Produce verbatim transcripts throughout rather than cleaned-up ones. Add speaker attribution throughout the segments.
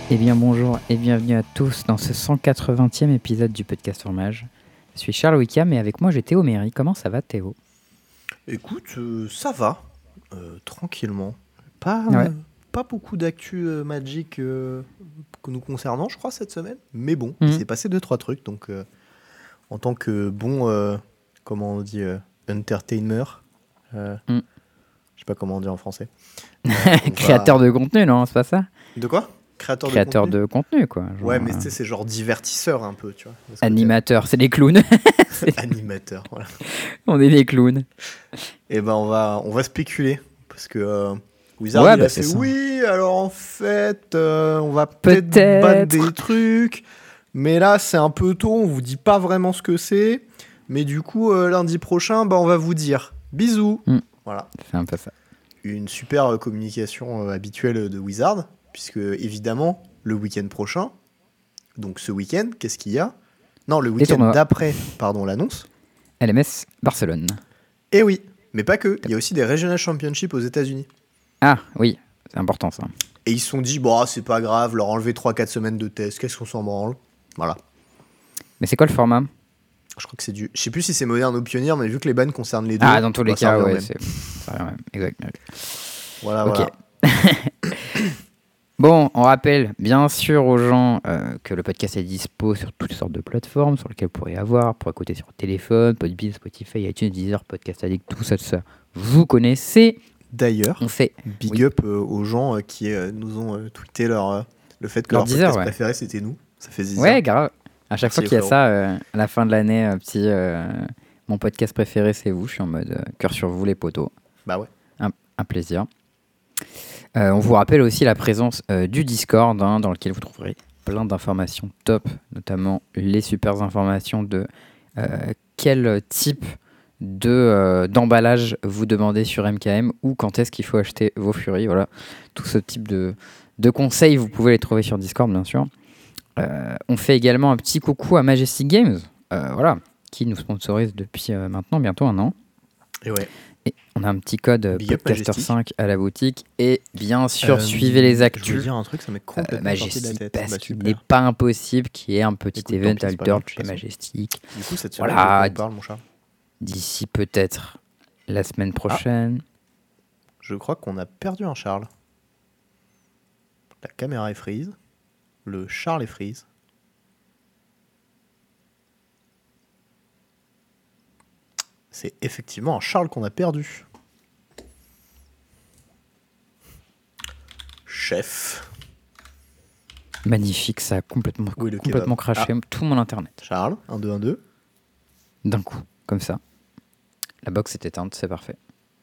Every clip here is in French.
Speaker 1: Eh bien bonjour et bienvenue à tous dans ce cent quatre-vingtième épisode du podcast Fromage. Je suis Charles Wickham et avec moi j'ai Théo Méry. Comment ça va Théo ?
Speaker 2: Écoute, euh, ça va, euh, tranquillement. Pas,
Speaker 1: Ouais.
Speaker 2: euh, pas beaucoup d'actu euh, Magic euh, que nous concernant, je crois, cette semaine. Mais bon, il
Speaker 1: Mhm.
Speaker 2: s'est passé deux, trois trucs. Donc, euh, en tant que bon, euh, comment on dit, euh, entertainer, euh,
Speaker 1: Mm.
Speaker 2: je sais pas comment on dit en français. Euh, on
Speaker 1: Créateur
Speaker 2: va-
Speaker 1: de contenu, non ? C'est pas ça ?
Speaker 2: De quoi? Créateur,
Speaker 1: Créateur
Speaker 2: de contenu.
Speaker 1: de contenu, quoi. Genre,
Speaker 2: Ouais, mais tu
Speaker 1: euh,
Speaker 2: sais, c'est genre divertisseur un peu, tu vois. de ce côté-là.
Speaker 1: animateur, c'est des clowns.
Speaker 2: Animateur, voilà.
Speaker 1: On est des clowns.
Speaker 2: Et ben on va, on va spéculer parce que euh, Wizard
Speaker 1: Ouais,
Speaker 2: il
Speaker 1: bah,
Speaker 2: a
Speaker 1: c'est
Speaker 2: fait
Speaker 1: ça.
Speaker 2: oui, alors en fait euh, on va peut-être
Speaker 1: Peut-être.
Speaker 2: battre des trucs, mais là c'est un peu tôt, on vous dit pas vraiment ce que c'est, mais du coup euh, lundi prochain bah, on va vous dire bisous.
Speaker 1: Mm.
Speaker 2: Voilà,
Speaker 1: C'est un peu ça.
Speaker 2: une super euh, communication euh, habituelle de Wizard, puisque évidemment le week-end prochain, donc ce week-end, qu'est-ce qu'il y a? Non, le week-end
Speaker 1: tournois.
Speaker 2: d'après, pardon, l'annonce.
Speaker 1: L M S Barcelone.
Speaker 2: Et oui, mais pas que, il y a aussi des Regional Championships aux États-Unis.
Speaker 1: Ah oui, c'est important ça.
Speaker 2: Et ils se sont dit, bon, c'est pas grave, leur enlever trois quatre semaines de test, qu'est-ce qu'on s'en branle? Voilà.
Speaker 1: Mais c'est quoi le format ?
Speaker 2: Je crois que c'est du. Je sais plus si c'est moderne ou pionnier, mais vu que les bans concernent les deux.
Speaker 1: Ah, dans tous les
Speaker 2: bah, ça
Speaker 1: cas,
Speaker 2: revient au
Speaker 1: ouais,
Speaker 2: même.
Speaker 1: c'est ça revient au même. Exact.
Speaker 2: Voilà,
Speaker 1: Ok.
Speaker 2: voilà.
Speaker 1: Bon, on rappelle bien sûr aux gens euh, que le podcast est dispo sur toutes sortes de plateformes sur lesquelles vous pourrez avoir, pour écouter sur téléphone, Podbean, Spotify, iTunes, Deezer, Podcast Addict, tout ça, tout ça. Vous connaissez.
Speaker 2: D'ailleurs,
Speaker 1: On fait
Speaker 2: big
Speaker 1: oui.
Speaker 2: up euh, aux gens euh, qui euh, nous ont euh, tweeté leur, euh, le fait que
Speaker 1: Leur
Speaker 2: leur
Speaker 1: Deezer,
Speaker 2: podcast
Speaker 1: ouais.
Speaker 2: préféré c'était nous. Ça fait zizir.
Speaker 1: Ouais, grave. À chaque
Speaker 2: Merci,
Speaker 1: fois qu'il y a
Speaker 2: frérot.
Speaker 1: ça, euh, à la fin de l'année, euh, petit, euh, mon podcast préféré c'est vous. Je suis en mode euh, cœur sur vous les potos.
Speaker 2: Bah ouais.
Speaker 1: Un, un plaisir. Euh, on vous rappelle aussi la présence euh, du Discord, hein, dans lequel vous trouverez plein d'informations top, notamment les super informations de euh, quel type de, euh, d'emballage vous demandez sur M K M ou quand est-ce qu'il faut acheter vos Furies. Voilà, tout ce type de, de conseils, vous pouvez les trouver sur Discord, bien sûr. Euh, on fait également un petit coucou à Majestic Games, euh, voilà, qui nous sponsorise depuis euh, maintenant bientôt un an.
Speaker 2: Et ouais.
Speaker 1: Et on a un petit code euh,
Speaker 2: Big up
Speaker 1: Podcaster
Speaker 2: Majestic.
Speaker 1: cinq à la boutique. Et bien sûr,
Speaker 2: Euh,
Speaker 1: suivez les
Speaker 2: Je voulais
Speaker 1: actus.
Speaker 2: dire un truc, ça m'est
Speaker 1: Euh,
Speaker 2: complètement sorti de la
Speaker 1: Majestic,
Speaker 2: tête.
Speaker 1: parce
Speaker 2: Bah,
Speaker 1: qu'il
Speaker 2: super.
Speaker 1: n'est pas impossible qu'il y ait un petit
Speaker 2: Écoute, tant
Speaker 1: event
Speaker 2: pis, c'est pas
Speaker 1: altered
Speaker 2: grave, de
Speaker 1: chez
Speaker 2: toute façon.
Speaker 1: Majestic
Speaker 2: Du coup, cette semaine,
Speaker 1: Voilà.
Speaker 2: de quoi on parle, mon chat?
Speaker 1: d'ici peut-être la semaine prochaine.
Speaker 2: Je crois qu'on a perdu un Charles. La caméra est freeze. Le Charles est freeze. C'est effectivement un Charles qu'on a perdu. Chef.
Speaker 1: Magnifique, ça a complètement,
Speaker 2: Oui, le
Speaker 1: complètement
Speaker 2: kebab.
Speaker 1: craché tout mon internet.
Speaker 2: Charles, un deux un deux.
Speaker 1: D'un coup, comme ça. La box est éteinte, c'est parfait.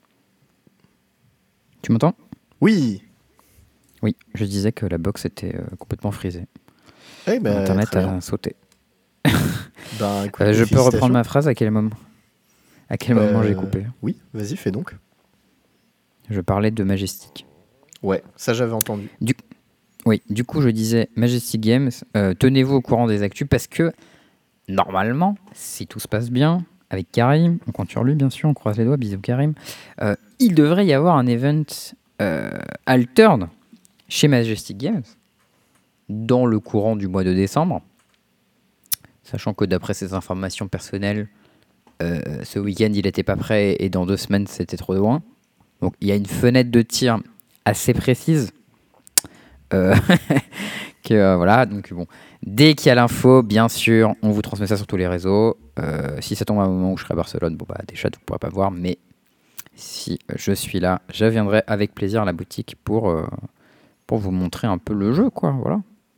Speaker 1: Tu m'entends ?
Speaker 2: Oui.
Speaker 1: Oui, je disais que la box était euh, complètement frisée.
Speaker 2: Eh ben,
Speaker 1: Internet
Speaker 2: très bien.
Speaker 1: a sauté.
Speaker 2: Ben, écoute,
Speaker 1: Euh, je peux
Speaker 2: félicitations.
Speaker 1: reprendre ma phrase à quel moment À quel moment
Speaker 2: Euh,
Speaker 1: j'ai coupé ?
Speaker 2: Oui, vas-y, fais donc.
Speaker 1: Je parlais de Majestic.
Speaker 2: Ouais, ça j'avais entendu.
Speaker 1: Oui, du coup, je disais Majestic Games, euh, tenez-vous au courant des actus parce que normalement, si tout se passe bien, avec Karim, on compte sur lui bien sûr, on croise les doigts, bisous Karim, euh, il devrait y avoir un event euh, altered chez Majestic Games dans le courant du mois de décembre, sachant que d'après ses informations personnelles, euh, ce week-end il n'était pas prêt et dans deux semaines c'était trop loin. Donc il y a une fenêtre de tir assez précise. Euh, que euh, voilà, donc bon, dès qu'il y a l'info, bien sûr, on vous transmet ça sur tous les réseaux. Euh, si ça tombe à un moment où je serai à Barcelone, bon bah déjà vous ne pourrez pas voir, mais si je suis là, je viendrai avec plaisir à la boutique pour euh, pour vous montrer un peu le jeu, quoi, voilà.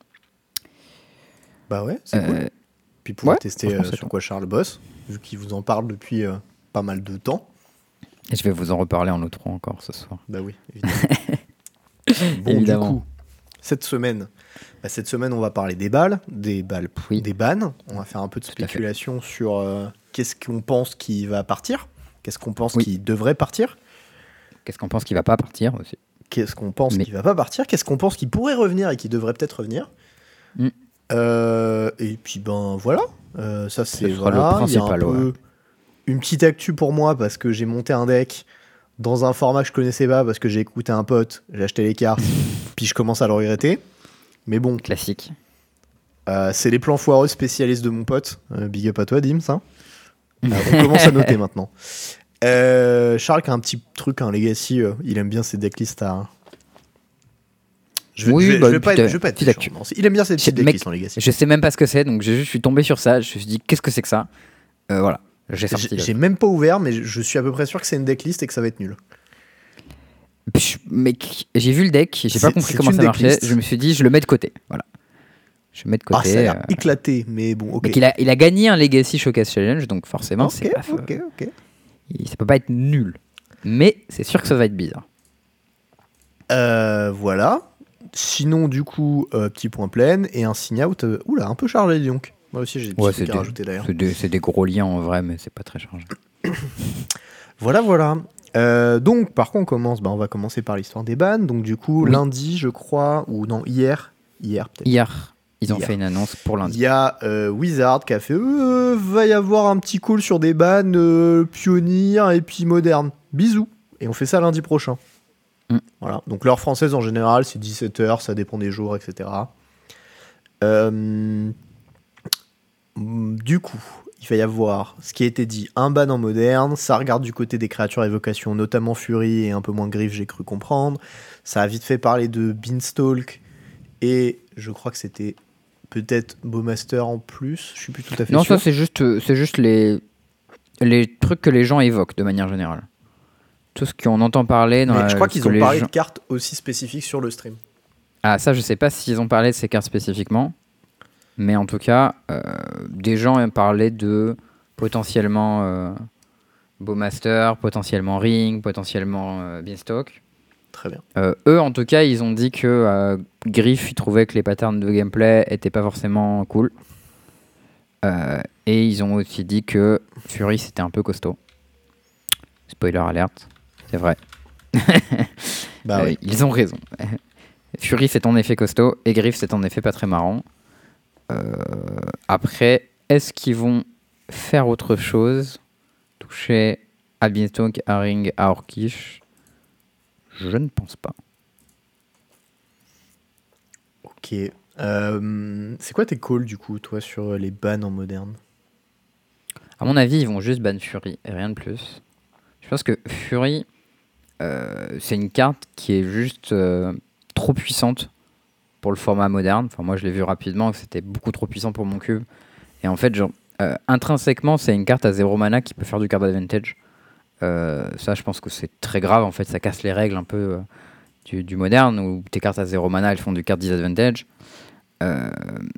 Speaker 2: Bah ouais, c'est
Speaker 1: Euh,
Speaker 2: cool. Puis pouvoir
Speaker 1: ouais,
Speaker 2: tester
Speaker 1: franchement,
Speaker 2: euh,
Speaker 1: c'est
Speaker 2: sur
Speaker 1: cool.
Speaker 2: quoi Charles bosse, vu qu'il vous en parle depuis euh, pas mal de temps.
Speaker 1: Et je vais vous en reparler en outro encore ce soir.
Speaker 2: Bah oui, évidemment. Bon,
Speaker 1: Évidemment.
Speaker 2: du coup, cette semaine, bah, cette semaine, on va parler des balles, des balles, pff,
Speaker 1: Oui.
Speaker 2: des bans. On va faire un peu de
Speaker 1: Tout à fait.
Speaker 2: spéculation sur euh, qu'est-ce qu'on pense qui va partir, qu'est-ce qu'on pense
Speaker 1: Oui.
Speaker 2: qui devrait partir,
Speaker 1: Qu'est-ce qu'on pense qu'il va pas partir aussi?
Speaker 2: qu'est-ce qu'on pense
Speaker 1: Mais-
Speaker 2: qui va pas partir, qu'est-ce qu'on pense qui pourrait revenir et qui devrait peut-être revenir.
Speaker 1: Mm.
Speaker 2: Euh, et puis ben voilà, Euh, ça c'est
Speaker 1: sera le
Speaker 2: voilà, il y a un
Speaker 1: principal,
Speaker 2: peu
Speaker 1: ouais.
Speaker 2: une petite actu pour moi parce que j'ai monté un deck dans un format que je connaissais pas parce que j'ai écouté un pote, j'ai acheté les cartes, puis je commence à le regretter. Mais bon,
Speaker 1: Classique.
Speaker 2: euh, c'est les plans foireux spécialistes de mon pote. Euh, big up à toi, Dims. Hein. Euh, on commence à noter maintenant. Euh, Charles qui a un petit truc, un legacy. euh, il aime bien ses decklists à. Je vais,
Speaker 1: Oui,
Speaker 2: je vais,
Speaker 1: bah,
Speaker 2: je vais pas
Speaker 1: putain,
Speaker 2: être, je vais pas être
Speaker 1: petite actu.
Speaker 2: méchant, non. Il aime bien ses
Speaker 1: Je sais-
Speaker 2: petites
Speaker 1: mec,
Speaker 2: decklists en legacy.
Speaker 1: Je sais même pas ce que c'est, donc je, je suis tombé sur ça. Je me suis dit, qu'est-ce que c'est que ça? Euh, Voilà, j'ai sorti.
Speaker 2: J'ai
Speaker 1: le-
Speaker 2: j'ai même pas ouvert, mais je suis à peu près sûr que c'est une decklist et que ça va être nul.
Speaker 1: Psh, Mec, j'ai vu le deck, j'ai pas
Speaker 2: C'est-
Speaker 1: compris
Speaker 2: c'est
Speaker 1: comment
Speaker 2: une
Speaker 1: ça marchait.
Speaker 2: decklist.
Speaker 1: Je me suis dit, je le mets de côté. Voilà. Je le mets de
Speaker 2: Ah,
Speaker 1: côté.
Speaker 2: ça a l'air
Speaker 1: euh,
Speaker 2: éclaté, mais bon, ok.
Speaker 1: Mais qu'il a, il a gagné un Legacy Showcase Challenge, donc forcément,
Speaker 2: Ok,
Speaker 1: c'est pas,
Speaker 2: ok, ok.
Speaker 1: il- ça peut pas être nul. Mais c'est sûr que ça va être bizarre.
Speaker 2: Euh, voilà. Sinon, du coup, euh, petit point plein et un sign out. euh, oula, un peu chargé, dis donc. Moi aussi, j'ai des petits
Speaker 1: Ouais,
Speaker 2: trucs
Speaker 1: c'est
Speaker 2: à
Speaker 1: des,
Speaker 2: rajouter d'ailleurs.
Speaker 1: c'est des- c'est des gros liens en vrai, mais c'est pas très chargé.
Speaker 2: Voilà, voilà. Euh, donc, par contre, on commence. Bah, on va commencer par l'histoire des bans. Donc, du coup,
Speaker 1: Oui.
Speaker 2: lundi, je crois, ou non, hier, hier peut-être.
Speaker 1: Hier, ils ont
Speaker 2: Hier.
Speaker 1: fait une annonce pour
Speaker 2: Il
Speaker 1: lundi.
Speaker 2: y a euh, Wizard qui a fait euh, va y avoir un petit call sur des bans euh, pionniers et puis modernes. Bisous. Et on fait ça lundi prochain.
Speaker 1: Mm.
Speaker 2: Voilà. Donc l'heure française en général c'est dix-sept heures, ça dépend des jours, et cetera. Euh, du coup, il va y avoir ce qui a été dit, un ban en moderne. Ça regarde du côté des créatures à évocation, notamment Fury et un peu moins Griff, j'ai cru comprendre. Ça a vite fait parler de Beanstalk et je crois que c'était peut-être Bowmaster en plus, je suis plus tout à fait
Speaker 1: Non,
Speaker 2: sûr.
Speaker 1: ça c'est juste, euh, c'est juste les, les trucs que les gens évoquent de manière générale. Tout ce qu'on entend parler dans
Speaker 2: Mais
Speaker 1: la-
Speaker 2: je crois
Speaker 1: ce
Speaker 2: qu'ils
Speaker 1: que
Speaker 2: ont
Speaker 1: les
Speaker 2: parlé
Speaker 1: gens-
Speaker 2: de cartes aussi spécifiques sur le stream.
Speaker 1: Ah, ça, je sais pas s'ils ont parlé de ces cartes spécifiquement. Mais en tout cas, euh, des gens parlaient de potentiellement euh, Bowmaster, potentiellement Ring, potentiellement euh, Beanstalk.
Speaker 2: Très bien.
Speaker 1: Euh, eux, en tout cas, ils ont dit que euh, Griff, ils trouvaient que les patterns de gameplay étaient pas forcément cool. Euh, et ils ont aussi dit que Fury, c'était un peu costaud. Spoiler alerte, c'est vrai.
Speaker 2: Bah
Speaker 1: Euh,
Speaker 2: oui.
Speaker 1: Ils ont raison. Fury, c'est en effet costaud, et Griff, c'est en effet pas très marrant. Euh, après, est-ce qu'ils vont faire autre chose? Toucher à Beanstalk, à Ring, à Orkish? Je ne pense pas.
Speaker 2: Ok. Euh, c'est quoi tes calls du coup, toi, sur les bans en moderne?
Speaker 1: À mon avis, ils vont juste ban Fury et rien de plus. Je pense que Fury, euh, c'est une carte qui est juste euh, trop puissante pour le format moderne. Enfin, moi, je l'ai vu rapidement que c'était beaucoup trop puissant pour mon cube. Et en fait, genre, euh, intrinsèquement, c'est une carte à zéro mana qui peut faire du card advantage. Euh, ça, je pense que c'est très grave. En fait, ça casse les règles un peu euh, du, du moderne où tes cartes à zéro mana, elles font du card disadvantage. Euh,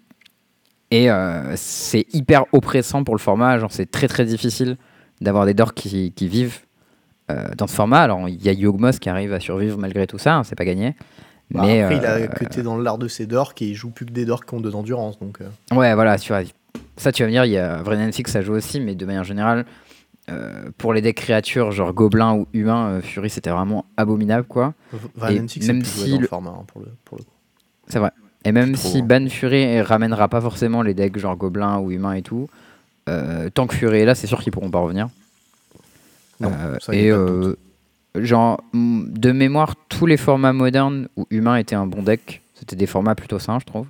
Speaker 1: et euh, c'est hyper oppressant pour le format. Genre, c'est très très difficile d'avoir des dorks qui, qui vivent euh, dans ce format. Alors, il y a Yogmoth qui arrive à survivre malgré tout ça. Hein, c'est pas gagné.
Speaker 2: Bah,
Speaker 1: Mais
Speaker 2: après, il
Speaker 1: euh,
Speaker 2: a cuté dans l'art de ses dorks et il joue plus que des dorks qui ont deux endurance. Donc, euh,
Speaker 1: ouais, voilà, tu vois. Ça, tu vas me dire, il y a Vrennen Fix, ça joue aussi, mais de manière générale, euh, pour les decks créatures, genre gobelins ou humains, euh, Fury, c'était vraiment abominable, quoi.
Speaker 2: Vanentic, c'est
Speaker 1: même
Speaker 2: plus joué
Speaker 1: si
Speaker 2: dans le
Speaker 1: le-
Speaker 2: format hein, pour, le, pour le coup.
Speaker 1: C'est vrai. Et même
Speaker 2: Plus trop,
Speaker 1: si
Speaker 2: hein.
Speaker 1: Ban Fury ramènera pas forcément les decks genre gobelins ou humains et tout, euh, tant que Fury est là, c'est sûr qu'ils pourront pas revenir.
Speaker 2: Non,
Speaker 1: Euh,
Speaker 2: ça, il y
Speaker 1: et
Speaker 2: a pas de doute.
Speaker 1: euh, genre, mm, de mémoire, tous les formats modernes où humain était un bon deck, c'était des formats plutôt sains, je trouve.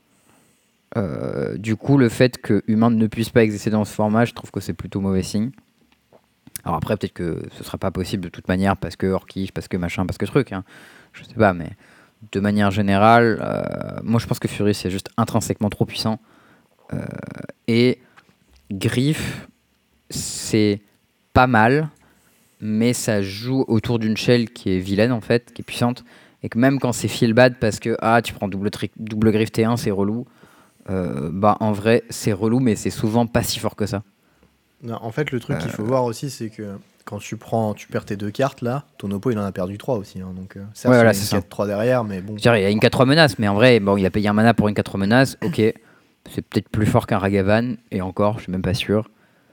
Speaker 1: Euh, du coup, le fait que humain ne puisse pas exister dans ce format, je trouve que c'est plutôt mauvais signe. Alors après, peut-être que ce sera pas possible de toute manière parce que Orkish, parce que machin, parce que truc. Hein. Je sais pas, mais de manière générale, euh, moi je pense que Fury c'est juste intrinsèquement trop puissant. Euh, et Griff, c'est pas mal, mais ça joue autour d'une shell qui est vilaine en fait, qui est puissante. Et que même quand c'est feel bad parce que ah, tu prends double, tri- double Griff T un, c'est relou. Euh, bah en vrai, c'est relou, mais c'est souvent pas si fort que ça.
Speaker 2: Non, en fait, le truc
Speaker 1: Euh.
Speaker 2: qu'il faut voir aussi, c'est que quand tu prends, tu perds tes deux cartes là, ton oppo il en a perdu trois aussi. Hein, donc, euh, certes,
Speaker 1: Ouais, voilà,
Speaker 2: il y a
Speaker 1: c'est
Speaker 2: une
Speaker 1: ça.
Speaker 2: quatre trois derrière, mais bon.
Speaker 1: Je dirais, il y a une quatre trois menaces, mais en vrai, bon, il a payé un mana pour une quatre trois menaces, ok. C'est peut-être plus fort qu'un Ragavan, et encore, je suis même pas sûr.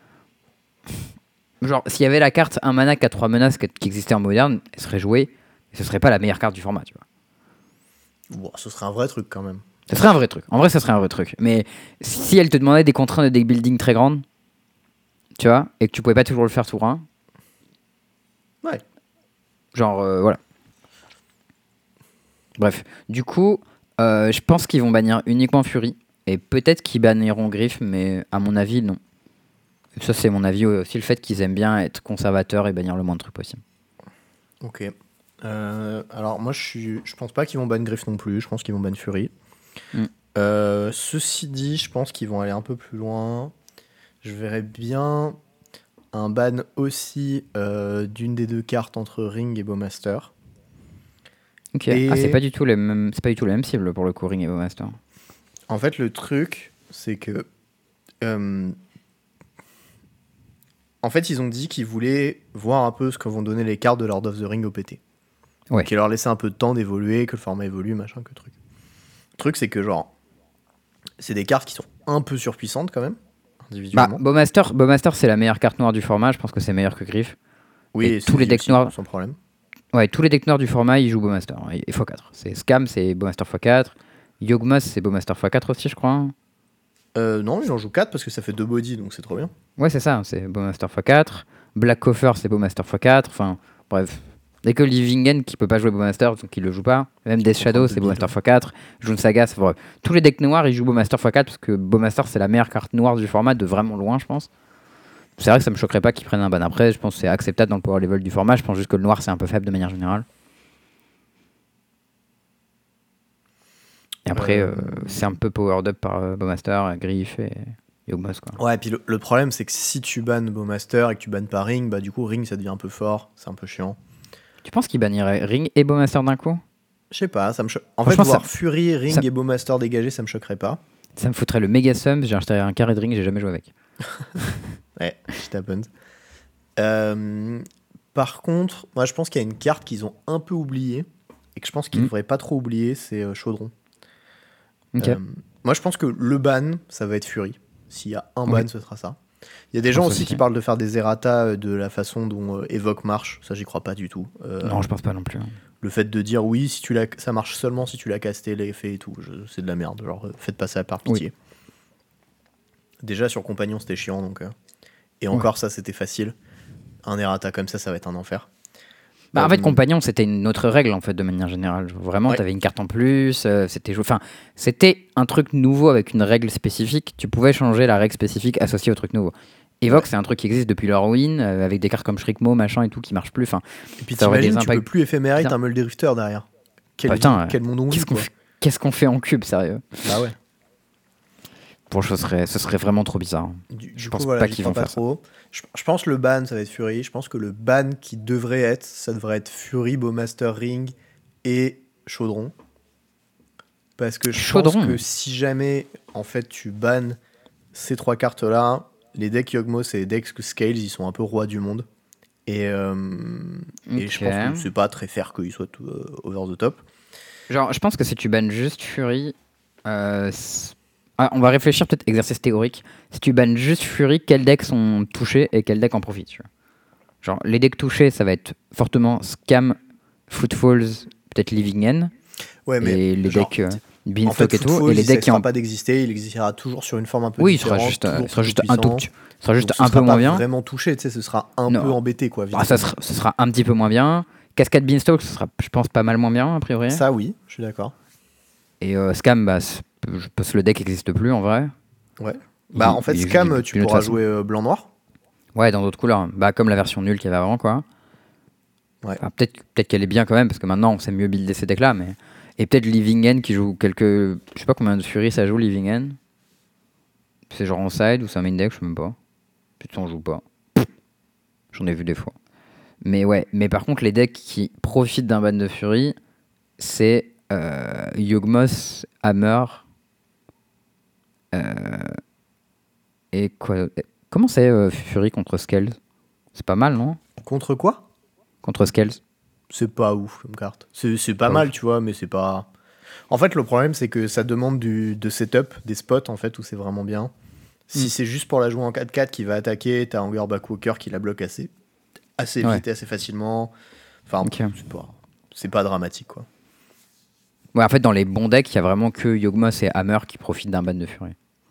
Speaker 1: Genre, s'il y avait la carte un mana quatre trois menaces qui qui existait en moderne, elle serait jouée, et ce serait pas la meilleure carte du format, tu vois.
Speaker 2: Bon, ce serait un vrai truc quand même.
Speaker 1: Ce serait un vrai truc. En vrai, ça serait un vrai truc. Mais si elle te demandait des contraintes de deck building très grandes, tu vois, et que tu pouvais pas toujours le faire tour un,
Speaker 2: Ouais.
Speaker 1: genre, euh, voilà. Bref, du coup, Euh, je pense qu'ils vont bannir uniquement Fury. Et peut-être qu'ils banniront Griff, mais à mon avis, non. Ça, c'est mon avis aussi, le fait qu'ils aiment bien être conservateurs et bannir le moins de trucs possible.
Speaker 2: Ok. Euh, alors moi je suis, je pense pas qu'ils vont ban Griff non plus. Je pense qu'ils vont ban Fury.
Speaker 1: Mm.
Speaker 2: Euh, ceci dit, je pense qu'ils vont aller un peu plus loin. Je verrais bien un ban aussi euh, d'une des deux cartes entre Ring et Bowmaster.
Speaker 1: Ok.
Speaker 2: Et
Speaker 1: Ah, c'est pas du tout les mêmes, c'est pas du tout la même cible pour le coup, Ring et Bowmaster.
Speaker 2: en fait, le truc, c'est que euh, en fait, ils ont dit qu'ils voulaient voir un peu ce que vont donner les cartes de Lord of the Ring au P T.
Speaker 1: Ouais.
Speaker 2: Qui leur laisser un peu de temps d'évoluer, que le format évolue, machin, que truc. Le truc, c'est que genre, c'est des cartes qui sont un peu surpuissantes quand même,
Speaker 1: Bah,
Speaker 2: individuellement.
Speaker 1: Bowmaster, Bowmaster, c'est la meilleure carte noire du format. Je pense que c'est meilleur que Griff.
Speaker 2: Oui,
Speaker 1: Et
Speaker 2: et
Speaker 1: tous les
Speaker 2: Suzy
Speaker 1: decks
Speaker 2: aussi,
Speaker 1: noirs,
Speaker 2: sans problème.
Speaker 1: ouais, tous les decks noirs du format, ils jouent Bowmaster et, et fois quatre. C'est Scam, c'est Bowmaster fois quatre. Yogmoth, c'est Bowmaster fois quatre aussi, je crois.
Speaker 2: Euh, non, il en joue quatre parce que ça fait deux body, donc c'est trop bien.
Speaker 1: Ouais, c'est ça, c'est Bowmaster fois quatre. Black Coffer, c'est Bowmaster fois quatre. Enfin, bref. Dès que Livingen qui peut pas jouer Bowmaster, donc il le joue pas. Même Death Shadow,
Speaker 2: Contrainte de
Speaker 1: c'est Bowmaster
Speaker 2: build.
Speaker 1: fois quatre. June Saga, c'est vrai. Tous les decks noirs, ils jouent Bowmaster fois quatre parce que Bowmaster, c'est la meilleure carte noire du format de vraiment loin, je pense. C'est vrai que ça me choquerait pas qu'ils prennent un ban après. Je pense que c'est acceptable dans le power level du format. Je pense juste que le noir, c'est un peu faible de manière générale. Et après,
Speaker 2: Euh,
Speaker 1: euh, c'est un peu powered up par euh, Bowmaster, Griff et Yogmoth, quoi.
Speaker 2: Ouais, et puis le, le problème, c'est que si tu bannes Bowmaster et que tu bannes pas Ring, bah du coup, Ring, ça devient un peu fort, c'est un peu chiant.
Speaker 1: Tu penses qu'ils banniraient Ring et Bowmaster d'un coup?
Speaker 2: Je sais pas, ça me cho- En fait,
Speaker 1: Franchement, ça,
Speaker 2: voir Fury, Ring
Speaker 1: ça,
Speaker 2: et Bowmaster dégagés, ça me choquerait pas.
Speaker 1: ça me foutrait le méga sum. J'ai acheté un carré de Ring, j'ai jamais joué avec.
Speaker 2: Ouais, shit happens. Euh, Par contre, moi je pense qu'il y a une carte qu'ils ont un peu oubliée et que je pense qu'ils
Speaker 1: Mm.
Speaker 2: devraient pas trop oublier, c'est euh, Chaudron.
Speaker 1: Ok.
Speaker 2: Euh, Moi je pense que le ban, ça va être Fury. S'il y a un
Speaker 1: Oui.
Speaker 2: ban, ce sera ça. Il y a des
Speaker 1: Je
Speaker 2: gens
Speaker 1: pense
Speaker 2: aussi
Speaker 1: aussi.
Speaker 2: qui parlent de faire des errata euh, de la façon dont euh, Evoque marche. Ça, j'y crois pas du tout. Euh,
Speaker 1: Non, je pense pas non plus.
Speaker 2: le fait de dire oui, si tu l'as, ça marche seulement si tu l'as casté, l'effet et tout, je- c'est de la merde. Genre, euh, faites pas ça par
Speaker 1: Oui.
Speaker 2: pitié. Déjà sur Compagnon, c'était chiant donc. euh, Et
Speaker 1: Ouais.
Speaker 2: encore, ça c'était facile. Un errata comme ça, ça va être un enfer.
Speaker 1: Bah, en
Speaker 2: Euh,
Speaker 1: fait, Compagnon, c'était une autre règle, en fait, de manière générale. Vraiment,
Speaker 2: Ouais.
Speaker 1: t'avais une carte en plus, euh, c'était jou- enfin, c'était un truc nouveau avec une règle spécifique. Tu pouvais changer la règle spécifique associée au truc nouveau. Evoque,
Speaker 2: Ouais.
Speaker 1: c'est un truc qui existe depuis l'Halloween, euh, avec des cartes comme Shrikmo, machin et tout, qui marchent plus. Enfin,
Speaker 2: Et puis
Speaker 1: ça aurait des
Speaker 2: t'imagines, tu peux
Speaker 1: impacts
Speaker 2: plus éphémérite
Speaker 1: bizarres.
Speaker 2: un Mulder Rifter derrière. Quelle
Speaker 1: Ah,
Speaker 2: vie,
Speaker 1: putain, euh,
Speaker 2: quel monde on vit
Speaker 1: qu'est-ce qu'on
Speaker 2: quoi.
Speaker 1: fait, qu'est-ce qu'on fait en cube, sérieux?
Speaker 2: Bah ouais.
Speaker 1: Bon, ce serait, ce serait vraiment trop bizarre.
Speaker 2: Du,
Speaker 1: Je
Speaker 2: du
Speaker 1: pense
Speaker 2: coup, voilà,
Speaker 1: pas
Speaker 2: j'y
Speaker 1: qu'ils
Speaker 2: crois
Speaker 1: vont
Speaker 2: pas
Speaker 1: faire ça.
Speaker 2: trop. Je, je pense que le ban, ça va être Fury. Je pense que le ban qui devrait être, ça devrait être Fury, Bowmaster Ring et Chaudron. Parce que je pense
Speaker 1: Chaudron.
Speaker 2: que si jamais, en fait, tu bannes ces trois cartes-là, les decks Yogmoth et les decks Scales, ils sont un peu rois du monde. Et, euh, et je
Speaker 1: Ok.
Speaker 2: pense que c'est pas très fair qu'ils soient tout, euh, over the top.
Speaker 1: Genre, je pense que si tu bannes juste Fury, euh, c'est- ah, on va réfléchir peut-être exercice théorique. Si tu bannes juste Fury, quels decks sont touchés et quels decks en profitent, tu vois. Genre, les decks touchés, ça va être fortement Scam, Footfalls, peut-être Living End,
Speaker 2: Ouais, mais
Speaker 1: et les
Speaker 2: genre,
Speaker 1: decks euh,
Speaker 2: en fait,
Speaker 1: Beanstalk et tout.
Speaker 2: Footfall,
Speaker 1: Et les
Speaker 2: il
Speaker 1: decks qui
Speaker 2: cessera
Speaker 1: en...
Speaker 2: pas d'exister, il existera toujours sur une forme un peu
Speaker 1: Oui, il sera
Speaker 2: différente,
Speaker 1: juste, euh,
Speaker 2: toujours
Speaker 1: il sera
Speaker 2: plus
Speaker 1: juste un tout
Speaker 2: puissant.
Speaker 1: petit, il sera juste
Speaker 2: Donc ce
Speaker 1: un
Speaker 2: sera
Speaker 1: peu
Speaker 2: pas
Speaker 1: moins bien.
Speaker 2: vraiment touché, tu sais, ce sera un
Speaker 1: Non.
Speaker 2: peu embêté, quoi.
Speaker 1: Ah, ça,
Speaker 2: visiblement.
Speaker 1: sera, ce sera un petit peu moins bien. Cascade Beanstalk, ce sera, je pense, pas mal moins bien, a priori.
Speaker 2: Ça, oui, je suis d'accord.
Speaker 1: Et euh, Scam, bah, c'est- je pense que le deck n'existe plus en vrai.
Speaker 2: Ouais.
Speaker 1: Il-
Speaker 2: Bah, en fait,
Speaker 1: il- il-
Speaker 2: Scam,
Speaker 1: d'une
Speaker 2: tu
Speaker 1: autre
Speaker 2: pourras
Speaker 1: façon.
Speaker 2: jouer euh, blanc-noir.
Speaker 1: Ouais, dans d'autres couleurs. Bah, comme la version nulle qu'il y avait avant, quoi.
Speaker 2: Ouais.
Speaker 1: Enfin, peut-être peut-être qu'elle est bien quand même, parce que maintenant, on sait mieux builder ces decks-là. Mais... Et peut-être Living End qui joue quelques... Je sais pas combien de Fury ça joue, Living End. C'est genre en side ou c'est un main deck, je sais même pas. Peut-être on joue pas. J'en ai vu des fois. Mais ouais, mais par contre, les decks qui profitent d'un ban de Fury, c'est euh, Yawgmoth, Hammer... euh, et quoi? Comment c'est euh, Fury contre Scales? C'est pas mal, non?
Speaker 2: Contre quoi?
Speaker 1: Contre Scales.
Speaker 2: C'est pas ouf comme carte. C'est c'est pas
Speaker 1: Pas
Speaker 2: mal,
Speaker 1: ouf.
Speaker 2: tu vois, mais c'est pas. En fait, le problème, c'est que ça demande du, de setup, des spots, en fait, où c'est vraiment bien. Si
Speaker 1: Mm.
Speaker 2: c'est juste pour la jouer en quatre quatre qui va attaquer, t'as Anger Backwalker qui la bloque assez, assez
Speaker 1: Ouais.
Speaker 2: vite et assez facilement. Enfin,
Speaker 1: Ok.
Speaker 2: c'est pas, c'est pas dramatique, quoi.
Speaker 1: Ouais, en fait, dans les bons decks, il y a vraiment que Yawgmoth et Hammer qui profitent d'un ban de Fury.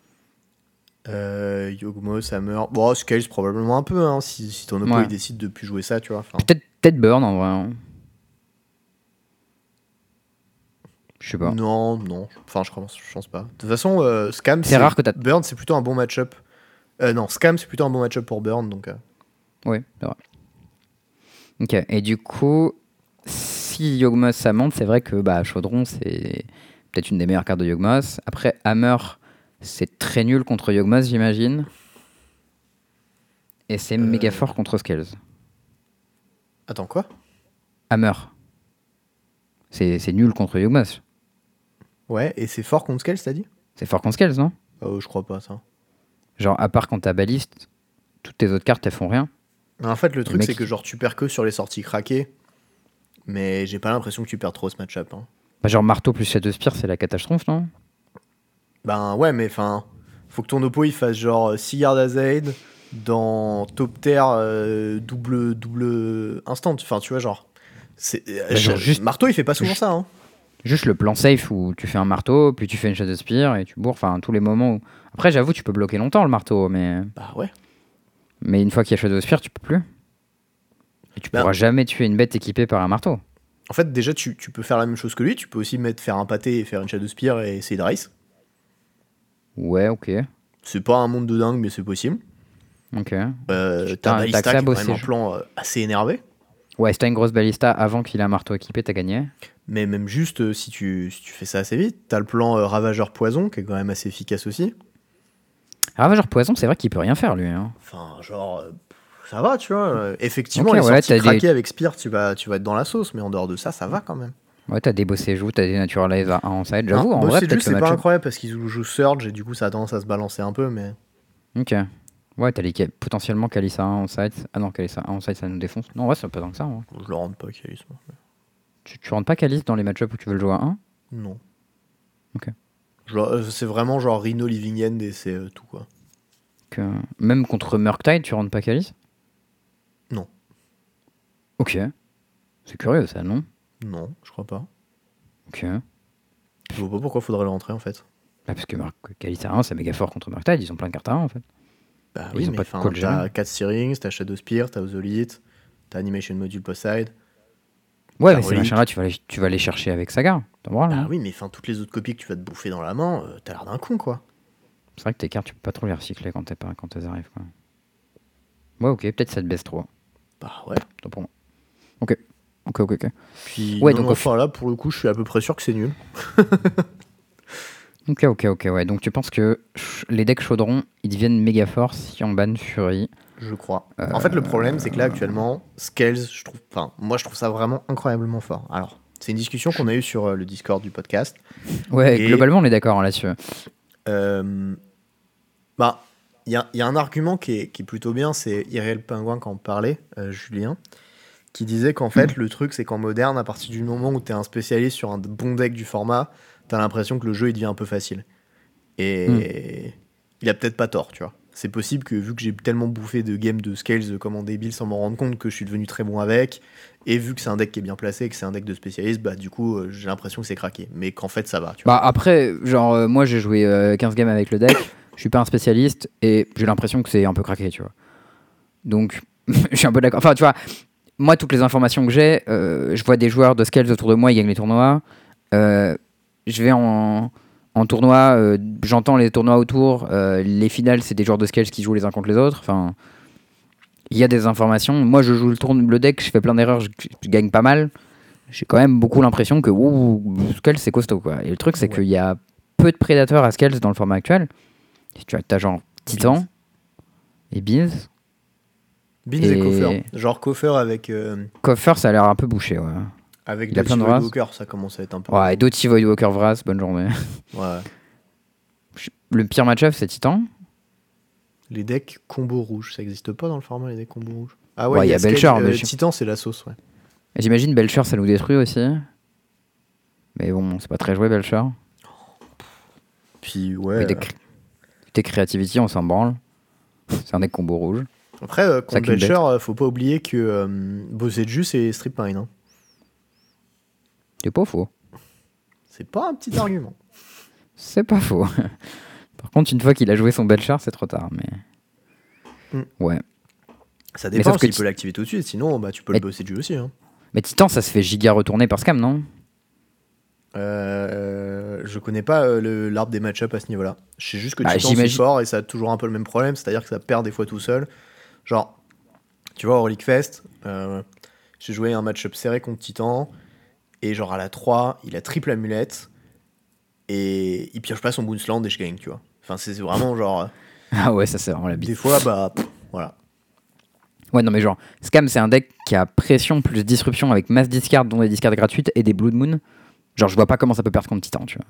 Speaker 2: Euh, Yawgmoth, Hammer. Bon, Scales, probablement un peu, hein, si, si ton oppo
Speaker 1: Ouais.
Speaker 2: il décide de plus jouer ça, tu vois. Enfin,
Speaker 1: Peut-être peut Burn en vrai. hein. Je sais pas.
Speaker 2: Non, non. Enfin, je pense, je pense pas. De toute façon, euh, Scam,
Speaker 1: C'est rare que t'as.
Speaker 2: Burn, c'est plutôt un bon match-up. Euh, non, Scam, c'est plutôt un bon match-up pour Burn, donc. euh,
Speaker 1: Oui, c'est vrai. Ok, et du coup, si Yawgmoth ça monte, c'est vrai que bah, Chaudron, c'est peut-être une des meilleures cartes de Yawgmoth. Après, Hammer, c'est très nul contre Yawgmoth, j'imagine. Et c'est méga
Speaker 2: Euh,
Speaker 1: fort contre Scales.
Speaker 2: Attends, quoi?
Speaker 1: Hammer, c'est c'est nul contre Yawgmoth.
Speaker 2: Ouais, et c'est fort contre Scale, t'as dit?
Speaker 1: C'est fort contre Scales, non?
Speaker 2: Oh, je crois pas, ça.
Speaker 1: Genre, à part quand t'as baliste, toutes tes autres cartes, elles font rien.
Speaker 2: En fait, le
Speaker 1: Le
Speaker 2: truc,
Speaker 1: mec,
Speaker 2: c'est que
Speaker 1: il-
Speaker 2: genre, tu perds que sur les sorties craquées. Mais j'ai pas l'impression que tu perds trop ce match-up. hein.
Speaker 1: bah, genre, marteau plus chef de spire, c'est la catastrophe, non?
Speaker 2: Ben ouais, mais enfin, faut que ton oppo il fasse genre six gardes à Zaid dans top tier euh, double, double instant. Enfin, tu vois, genre. c'est- euh,
Speaker 1: Bah, genre,
Speaker 2: je-
Speaker 1: juste,
Speaker 2: Marteau, il fait pas souvent ça. Hein.
Speaker 1: juste le plan safe où tu fais un marteau, puis tu fais une chef de spire et tu bourres. Enfin, tous les moments où. Après, j'avoue, tu peux bloquer longtemps le marteau, mais.
Speaker 2: Bah ouais.
Speaker 1: Mais une fois qu'il y a Shadow Spear, tu peux plus. Et tu
Speaker 2: Bah,
Speaker 1: pourras jamais tuer une bête équipée par un marteau.
Speaker 2: En fait, déjà, tu, tu peux faire la même chose que lui. Tu peux aussi mettre, faire un pâté et faire une Shadow Spear et essayer de race.
Speaker 1: Ouais, ok.
Speaker 2: C'est pas un monde de dingue, mais c'est possible.
Speaker 1: Ok.
Speaker 2: Euh,
Speaker 1: T'as-
Speaker 2: t'as
Speaker 1: t'as
Speaker 2: Ballista
Speaker 1: accès à
Speaker 2: qui est quand
Speaker 1: bosser,
Speaker 2: même un
Speaker 1: je-
Speaker 2: plan euh, assez énervé.
Speaker 1: Ouais, si t'as une grosse balista avant qu'il ait un marteau équipé, t'as gagné.
Speaker 2: Mais même juste, euh, si, tu, si tu fais ça assez vite, t'as le plan euh, Ravageur Poison qui est quand même assez efficace aussi.
Speaker 1: Ravageur Poison, c'est vrai qu'il peut rien faire lui. Hein.
Speaker 2: Enfin, genre, euh, ça va, tu vois. euh, Effectivement,
Speaker 1: Ok,
Speaker 2: les
Speaker 1: ouais,
Speaker 2: sorties
Speaker 1: t'as
Speaker 2: craquées
Speaker 1: des-
Speaker 2: avec Spear, tu vas, tu vas être dans la sauce, mais en dehors de ça, ça va quand même.
Speaker 1: Ouais, t'as des boss et joues, t'as des Naturalize à un en side. J'avoue,
Speaker 2: Hein,
Speaker 1: en
Speaker 2: Boss
Speaker 1: vrai,
Speaker 2: et Juice,
Speaker 1: peut-être
Speaker 2: c'est
Speaker 1: le
Speaker 2: pas
Speaker 1: match.
Speaker 2: incroyable parce qu'ils jouent Surge et du coup, ça a tendance à se balancer un peu, mais.
Speaker 1: Ok. Ouais, t'as les ca- potentiellement Kalissa un en side. Ah non, Kalissa un en side, ça nous défonce. Non, ouais, c'est pas tant que ça. hein.
Speaker 2: Je le rentre pas, Charisme.
Speaker 1: Tu, tu rentres pas Kalis dans les match-ups où tu veux le jouer à un.
Speaker 2: Non.
Speaker 1: Ok.
Speaker 2: Genre, euh, c'est vraiment genre Rhino Living End et c'est euh, tout quoi.
Speaker 1: Que... Même contre Murktide, tu rentres pas Kalis.
Speaker 2: Non.
Speaker 1: Ok. C'est curieux ça, non?
Speaker 2: Non, je crois pas.
Speaker 1: Ok.
Speaker 2: Je vois pas pourquoi faudrait le rentrer en fait.
Speaker 1: Bah, parce que Murk- Kalis à un, c'est méga fort contre Murktide, ils ont plein de cartes à un en fait.
Speaker 2: Bah
Speaker 1: Ils
Speaker 2: oui,
Speaker 1: ont
Speaker 2: mais
Speaker 1: pas de
Speaker 2: enfin,
Speaker 1: quoi le gérer.
Speaker 2: t'as quatre Searings, t'as Shadow Spear, t'as Ozolite, t'as Animation Module Post-Side.
Speaker 1: Ouais,
Speaker 2: T'as
Speaker 1: mais ces
Speaker 2: Relic.
Speaker 1: machins-là, tu vas, les, tu vas les chercher avec Saga. T'en branles,
Speaker 2: Bah
Speaker 1: hein.
Speaker 2: oui, mais enfin, toutes les autres copies que tu vas te bouffer dans la main, euh, t'as l'air d'un con quoi.
Speaker 1: C'est vrai que tes cartes, tu peux pas trop les recycler quand, t'es pas, quand elles arrivent. Quoi. Ouais, ok, peut-être ça te baisse trop.
Speaker 2: Bah ouais.
Speaker 1: Tant pour moi. Ok. Ok, ok, ok.
Speaker 2: Puis,
Speaker 1: Ouais,
Speaker 2: non,
Speaker 1: donc
Speaker 2: non,
Speaker 1: au fi-
Speaker 2: enfin, là, pour le coup, je suis à peu près sûr que c'est nul.
Speaker 1: Ok, ok, ok, ouais. Donc tu penses que ch- les decks chaudrons, ils deviennent méga forts si on banne Fury.
Speaker 2: Je crois. En fait, le problème, c'est que là, actuellement, Scales, je trouve. Enfin, moi, je trouve ça vraiment incroyablement fort. Alors, c'est une discussion qu'on a eue sur euh, le Discord du podcast.
Speaker 1: Ouais,
Speaker 2: Et-
Speaker 1: globalement, on est d'accord hein, là-dessus.
Speaker 2: Euh, Bah, il y a, il y a un argument qui est, qui est plutôt bien, c'est Irréel Pingouin quand on parlait, euh, Julien, qui disait qu'en fait, le truc, c'est qu'en moderne, à partir du moment où t'es un spécialiste sur un bon deck du format, t'as l'impression que le jeu, il devient un peu facile. Et il a peut-être pas tort, tu vois. C'est possible que, vu que j'ai tellement bouffé de games de Scales comme en débile sans m'en rendre compte, que je suis devenu très bon avec, et vu que c'est un deck qui est bien placé, que c'est un deck de spécialiste, bah du coup, euh, j'ai l'impression que c'est craqué. Mais qu'en fait, ça va, tu vois.
Speaker 1: Bah après, genre, euh, moi j'ai joué euh, quinze games avec le deck, je suis pas un spécialiste et j'ai l'impression que c'est un peu craqué, tu vois. Donc, je suis un peu d'accord. Enfin, tu vois, moi, toutes les informations que j'ai, euh, je vois des joueurs de Scales autour de moi, ils gagnent les tournois. Euh, je vais en, en tournoi, euh, j'entends les tournois autour, euh, les finales, c'est des joueurs de Scales qui jouent les uns contre les autres. Enfin, il y a des informations. Moi, je joue le, tourne, le deck, je fais plein d'erreurs, je, je gagne pas mal. J'ai quand même beaucoup l'impression que ouh, Scales, c'est costaud, quoi. Et le truc, c'est
Speaker 2: Ouais.
Speaker 1: qu'il y a peu de prédateurs à Scales dans le format actuel. Si tu as, t'as genre Titan et Beans.
Speaker 2: Beans et,
Speaker 1: et-
Speaker 2: Coffer. Genre Coffer avec, euh,
Speaker 1: Coffer, ça a l'air un peu bouché, ouais.
Speaker 2: avec
Speaker 1: Il a plein de
Speaker 2: Dirty
Speaker 1: races.
Speaker 2: Walker, ça commence à être un peu.
Speaker 1: Ouais, et Doty Voidwalker Vras, bonne journée.
Speaker 2: Ouais.
Speaker 1: Le pire match-up, c'est Titan.
Speaker 2: Les decks combo rouge, ça existe pas dans le format, les decks combo rouge. Ah
Speaker 1: Ouais, il y a
Speaker 2: Scales,
Speaker 1: Belcher,
Speaker 2: euh,
Speaker 1: mais je-
Speaker 2: Titan, c'est la sauce, ouais.
Speaker 1: Et j'imagine Belcher, ça nous détruit aussi. Mais bon, c'est pas très joué, Belcher.
Speaker 2: Puis ouais.
Speaker 1: Mais
Speaker 2: euh,
Speaker 1: tes, cr- tes Creativity, on s'en branle. C'est un deck combo rouge.
Speaker 2: Après, euh,
Speaker 1: Ça
Speaker 2: contre
Speaker 1: qu'une
Speaker 2: Belcher, euh, faut pas oublier que euh, Boseju, c'est Strip Mine. Hein.
Speaker 1: C'est pas faux.
Speaker 2: C'est pas un petit argument.
Speaker 1: C'est pas faux. Par contre, une fois qu'il a joué son Belcher, c'est trop tard. Mais
Speaker 2: Mm.
Speaker 1: ouais.
Speaker 2: Ça
Speaker 1: Mais
Speaker 2: dépend
Speaker 1: sauf que
Speaker 2: s'il
Speaker 1: Ti-
Speaker 2: peut l'activer tout de suite, sinon bah, tu peux
Speaker 1: Mais-
Speaker 2: le Boseju aussi. Hein.
Speaker 1: Mais Titan, ça se fait giga retourner par Scam, non?
Speaker 2: Euh, je connais pas euh, le- l'arbre des match-up à ce niveau-là. Je sais juste que
Speaker 1: Bah,
Speaker 2: Titan c'est
Speaker 1: j'imagine.
Speaker 2: fort et ça a toujours un peu le même problème, c'est-à-dire que ça perd des fois tout seul. Genre, tu vois, au League Fest, euh, j'ai joué un match-up serré contre Titan et genre à la trois, il a triple amulette et il pioche pas son Boonsland et je gagne, tu vois. Enfin, c'est vraiment genre. euh,
Speaker 1: Ah ouais, ça c'est vraiment la bite.
Speaker 2: Des fois, bah, pff, voilà.
Speaker 1: Ouais, non, mais genre, Scam, c'est un deck qui a pression plus disruption avec masse discard, dont des discards gratuites et des Blood Moon. Genre, je vois pas comment ça peut perdre contre Titan, tu vois.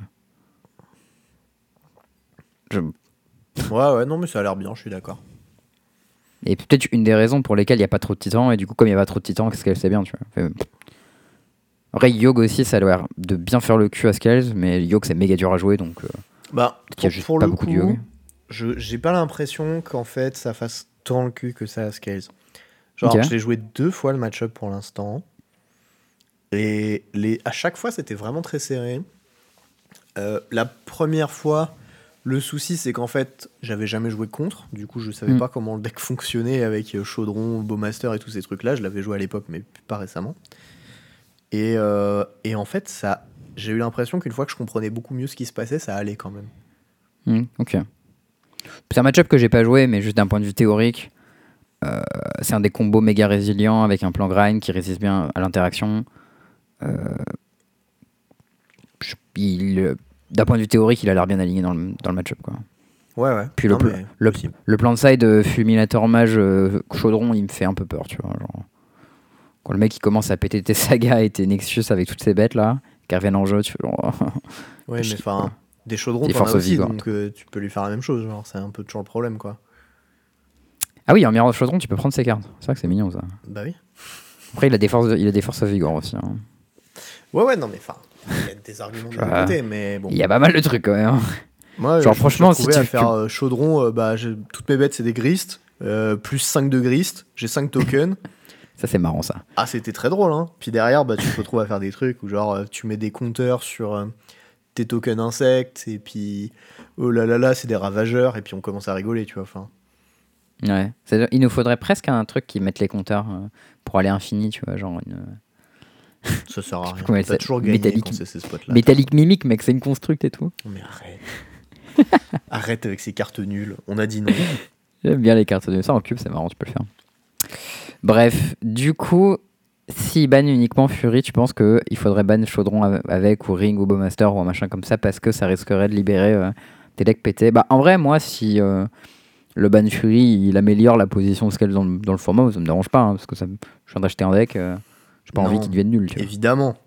Speaker 1: Je...
Speaker 2: Ouais, ouais, non, mais ça a l'air bien, je suis d'accord.
Speaker 1: Et peut-être une des raisons pour lesquelles il n'y a pas trop de Titans, et du coup, comme il n'y a pas trop de Titans, qu'est-ce qu'elle sait bien, tu vois. Enfin, après, Yogg aussi, ça a l'air de bien faire le cul à Scales, mais Yogg, c'est méga dur à jouer, donc euh,
Speaker 2: Bah,
Speaker 1: il y a
Speaker 2: pour,
Speaker 1: juste
Speaker 2: pour
Speaker 1: pas
Speaker 2: le
Speaker 1: beaucoup de
Speaker 2: coup,
Speaker 1: Yogg.
Speaker 2: je j'ai pas l'impression qu'en fait ça fasse tant le cul que ça à Scales. Genre,
Speaker 1: Ok.
Speaker 2: je l'ai joué deux fois le match-up pour l'instant. Et les, à chaque fois, c'était vraiment très serré. Euh, la première fois, le souci, c'est qu'en fait, j'avais jamais joué contre. Du coup, je savais
Speaker 1: Mm.
Speaker 2: pas comment le deck fonctionnait avec euh, Chaudron, Bowmaster et tous ces trucs-là. Je l'avais joué à l'époque, mais pas récemment. Et, euh, et en fait, ça, j'ai eu l'impression qu'une fois que je comprenais beaucoup mieux ce qui se passait, ça allait quand même.
Speaker 1: Mm, ok. C'est un match-up que j'ai pas joué, mais juste d'un point de vue théorique, euh, c'est un des combos méga résilients avec un plan grind qui résiste bien à l'interaction. Euh, je- il- D'un point de vue théorique, il a l'air bien aligné dans le, dans le match-up, quoi.
Speaker 2: Ouais, ouais.
Speaker 1: Puis
Speaker 2: Non,
Speaker 1: le, pl-
Speaker 2: mais
Speaker 1: le,
Speaker 2: possible.
Speaker 1: le plan de side euh, Fulminator Mage euh, Chaudron, il me fait un peu peur, tu vois. Genre, quand le mec il commence à péter tes sagas et tes Nexus avec toutes ces bêtes là, qui reviennent en jeu, tu fais genre.
Speaker 2: Ouais, mais
Speaker 1: chier,
Speaker 2: enfin,
Speaker 1: quoi.
Speaker 2: des chaudrons,
Speaker 1: Des
Speaker 2: t'en as
Speaker 1: forces of
Speaker 2: aussi,
Speaker 1: Vigor.
Speaker 2: donc euh, tu peux lui faire la même chose. Genre, c'est un peu toujours le problème, quoi.
Speaker 1: Ah oui, en Mirror of Chaudron, tu peux prendre ses cartes. C'est vrai que c'est mignon ça.
Speaker 2: Bah oui.
Speaker 1: Après, il a des forces, de- il a des forces of Vigor aussi. Hein.
Speaker 2: Ouais, ouais, non, mais enfin, il y a des arguments de
Speaker 1: Ah.
Speaker 2: deux côtés, mais bon.
Speaker 1: Il y a pas mal de trucs quand même. Hein.
Speaker 2: Moi,
Speaker 1: Genre,
Speaker 2: je
Speaker 1: franchement,
Speaker 2: me suis retrouvé
Speaker 1: si
Speaker 2: à
Speaker 1: tu-
Speaker 2: faire
Speaker 1: tu-
Speaker 2: euh, chaudron, euh, bah, j'ai- toutes mes bêtes, c'est des Grist, euh, plus cinq de Grist, j'ai cinq tokens.
Speaker 1: Ça c'est marrant ça.
Speaker 2: Ah, c'était très drôle, hein. Puis derrière, bah, tu te retrouves à faire des trucs où, genre, euh, tu mets des compteurs sur euh, tes tokens insectes, et puis, oh là là là, c'est des ravageurs, et puis on commence à rigoler, tu vois, enfin.
Speaker 1: Ouais. C'est- Il nous faudrait presque un truc qui mette les compteurs euh, pour aller infini, tu vois, genre une
Speaker 2: Ça sert à rien.
Speaker 1: comment elle
Speaker 2: T'as
Speaker 1: s'appelle
Speaker 2: toujours gagné
Speaker 1: Métallique,
Speaker 2: quand c'est ces spots-là.
Speaker 1: métallique mimique, mec, c'est une construct et tout.
Speaker 2: Mais arrête. Arrête avec ces cartes nulles. On a dit non.
Speaker 1: J'aime bien les cartes de ça en cube, c'est marrant, tu peux le faire. Bref, du coup, s'ils bannent uniquement Fury, tu penses qu'il faudrait ban Chaudron av- avec, ou Ring, ou Bowmaster, ou un machin comme ça, parce que ça risquerait de libérer euh, des decks pétés. Bah, en vrai, moi, si euh, le ban Fury, il améliore la position de Scale dans le, dans le format, ça me dérange pas, hein, parce que ça, me- je viens d'acheter un deck, euh, j'ai pas
Speaker 2: Non,
Speaker 1: envie qu'il devienne nul, tu vois.
Speaker 2: Évidemment.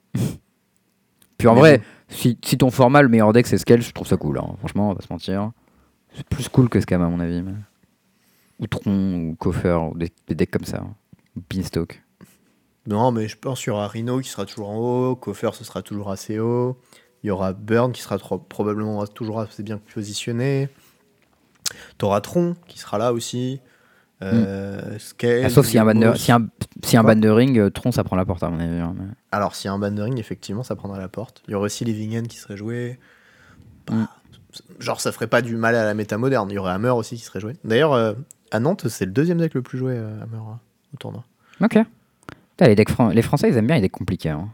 Speaker 1: Puis en
Speaker 2: Mais
Speaker 1: vrai,
Speaker 2: bon.
Speaker 1: si, si ton format, le meilleur deck, c'est Scale, je trouve ça cool, hein. Franchement, on va pas se mentir. C'est plus cool que Scam, à mon avis. mais- Ou Tron, ou Coffer, ou des, des decks comme ça. hein. Ou Beanstalk.
Speaker 2: Non, mais je pense qu'il y aura Rhino qui sera toujours en haut, Coffer ce sera toujours assez haut, il y aura Burn qui sera tro- probablement toujours assez bien positionné, t'auras Tron qui sera là aussi, euh, Scale,
Speaker 1: Ah, sauf s'il y a un ban de,
Speaker 2: Lumos.
Speaker 1: si un, si un
Speaker 2: Quoi
Speaker 1: ban de ring, euh, Tron, ça prend la porte, à mon avis. hein, mais-
Speaker 2: Alors s'il y a un ban de ring, effectivement ça prendra la porte. Il y aura aussi Living End qui serait joué. Bah,
Speaker 1: Mm.
Speaker 2: Genre ça ferait pas du mal à la méta moderne, il y aurait Hammer aussi qui serait joué. D'ailleurs euh, à Nantes c'est le deuxième deck le plus joué euh, Hammer hein, au tournoi.
Speaker 1: Ok. Putain, les, decks fran- les Français, ils aiment bien les decks compliqués. hein.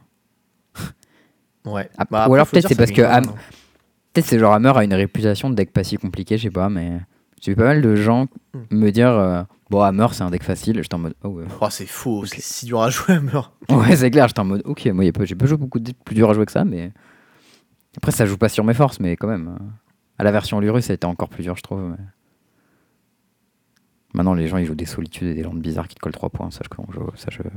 Speaker 2: Ouais.
Speaker 1: Ah,
Speaker 2: Bah,
Speaker 1: ou
Speaker 2: après,
Speaker 1: alors
Speaker 2: faut
Speaker 1: peut-être
Speaker 2: dire,
Speaker 1: c'est
Speaker 2: ça
Speaker 1: parce que
Speaker 2: gagne pas
Speaker 1: Ham-
Speaker 2: mal, hein.
Speaker 1: peut-être c'est genre Hammer a une réputation de deck pas si compliqué, je sais pas, mais j'ai vu pas mal de gens
Speaker 2: Mm.
Speaker 1: me dire euh, bon, Hammer c'est un deck facile. J'étais en mode oh ouais.
Speaker 2: Oh, c'est faux,
Speaker 1: Ok.
Speaker 2: c'est si dur à jouer Hammer.
Speaker 1: Ouais, c'est clair, j'étais en mode ok, moi y a pas- j'ai pas joué beaucoup de decks plus dur à jouer que ça, mais après ça joue pas sur mes forces, mais quand même. euh, À la version Lurus, ça a été encore plus dur, je trouve. mais- Maintenant, les gens ils jouent des solitudes et des landes bizarres qui te collent trois points. Ça, je, je, ça, je,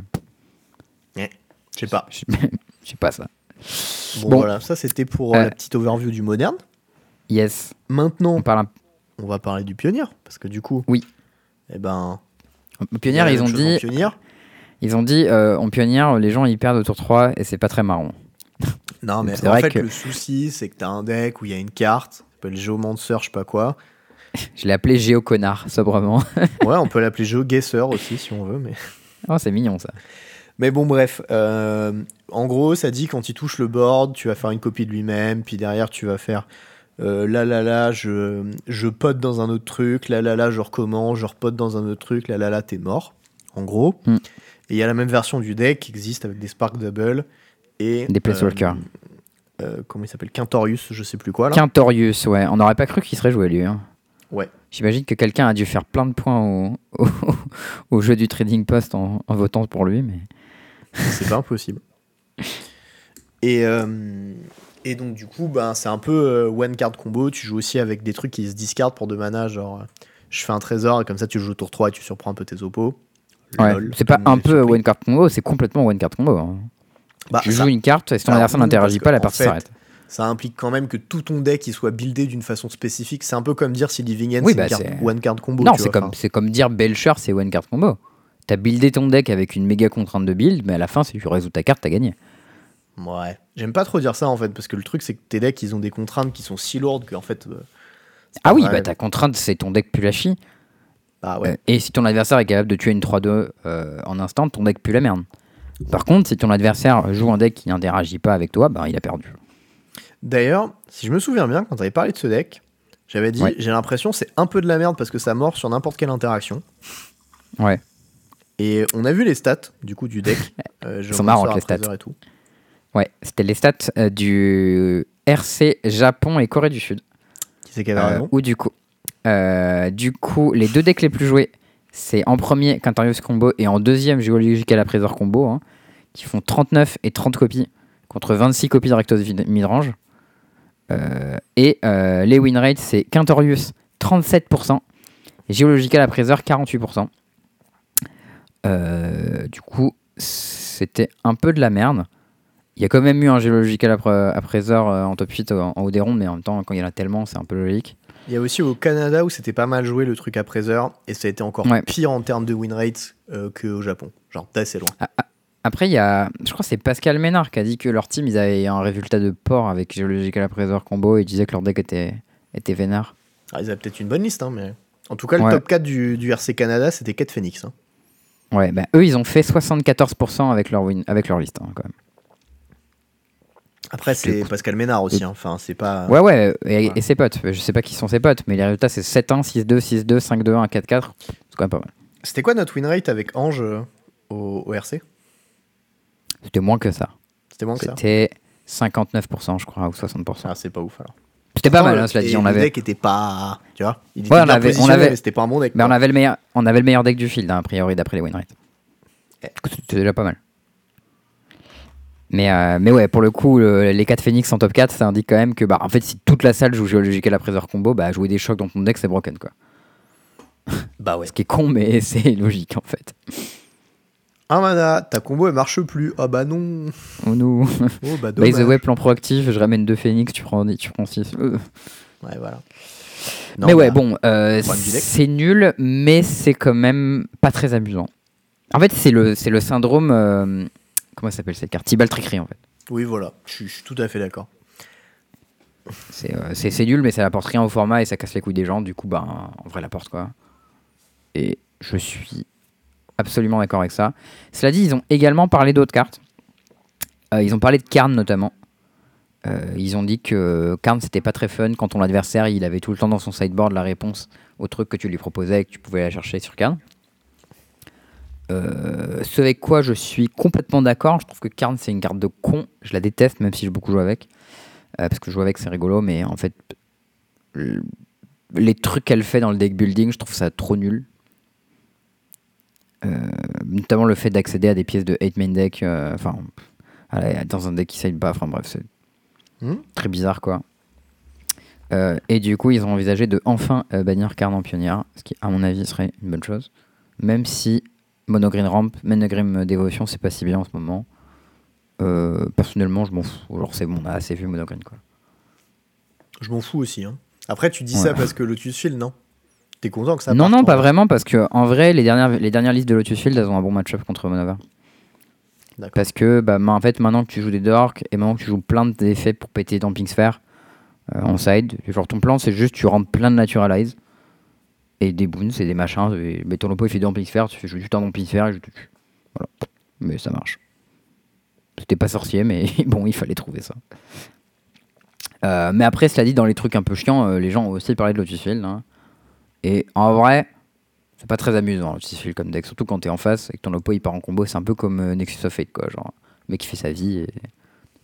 Speaker 2: Je sais pas.
Speaker 1: je, je sais pas ça.
Speaker 2: Bon,
Speaker 1: Bon.
Speaker 2: voilà, ça c'était pour euh,
Speaker 1: Euh,
Speaker 2: la petite overview du moderne.
Speaker 1: Yes.
Speaker 2: Maintenant,
Speaker 1: On parle un
Speaker 2: on va parler du pionnier, parce que du coup,
Speaker 1: Oui.
Speaker 2: eh ben,
Speaker 1: Au Pionnière,
Speaker 2: il y a
Speaker 1: ils
Speaker 2: la
Speaker 1: ont
Speaker 2: même chose en
Speaker 1: dit,
Speaker 2: Pionnier.
Speaker 1: ils ont dit euh, en Pionnière, les gens ils perdent au tour trois et c'est pas très marrant.
Speaker 2: Non, mais
Speaker 1: C'est
Speaker 2: en
Speaker 1: vrai
Speaker 2: fait,
Speaker 1: que-
Speaker 2: le souci, c'est que t'as un deck où il y a une carte, ça s'appelle Geomancer, je sais pas quoi.
Speaker 1: Je l'ai appelé Géo Connard, sobrement.
Speaker 2: Ouais, on peut l'appeler GeoGuessr aussi, si on veut, mais...
Speaker 1: Oh, c'est mignon ça.
Speaker 2: Mais bon, bref, euh, en gros, ça dit quand il touche le board, tu vas faire une copie de lui-même, puis derrière, tu vas faire euh, là, là, là, je, je pote dans un autre truc, là, là, là, je recommence, je repote dans un autre truc, là, là, là, t'es mort, en gros.
Speaker 1: Mm.
Speaker 2: Et il y a la même version du deck qui existe avec des Spark Double et
Speaker 1: Des Planeswalkers.
Speaker 2: euh, comment il s'appelle, Quintorius, je sais plus quoi là.
Speaker 1: Quintorius, ouais. On n'aurait pas cru qu'il serait joué lui. Hein.
Speaker 2: Ouais.
Speaker 1: J'imagine que quelqu'un a dû faire plein de points au, au, au jeu du Trading Post en, en votant pour lui, mais
Speaker 2: c'est pas impossible. Et, euh, et donc du coup, ben, c'est un peu euh, one card combo. Tu joues aussi avec des trucs qui se discardent pour deux mana, genre euh, je fais un trésor et comme ça tu joues tour trois et tu surprends un peu tes oppos.
Speaker 1: Ouais,
Speaker 2: Lol,
Speaker 1: c'est
Speaker 2: tout
Speaker 1: pas
Speaker 2: le monde
Speaker 1: un
Speaker 2: est
Speaker 1: peu
Speaker 2: surpris.
Speaker 1: one card combo, c'est complètement one card combo. Hein.
Speaker 2: Bah,
Speaker 1: tu
Speaker 2: ça-
Speaker 1: joues une carte et si ton
Speaker 2: alors,
Speaker 1: adversaire
Speaker 2: oui,
Speaker 1: n'interagit
Speaker 2: parce
Speaker 1: pas,
Speaker 2: que,
Speaker 1: la
Speaker 2: en
Speaker 1: partie
Speaker 2: fait,
Speaker 1: s'arrête.
Speaker 2: Ça implique quand même que tout ton deck il soit buildé d'une façon spécifique. C'est un peu comme dire si Living End
Speaker 1: Oui,
Speaker 2: c'est
Speaker 1: bah,
Speaker 2: une carte
Speaker 1: c'est-
Speaker 2: one card combo.
Speaker 1: Non,
Speaker 2: tu
Speaker 1: c'est
Speaker 2: vois,
Speaker 1: comme,
Speaker 2: enfin.
Speaker 1: c'est comme dire Belcher, c'est one card combo. T'as buildé ton deck avec une méga contrainte de build, mais à la fin, si tu résous ta carte, t'as gagné.
Speaker 2: Ouais. J'aime pas trop dire ça en fait, parce que le truc c'est que tes decks ils ont des contraintes qui sont si lourdes qu'en fait. euh, c'est
Speaker 1: Ah
Speaker 2: pas
Speaker 1: oui,
Speaker 2: vrai.
Speaker 1: bah ta contrainte, c'est ton deck pue la chie.
Speaker 2: Bah ouais.
Speaker 1: Euh, et si ton adversaire est capable de tuer une trois deux euh, en instant, ton deck pue la merde. Par contre, si ton adversaire joue un deck qui n'interagit pas avec toi, bah il a perdu.
Speaker 2: D'ailleurs, si je me souviens bien, quand t'avais parlé de ce deck, j'avais dit
Speaker 1: Ouais.
Speaker 2: j'ai l'impression c'est un peu de la merde parce que ça mord sur n'importe quelle interaction.
Speaker 1: Ouais.
Speaker 2: Et on a vu les stats du coup du deck. Euh,
Speaker 1: Ils sont marrantes, les stats.
Speaker 2: Et tout.
Speaker 1: Ouais, c'était les stats euh, du R C Japon et Corée du Sud.
Speaker 2: Qui c'est qui avait
Speaker 1: Euh,
Speaker 2: raison
Speaker 1: ou du coup, euh, du coup, les deux decks les plus joués, c'est en premier Quintorius Combo et en deuxième Geological Appraiser Combo, hein, qui font trente-neuf et trente copies contre vingt-six copies de Rakdos vid- Midrange. Euh, et euh, les win rates, c'est Quintorius trente-sept pour cent et Geological Appraiser quarante-huit pour cent. Euh, du coup, c'était un peu de la merde. Il y a quand même eu un Geological Appra- Appraiser euh, en top huit en, en haut des rondes, mais en même temps, quand il y en a tellement, c'est un peu logique.
Speaker 2: Il y a aussi au Canada où c'était pas mal joué le truc à Appraiser et ça a été encore
Speaker 1: Ouais.
Speaker 2: pire en termes de win rate euh, qu'au Japon. Genre d'assez loin.
Speaker 1: Après, il y a, je crois que c'est Pascal Ménard qui a dit que leur team, ils avaient un résultat de port avec Geological Appraiser Combo et ils disaient que leur deck était, était vénère.
Speaker 2: Ah, ils avaient peut-être une bonne liste, hein, mais en tout cas le
Speaker 1: Ouais.
Speaker 2: top quatre du, du R C Canada c'était Cat Phoenix. Hein.
Speaker 1: Ouais, bah, eux, ils ont fait soixante-quatorze pour cent avec leur, win, avec leur liste, hein, quand même.
Speaker 2: Après c'est Pascal Ménard aussi. Hein. Enfin c'est pas.
Speaker 1: Ouais, ouais, et,
Speaker 2: Ouais.
Speaker 1: et ses potes. Je sais pas qui sont ses potes, mais les résultats, c'est sept un, six deux, six deux, cinq deux, un, quatre quatre. C'est quand même pas mal.
Speaker 2: C'était quoi notre win rate avec Ange euh, au, au R C?
Speaker 1: C'était moins que ça.
Speaker 2: C'était moins que ça.
Speaker 1: C'était cinquante-neuf pour cent, je crois, ou soixante pour cent.
Speaker 2: Ah c'est pas ouf alors.
Speaker 1: C'était pas
Speaker 2: Pourtant,
Speaker 1: mal, hein, cela
Speaker 2: et
Speaker 1: dit. On
Speaker 2: le
Speaker 1: avait,
Speaker 2: deck était pas, tu vois, il était
Speaker 1: Ouais, on
Speaker 2: bien
Speaker 1: avait- on
Speaker 2: positionné,
Speaker 1: avait-
Speaker 2: mais c'était pas un bon deck.
Speaker 1: mais on
Speaker 2: quoi.
Speaker 1: avait le meilleur, on avait le meilleur deck du field, hein, a priori, d'après les win rates.
Speaker 2: Eh.
Speaker 1: C'était déjà pas mal. Mais, euh, mais ouais, pour le coup, le- les quatre Phoenix en top quatre, ça indique quand même que, bah, en fait, si toute la salle joue Geological Appraiser Combo, bah, jouer des chocs dans ton deck, c'est broken, quoi.
Speaker 2: Bah ouais.
Speaker 1: Ce qui est con, mais c'est logique, en fait.
Speaker 2: Un mana, ta combo elle marche plus. Ah bah non.
Speaker 1: Oh, nous.
Speaker 2: Oh bah
Speaker 1: By
Speaker 2: dommage.
Speaker 1: the way, plan proactif, je ramène deux Phoenix, tu prends, tu prends six. Euh.
Speaker 2: Ouais voilà. Non,
Speaker 1: mais ouais,
Speaker 2: bah,
Speaker 1: bon, euh,
Speaker 2: problème du deck.
Speaker 1: c'est nul, mais c'est quand même pas très amusant. En fait, c'est le, c'est le syndrome. euh, comment ça s'appelle cette carte? Tibalt Trickery, en fait.
Speaker 2: Oui voilà, je suis- je suis tout à fait d'accord.
Speaker 1: C'est, euh, c'est, c'est nul, mais ça apporte rien au format et ça casse les couilles des gens. Du coup, bah, en vrai, la porte, quoi. Et je suis absolument d'accord avec ça. Cela dit, ils ont également parlé d'autres cartes. Euh, ils ont parlé de Karn, notamment. Euh, ils ont dit que Karn, c'était pas très fun quand ton adversaire, il avait tout le temps dans son sideboard la réponse au truc que tu lui proposais et que tu pouvais aller chercher sur Karn. Euh, ce avec quoi je suis complètement d'accord. Je trouve que Karn, c'est une carte de con. Je la déteste, même si j'ai beaucoup joué avec. Euh, parce que jouer avec, c'est rigolo, mais en fait, l- les trucs qu'elle fait dans le deck building, je trouve ça trop nul. Euh, notamment le fait d'accéder à des pièces de eight main deck, euh, enfin, euh, dans un deck qui side pas, enfin bref, c'est
Speaker 2: Hmm
Speaker 1: très bizarre, quoi. Euh, et du coup, ils ont envisagé de enfin euh, bannir Karn en pionnière, ce qui, à mon avis, serait une bonne chose. Même si Monogreen Ramp, Monogreen Dévotion, c'est pas si bien en ce moment. Euh, personnellement, je m'en fous. Genre, c'est bon, on a assez vu Monogreen, quoi.
Speaker 2: Je m'en fous aussi. Hein. Après tu dis
Speaker 1: Ouais.
Speaker 2: ça parce que Lotus Field, non? T'es content que ça
Speaker 1: Non,
Speaker 2: parte
Speaker 1: non,
Speaker 2: en
Speaker 1: pas
Speaker 2: vrai.
Speaker 1: vraiment, parce que en vrai, les dernières, les dernières listes de Lotus Field, elles ont un bon match-up contre Monover.
Speaker 2: D'accord.
Speaker 1: Parce que, bah, ma- en fait, maintenant que tu joues des dorks et maintenant que tu joues plein d'effets pour péter Damping Sphere euh, en side, genre ton plan, c'est juste tu rentres plein de Naturalize et des boons et des machins. Et, mais ton oppo il fait Damping Sphere, tu fais juste un Damping Sphere et je te tue. Voilà. Mais ça marche. C'était pas sorcier, mais bon, il fallait trouver ça. Euh, mais après, cela dit, dans les trucs un peu chiants, euh, les gens ont aussi parlé de Lotus Field. Hein. Et en vrai, c'est pas très amusant, Lotus Field comme deck. Surtout quand t'es en face et que ton oppo il part en combo. C'est un peu comme euh, Nexus of Fate, quoi. Genre, le mec qui fait sa vie et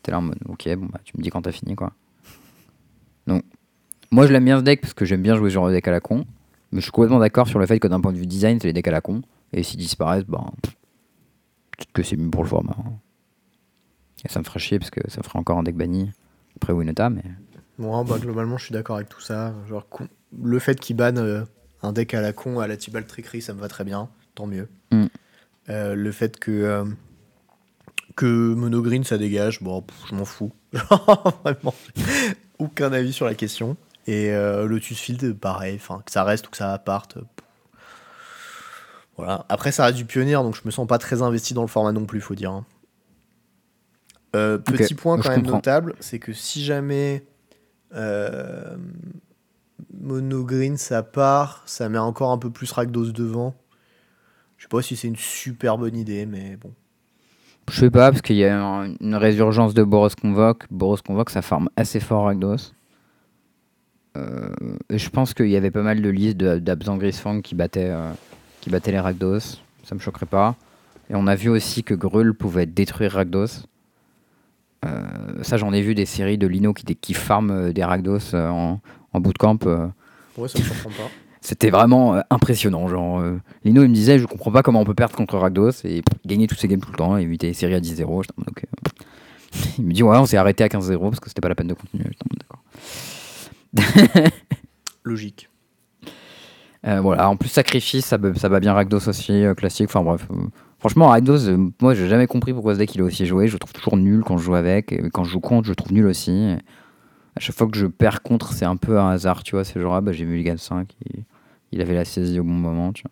Speaker 1: T'es là en mode, ok, bon, bah, tu me dis quand t'as fini, quoi. Donc, moi, je l'aime bien ce deck parce que j'aime bien jouer ce genre de deck à la con. Mais je suis complètement d'accord sur le fait que d'un point de vue design, c'est les decks à la con. Et s'ils disparaissent, ben, peut-être que c'est mieux pour le format. Et ça me ferait chier parce que ça ferait encore un deck banni après Winota, mais.
Speaker 2: Moi, bah, globalement, je suis d'accord avec tout ça. Genre, con- le fait qu'ils bannent euh, un deck à la con, à la Tibalt Trickery, ça me va très bien. Tant mieux.
Speaker 1: Mm.
Speaker 2: Euh, le fait que, euh, que Monogreen, ça dégage, bon, pff, je m'en fous. Genre, vraiment, aucun avis sur la question. Et euh, Lotus Field, pareil. Enfin, que ça reste ou que ça parte. pff, Voilà. Après, ça reste du pionnier, donc je me sens pas très investi dans le format non plus, faut dire. hein. Euh,
Speaker 1: Ok,
Speaker 2: petit point
Speaker 1: je
Speaker 2: quand même
Speaker 1: comprends.
Speaker 2: notable, c'est que si jamais euh, Monogreen ça part, ça met encore un peu plus Rakdos devant. Je sais pas si c'est une super bonne idée, mais bon.
Speaker 1: Je sais pas, parce qu'il y a un- une résurgence de Boros Convoque. Boros Convoque, ça farme assez fort Rakdos. Euh, et je pense qu'il y avait pas mal de listes de- d'Abzan Grisfang qui battaient, euh, qui battaient les Rakdos. Ça me choquerait pas. Et on a vu aussi que Grul pouvait détruire Rakdos. Euh, ça, j'en ai vu des séries de Lino qui, qui farment euh, des Rakdos euh, en, en bootcamp. euh.
Speaker 2: Ouais, ça me surprend pas.
Speaker 1: C'était vraiment euh, impressionnant. Genre, euh, Lino, il me disait, je comprends pas comment on peut perdre contre Rakdos. Et pff, il gagnait tous ses games tout le temps. Et il était les séries à dix zéro. J'étais en mode, ok. Il me dit, ouais, on s'est arrêté à quinze zéro parce que c'était pas la peine de continuer. J'étais en mode, d'accord.
Speaker 2: Logique.
Speaker 1: Euh, voilà, en plus sacrifice, ça, ba- ça bat bien Rakdos aussi, euh, classique, enfin bref. euh, franchement, Rakdos, euh, moi j'ai jamais compris pourquoi ce deck il est aussi joué, je le trouve toujours nul quand je joue avec, et quand je joue contre, je le trouve nul aussi. Et à chaque fois que je perds contre, c'est un peu un hasard, tu vois, c'est genre, ah bah j'ai Mulligan cinq, il, il avait la saisie au bon moment, tu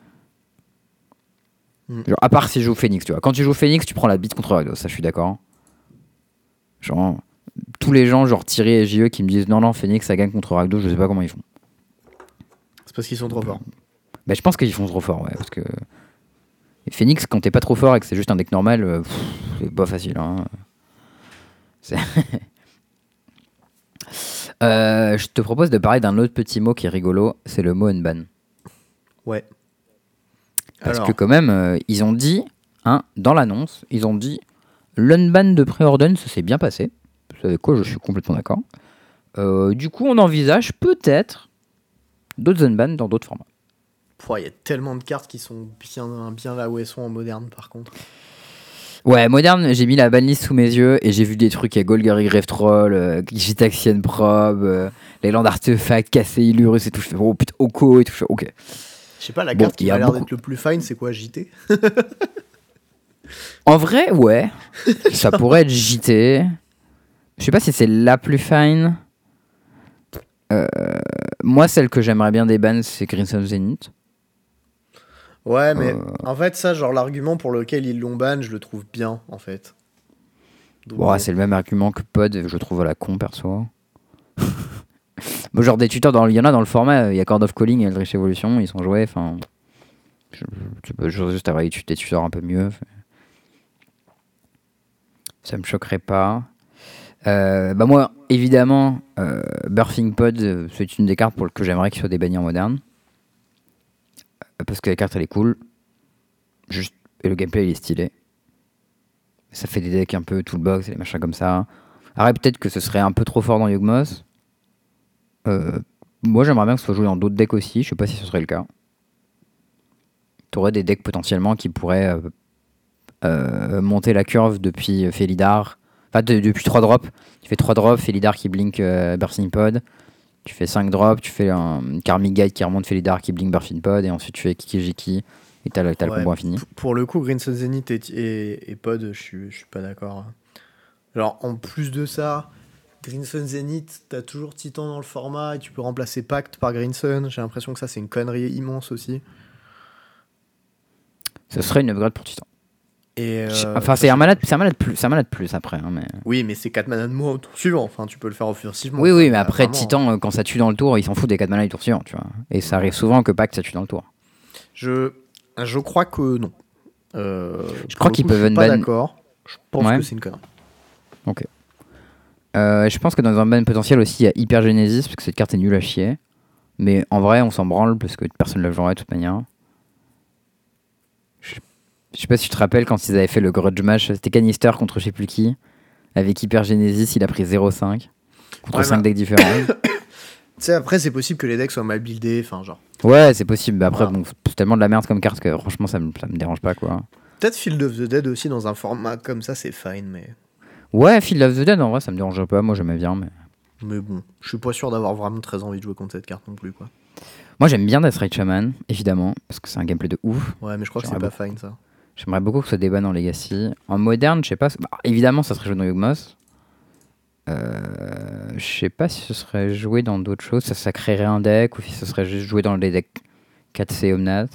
Speaker 1: vois.
Speaker 2: Mm.
Speaker 1: Genre, à part si je joue Phoenix, tu vois. Quand tu joues Phoenix, tu prends la bite contre Rakdos, ça je suis d'accord. Genre, tous les gens, genre Thierry et J E, qui me disent non, non, Phoenix ça gagne contre Rakdos, je sais pas comment ils font.
Speaker 2: C'est parce qu'ils sont trop forts.
Speaker 1: Bah, je pense qu'ils font trop fort, ouais, parce que. Et Phoenix, quand t'es pas trop fort et que c'est juste un deck normal, euh, pff, c'est pas facile. Hein. C'est- Euh, je te propose de parler d'un autre petit mot qui est rigolo, c'est le mot unban.
Speaker 2: Ouais.
Speaker 1: Parce
Speaker 2: Alors,
Speaker 1: que quand même, euh, ils ont dit, hein, dans l'annonce, ils ont dit, l'unban de Preordain, ça s'est bien passé. Avec quoi je suis complètement d'accord. Euh, du coup, on envisage peut-être d'autres unbans dans d'autres formats.
Speaker 2: il y a tellement de cartes qui sont bien, bien là où elles sont en moderne, par contre.
Speaker 1: Ouais, moderne, j'ai mis la banlist sous mes yeux et j'ai vu des trucs, il y a Golgari Grave Troll, euh, Gitaxian Probe, euh, les Land Artefacts, Cassé Illurus et tout. Je fais, oh putain, Oko et tout. Je fais, ok.
Speaker 2: Je sais pas, la
Speaker 1: Bon,
Speaker 2: carte qui
Speaker 1: il y
Speaker 2: m'a
Speaker 1: a
Speaker 2: l'air
Speaker 1: beaucoup-
Speaker 2: d'être le plus fine, c'est quoi, J T?
Speaker 1: En vrai, ouais. Ça pourrait être J T. Je sais pas si c'est la plus fine. Euh, moi, celle que j'aimerais bien des bans, c'est Crimson Zenith.
Speaker 2: Ouais, mais
Speaker 1: Euh,
Speaker 2: en fait, ça, genre, l'argument pour lequel ils l'ont ban, je le trouve bien, en fait. Donc,
Speaker 1: Bon,
Speaker 2: bon.
Speaker 1: c'est le même argument que Pod, je trouve à la con, perso. Bon, genre des tuteurs, dans, il y en a dans le format, il y a Chord of Calling et Eldritch Evolution, ils sont joués, enfin. je- je- Tu peux juste avoir des tut- des tuteurs un peu mieux. Ça me choquerait pas. Euh, bah moi, évidemment, euh, Birthing Pod, euh, c'est une des cartes pour que j'aimerais qu'il soit débanni en moderne. Euh, Parce que la carte, elle est cool. Juste, et le gameplay, il est stylé. Ça fait des decks un peu toolbox et des machins comme ça. Après, peut-être que ce serait un peu trop fort dans Yugmoth. Euh, moi, j'aimerais bien que ce soit joué dans d'autres decks aussi. Je sais pas si ce serait le cas. T'aurais des decks potentiellement qui pourraient euh, euh, monter la curve depuis Felidar. Enfin, de- depuis trois drops. Tu fais trois drops, Felidar qui blink euh, Birthing Pod. Tu fais cinq drops, tu fais un Karmic Guide qui remonte Felidar qui blink Birthing Pod. Et ensuite, tu fais Kikijiki. Et t'as le, t'as le
Speaker 2: Ouais,
Speaker 1: combo infini.
Speaker 2: p- Pour le coup, Green Sun Zenith et, et, et Pod, je suis, je suis pas d'accord. Alors, en plus de ça, Green Sun Zenith, t'as toujours Titan dans le format et tu peux remplacer Pact par Green Sun. J'ai l'impression que ça, c'est une connerie immense aussi.
Speaker 1: Ce serait une upgrade pour Titan.
Speaker 2: Et euh,
Speaker 1: Enfin, c'est un malade, c'est un malade plus, c'est un malade plus après. Hein, mais...
Speaker 2: Oui, mais c'est quatre manas de moins au tour suivant. Enfin, tu peux le faire offensivement.
Speaker 1: Oui,
Speaker 2: quoi.
Speaker 1: oui, mais
Speaker 2: Bah,
Speaker 1: après,
Speaker 2: vraiment,
Speaker 1: Titan, euh, quand ça tue dans le tour, il s'en fout des quatre mana du tour suivant, tu vois. Et ça arrive souvent que Pact, ça tue dans le tour.
Speaker 2: Je, je crois que non. Euh,
Speaker 1: Je
Speaker 2: pour
Speaker 1: crois
Speaker 2: le
Speaker 1: qu'ils
Speaker 2: coup,
Speaker 1: peuvent
Speaker 2: je suis pas
Speaker 1: unban-
Speaker 2: d'accord. Je pense
Speaker 1: Ouais.
Speaker 2: que c'est une connerie.
Speaker 1: Ok. Euh, je pense que dans un ban potentiel aussi, il y a Hyper Genesis, parce que cette carte est nulle à chier. Mais en vrai, on s'en branle, parce que personne ne la jouerait de toute manière. Je je sais pas si tu te rappelles quand ils avaient fait le grudge match, c'était Canister contre je sais plus qui. Avec Hypergenesis, il a pris zéro virgule cinq contre
Speaker 2: Ouais,
Speaker 1: cinq
Speaker 2: bah.
Speaker 1: decks différents.
Speaker 2: Tu sais, après, c'est possible que les decks soient mal buildés, enfin, genre.
Speaker 1: Ouais, c'est possible. Mais après,
Speaker 2: Voilà.
Speaker 1: bon, c'est tellement de la merde comme carte que franchement, ça me, ça me dérange pas, quoi.
Speaker 2: Peut-être Field of the Dead aussi dans un format comme ça, c'est fine, mais.
Speaker 1: Ouais, Field of the Dead, en vrai, ça me dérangerait pas. Moi, j'aimais bien, mais.
Speaker 2: Mais bon, je suis pas sûr d'avoir vraiment très envie de jouer contre cette carte non plus, quoi.
Speaker 1: Moi, j'aime bien Death Ray Shaman, évidemment, parce que c'est un gameplay de ouf.
Speaker 2: Ouais, mais je crois que c'est
Speaker 1: J'aimerais
Speaker 2: pas fine, ça.
Speaker 1: J'aimerais beaucoup que ce soit déban en Legacy. En moderne, je sais pas. Bah, évidemment, ça serait joué dans Yugmoth. Euh, je sais pas si ce serait joué dans d'autres choses. Ça, ça créerait un deck ou si ce serait juste joué dans les decks quatre C Omnath.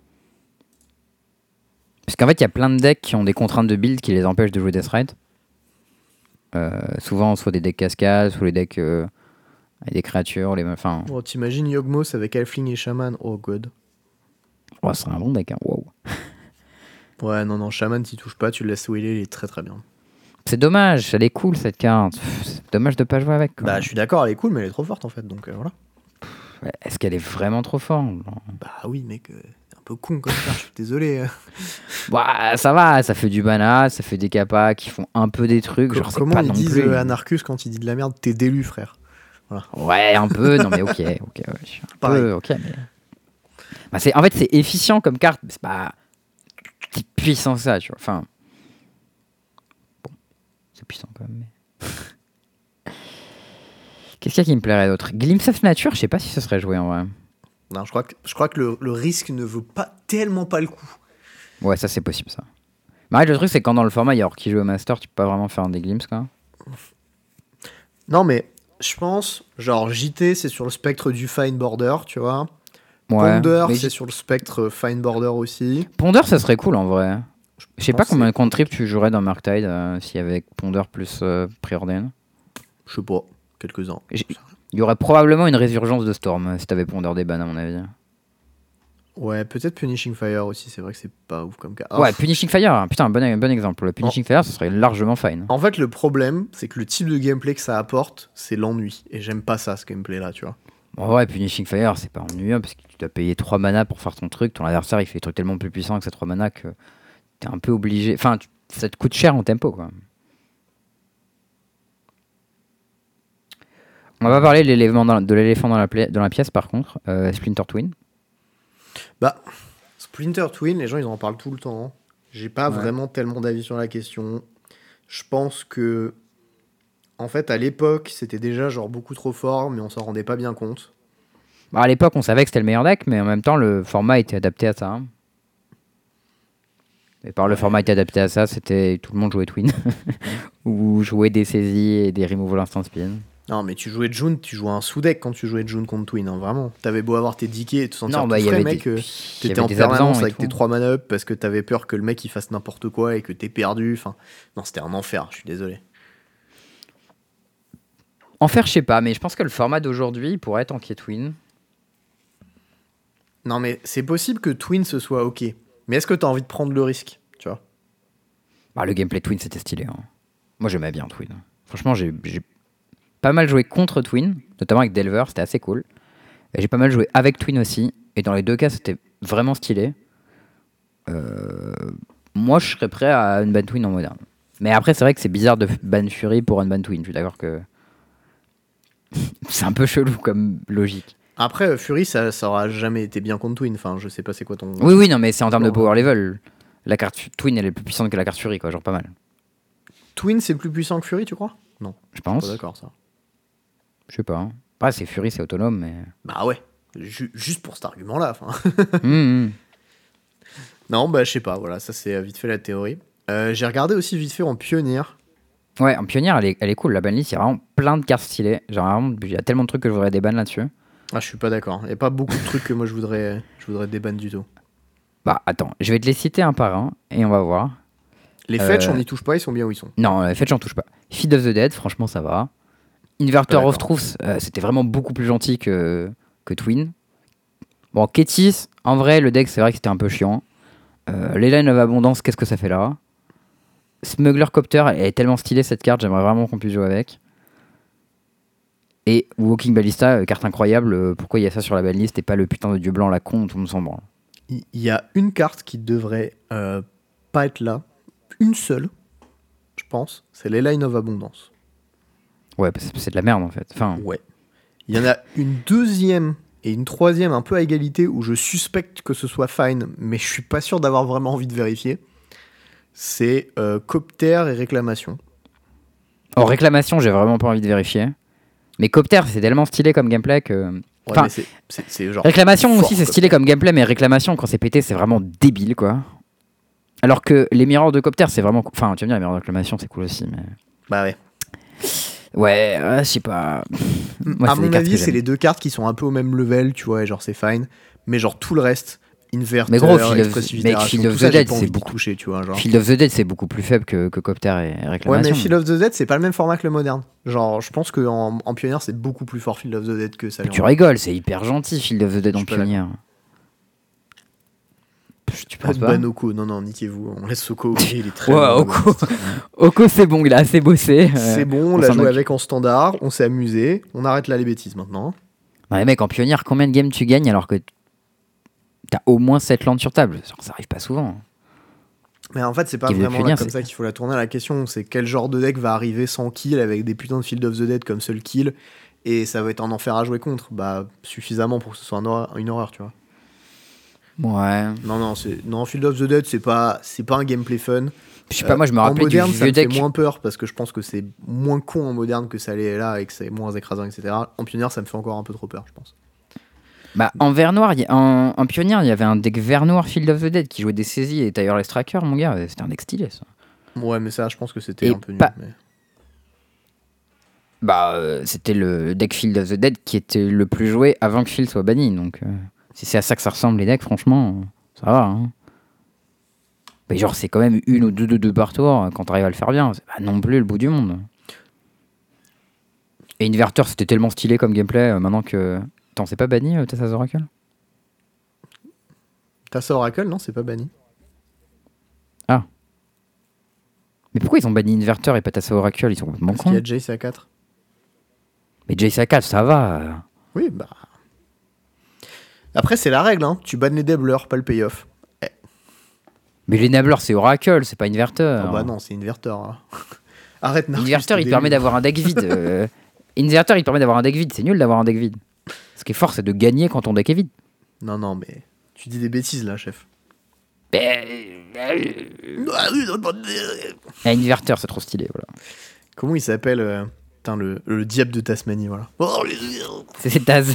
Speaker 1: Parce qu'en fait, il y a plein de decks qui ont des contraintes de build qui les empêchent de jouer Deathrite. Euh, souvent, soit des decks cascades, soit les decks euh, avec des créatures. Les... Enfin,
Speaker 2: Bon, t'imagines Yogmoth avec Halfling et Shaman, oh god.
Speaker 1: oh, ce serait un bon deck. Hein. Wow.
Speaker 2: Ouais, non, non, Shaman, t'y touches pas, tu le laisses wheeler, il est très très bien.
Speaker 1: C'est dommage, elle est cool cette carte. Pff, c'est dommage de pas jouer avec. Quoi.
Speaker 2: Bah, je suis d'accord, elle est cool, mais elle est trop forte en fait, donc euh, voilà.
Speaker 1: Est-ce qu'elle est vraiment trop forte?
Speaker 2: Bah oui, mec, euh, c'est un peu con comme ça, je suis désolé.
Speaker 1: Bah, ça va, ça fait du mana, ça fait des capas qui font un peu des trucs. Genre, c'est
Speaker 2: Comment
Speaker 1: pas
Speaker 2: ils
Speaker 1: non
Speaker 2: disent
Speaker 1: plus.
Speaker 2: euh, Anarchus quand il dit de la merde, t'es délu, frère.
Speaker 1: Ouais, un peu. Non, mais ok, ok, ouais, je suis un
Speaker 2: Pareil.
Speaker 1: peu, ok, mais. Bah, c'est, en fait, c'est efficient comme carte, mais c'est pas si puissant que ça, tu vois. Enfin. Bon, c'est puissant quand même. Mais... Qu'est-ce qu'il y a qui me plairait d'autre? Glimpse of Nature, je sais pas si ce serait joué en vrai.
Speaker 2: Non, je crois que, je crois que le, le risque ne vaut pas tellement pas le coup.
Speaker 1: Ouais, ça c'est possible ça. Mais le truc c'est que quand dans le format il y a Or qui joue au Master, tu peux pas vraiment faire un des glimpses quoi.
Speaker 2: Non, mais je pense, genre J T c'est sur le spectre du Fine Border, tu vois.
Speaker 1: Ouais.
Speaker 2: Ponder
Speaker 1: mais
Speaker 2: c'est
Speaker 1: j-
Speaker 2: sur le spectre Fine Border aussi.
Speaker 1: Ponder ça serait cool en vrai. Je sais pas
Speaker 2: pense
Speaker 1: combien de
Speaker 2: c'est-
Speaker 1: contrib tu jouerais dans Murktide euh, s'il y avait Ponder plus euh, Preordain.
Speaker 2: Je sais pas, quelques-uns.
Speaker 1: J'ai- Il y aurait probablement une résurgence de Storm euh, si t'avais Ponder des ban à mon avis.
Speaker 2: Ouais, peut-être Punishing Fire aussi, c'est vrai que c'est pas ouf comme cas. Ah,
Speaker 1: Ouais, Punishing Fire, hein, putain, un bon, bon exemple. Le Punishing Fire, ce serait largement fine.
Speaker 2: En fait, le problème, c'est que le type de gameplay que ça apporte, c'est l'ennui. Et j'aime pas ça, ce gameplay-là, tu vois.
Speaker 1: En vrai, Punishing Fire, c'est pas ennuyeux parce que tu dois payer trois mana pour faire ton truc. Ton adversaire, il fait des trucs tellement plus puissants que ces trois mana que t'es un peu obligé. Enfin, tu- ça te coûte cher en tempo, quoi. On va pas parler de l'élément dans, de l'éléphant dans la, pla- dans la pièce, par contre. Euh, Splinter Twin.
Speaker 2: Bah, Splinter Twin, les gens, ils en parlent tout le temps. J'ai pas
Speaker 1: Ouais.
Speaker 2: vraiment tellement d'avis sur la question. Je pense que, en fait, à l'époque, c'était déjà genre beaucoup trop fort, mais on s'en rendait pas bien compte.
Speaker 1: Bah, à l'époque, on savait que c'était le meilleur deck, mais en même temps, le format était adapté à ça. hein. Et par le
Speaker 2: Ouais.
Speaker 1: format était adapté à ça, c'était tout le monde jouait Twin. Ou jouait des saisies et des removal instant spin.
Speaker 2: Non, mais tu jouais June, tu jouais un sous-deck quand tu jouais June contre Twin, hein, vraiment. T'avais beau avoir tes D K et te sentir
Speaker 1: Non,
Speaker 2: tout
Speaker 1: bah, il y
Speaker 2: frais,
Speaker 1: avait
Speaker 2: mec.
Speaker 1: des,
Speaker 2: euh,
Speaker 1: il y
Speaker 2: T'étais
Speaker 1: avait
Speaker 2: en
Speaker 1: des
Speaker 2: permanence
Speaker 1: absents et
Speaker 2: avec
Speaker 1: tout.
Speaker 2: tes trois mana up parce que t'avais peur que le mec il fasse n'importe quoi et que t'es perdu. Enfin, non, c'était un enfer, je suis désolé.
Speaker 1: En faire, je sais pas, mais je pense que le format d'aujourd'hui il pourrait être en Twin.
Speaker 2: Non, mais c'est possible que Twin ce soit ok. Mais est-ce que t'as envie de prendre le risque, tu vois?
Speaker 1: Bah, le gameplay Twin, c'était stylé. hein. Moi, j'aimais bien Twin. Franchement, j'ai j'ai pas mal joué contre Twin, notamment avec Delver, c'était assez cool. Et j'ai pas mal joué avec Twin aussi. Et dans les deux cas, c'était vraiment stylé. Euh, Moi, je serais prêt à unban Twin en moderne. Mais après, c'est vrai que c'est bizarre de ban Fury pour unban Twin. Je suis d'accord que c'est un peu chelou comme logique.
Speaker 2: Après, euh, Fury, ça, ça aura jamais été bien contre Twin. Enfin, je sais pas c'est quoi ton.
Speaker 1: Oui, oui, non, mais c'est en termes de
Speaker 2: Non,
Speaker 1: power level. La carte Twin, elle est plus puissante que la carte Fury, quoi. Genre pas mal.
Speaker 2: Twin, c'est plus puissant que Fury, tu crois? Non,
Speaker 1: Je
Speaker 2: je suis
Speaker 1: pense.
Speaker 2: pas d'accord, ça.
Speaker 1: Je sais pas. hein. Ouais, c'est Fury, c'est autonome, mais.
Speaker 2: Bah ouais, Ju- juste pour cet argument-là. Enfin.
Speaker 1: Hum, hum.
Speaker 2: Non, bah je sais pas, voilà, ça c'est euh, vite fait la théorie. Euh, J'ai regardé aussi vite fait en pionnière.
Speaker 1: Ouais, en pionnière, elle est, elle est cool. La banlist, il y a vraiment plein de cartes stylées. Genre, vraiment, il y a tellement de trucs que je voudrais des bans là-dessus.
Speaker 2: Ah, je suis pas d'accord. Il y a pas beaucoup de trucs que moi je voudrais, je voudrais déban du tout.
Speaker 1: Bah, attends, je vais te les citer un par un et on va voir.
Speaker 2: Les
Speaker 1: Euh,
Speaker 2: fetch, on y touche pas, ils sont bien où ils sont.
Speaker 1: Non, en fait, j'en touche pas. Feed of the Dead, franchement, ça va. Inverter
Speaker 2: Pas
Speaker 1: of
Speaker 2: d'accord.
Speaker 1: Truth, euh, c'était vraiment beaucoup plus gentil que, que Twin. Bon, Kétis, en vrai, le deck, c'est vrai que c'était un peu chiant. Euh, Leyline of Abondance, qu'est-ce que ça fait là? Smuggler Copter, elle est tellement stylée cette carte, j'aimerais vraiment qu'on puisse jouer avec. Et Walking Ballista, euh, carte incroyable, euh, pourquoi il y a ça sur la banlist et pas le putain de dieu blanc la con, tout le monde s'en branle.
Speaker 2: Il il y a une carte qui devrait euh, pas être là. Une seule. Je pense, c'est les Line of Abondance.
Speaker 1: Ouais, c'est, c'est de la merde en fait. Enfin,
Speaker 2: Ouais. Il y en a une deuxième et une troisième un peu à égalité où je suspecte que ce soit fine, mais je suis pas sûr d'avoir vraiment envie de vérifier. C'est euh, Copter et Réclamation.
Speaker 1: en réclamation, j'ai vraiment pas envie de vérifier. Mais Copter, c'est tellement stylé comme gameplay que.
Speaker 2: Ouais,
Speaker 1: Enfin,
Speaker 2: mais c'est, c'est, c'est genre
Speaker 1: réclamation
Speaker 2: fort,
Speaker 1: aussi, c'est
Speaker 2: Copter.
Speaker 1: stylé comme gameplay, mais réclamation, quand c'est pété, c'est vraiment débile quoi. Alors que les mirrors de Copter, c'est vraiment. Enfin, tu vas me dire, les mirrors de réclamation, c'est cool aussi, mais.
Speaker 2: Bah ouais.
Speaker 1: Ouais, euh, je sais pas. Moi,
Speaker 2: à
Speaker 1: c'est des
Speaker 2: mon
Speaker 1: cartes
Speaker 2: avis,
Speaker 1: que
Speaker 2: c'est
Speaker 1: j'aime.
Speaker 2: les deux cartes qui sont un peu au même level, tu vois, et genre c'est fine. Mais genre tout le reste, Inverter,
Speaker 1: Mais gros, Field of-
Speaker 2: Expressive
Speaker 1: mec,
Speaker 2: Iteration,
Speaker 1: Field of
Speaker 2: tout
Speaker 1: the
Speaker 2: ça, j'ai
Speaker 1: Dead,
Speaker 2: pas
Speaker 1: c'est
Speaker 2: envie d'y
Speaker 1: beaucoup-
Speaker 2: toucher, tu vois. Genre.
Speaker 1: Field of the Dead, c'est beaucoup plus faible que, que Copter et
Speaker 2: Ouais,
Speaker 1: réclamation.
Speaker 2: mais Field of the Dead, c'est pas le même format que le moderne. Genre, je pense qu'en en pionnière, c'est beaucoup plus fort Field of the Dead que ça.
Speaker 1: Mais tu rigoles, c'est hyper gentil, Field of the Dead
Speaker 2: Je
Speaker 1: en
Speaker 2: suis pas
Speaker 1: pionnière. Tu
Speaker 2: Pas
Speaker 1: penses
Speaker 2: de
Speaker 1: pas
Speaker 2: ban Oko, non, non, niquez-vous. On laisse Oko, ok, il est très
Speaker 1: Ouais,
Speaker 2: bon.
Speaker 1: Oko. Oko, c'est bon, il a assez bossé. euh,
Speaker 2: C'est bon, on
Speaker 1: on
Speaker 2: l'a
Speaker 1: s'en
Speaker 2: joué
Speaker 1: occupe.
Speaker 2: avec en standard, on s'est amusé, on arrête là les bêtises maintenant.
Speaker 1: Non, mais mec, en pionnière, combien de games tu gagnes alors que t'as au moins sept landes sur table? Genre, ça arrive pas souvent.
Speaker 2: Mais en fait, c'est pas
Speaker 1: Game de
Speaker 2: vraiment là,
Speaker 1: pionnière,
Speaker 2: comme
Speaker 1: c'est-
Speaker 2: ça qu'il faut la tourner à la question. C'est quel genre de deck va arriver sans kill avec des putains de Field of the Dead comme seul kill et ça va être un enfer à jouer contre. Bah, suffisamment pour que ce soit un horreur- une horreur, tu vois.
Speaker 1: Ouais.
Speaker 2: Non, non, c'est... non, Field of the Dead, c'est pas, c'est pas un gameplay fun.
Speaker 1: Je sais pas, moi je me
Speaker 2: en
Speaker 1: rappelais du
Speaker 2: moderne, ça
Speaker 1: vieux
Speaker 2: me fait
Speaker 1: deck.
Speaker 2: moins peur parce que je pense que c'est moins con en moderne que ça l'est là et que c'est moins écrasant, et cetera. En pionnière, ça me fait encore un peu trop peur, je pense.
Speaker 1: Bah, en vert noir, il y a- en, en pionnière, il y avait un deck vert noir Field of the Dead qui jouait des saisies et Tireless Tracker, mon gars. C'était un deck stylé ça.
Speaker 2: Ouais, mais ça, je pense que c'était
Speaker 1: Et
Speaker 2: un peu nul.
Speaker 1: pas-
Speaker 2: mais-
Speaker 1: Bah, euh, c'était le deck Field of the Dead qui était le plus joué avant que Field soit banni. Donc, euh, si c'est à ça que ça ressemble les decks, franchement, euh, ça va. Hein. Mais genre, c'est quand même une ou deux de deux par tour euh, quand t'arrives à le faire bien. C'est pas non plus le bout du monde. Et Inverter, c'était tellement stylé comme gameplay euh, maintenant que. Attends, c'est pas banni euh, Tessa's Oracle?
Speaker 2: T'as ça Oracle, non, c'est pas banni.
Speaker 1: Mais pourquoi ils ont banni Inverter et pas Tessa Oracle? Ils sont complètement
Speaker 2: Parce qu'il y
Speaker 1: cons.
Speaker 2: a Jace à quatre.
Speaker 1: Mais J C quatre, ça va. euh.
Speaker 2: Oui, bah. Après, c'est la règle, hein. Tu bannes les débleurs, pas le payoff.
Speaker 1: Mais l'enabler, c'est Oracle, c'est pas Inverter.
Speaker 2: Ah bah non, c'est Inverter. hein. Arrête, Narcus.
Speaker 1: Inverter,
Speaker 2: t'es
Speaker 1: il permet
Speaker 2: débile.
Speaker 1: d'avoir un deck vide. euh. Inverter, il permet d'avoir un deck vide. C'est nul d'avoir un deck vide. Ce qui est fort, c'est de gagner quand ton deck est vide.
Speaker 2: Non, non, mais. Tu dis des bêtises là, chef.
Speaker 1: Un Inverter, c'est trop stylé. Voilà.
Speaker 2: Comment il s'appelle euh, putain, le, le diable de Tasmanie, voilà.
Speaker 1: C'est c'est Taz.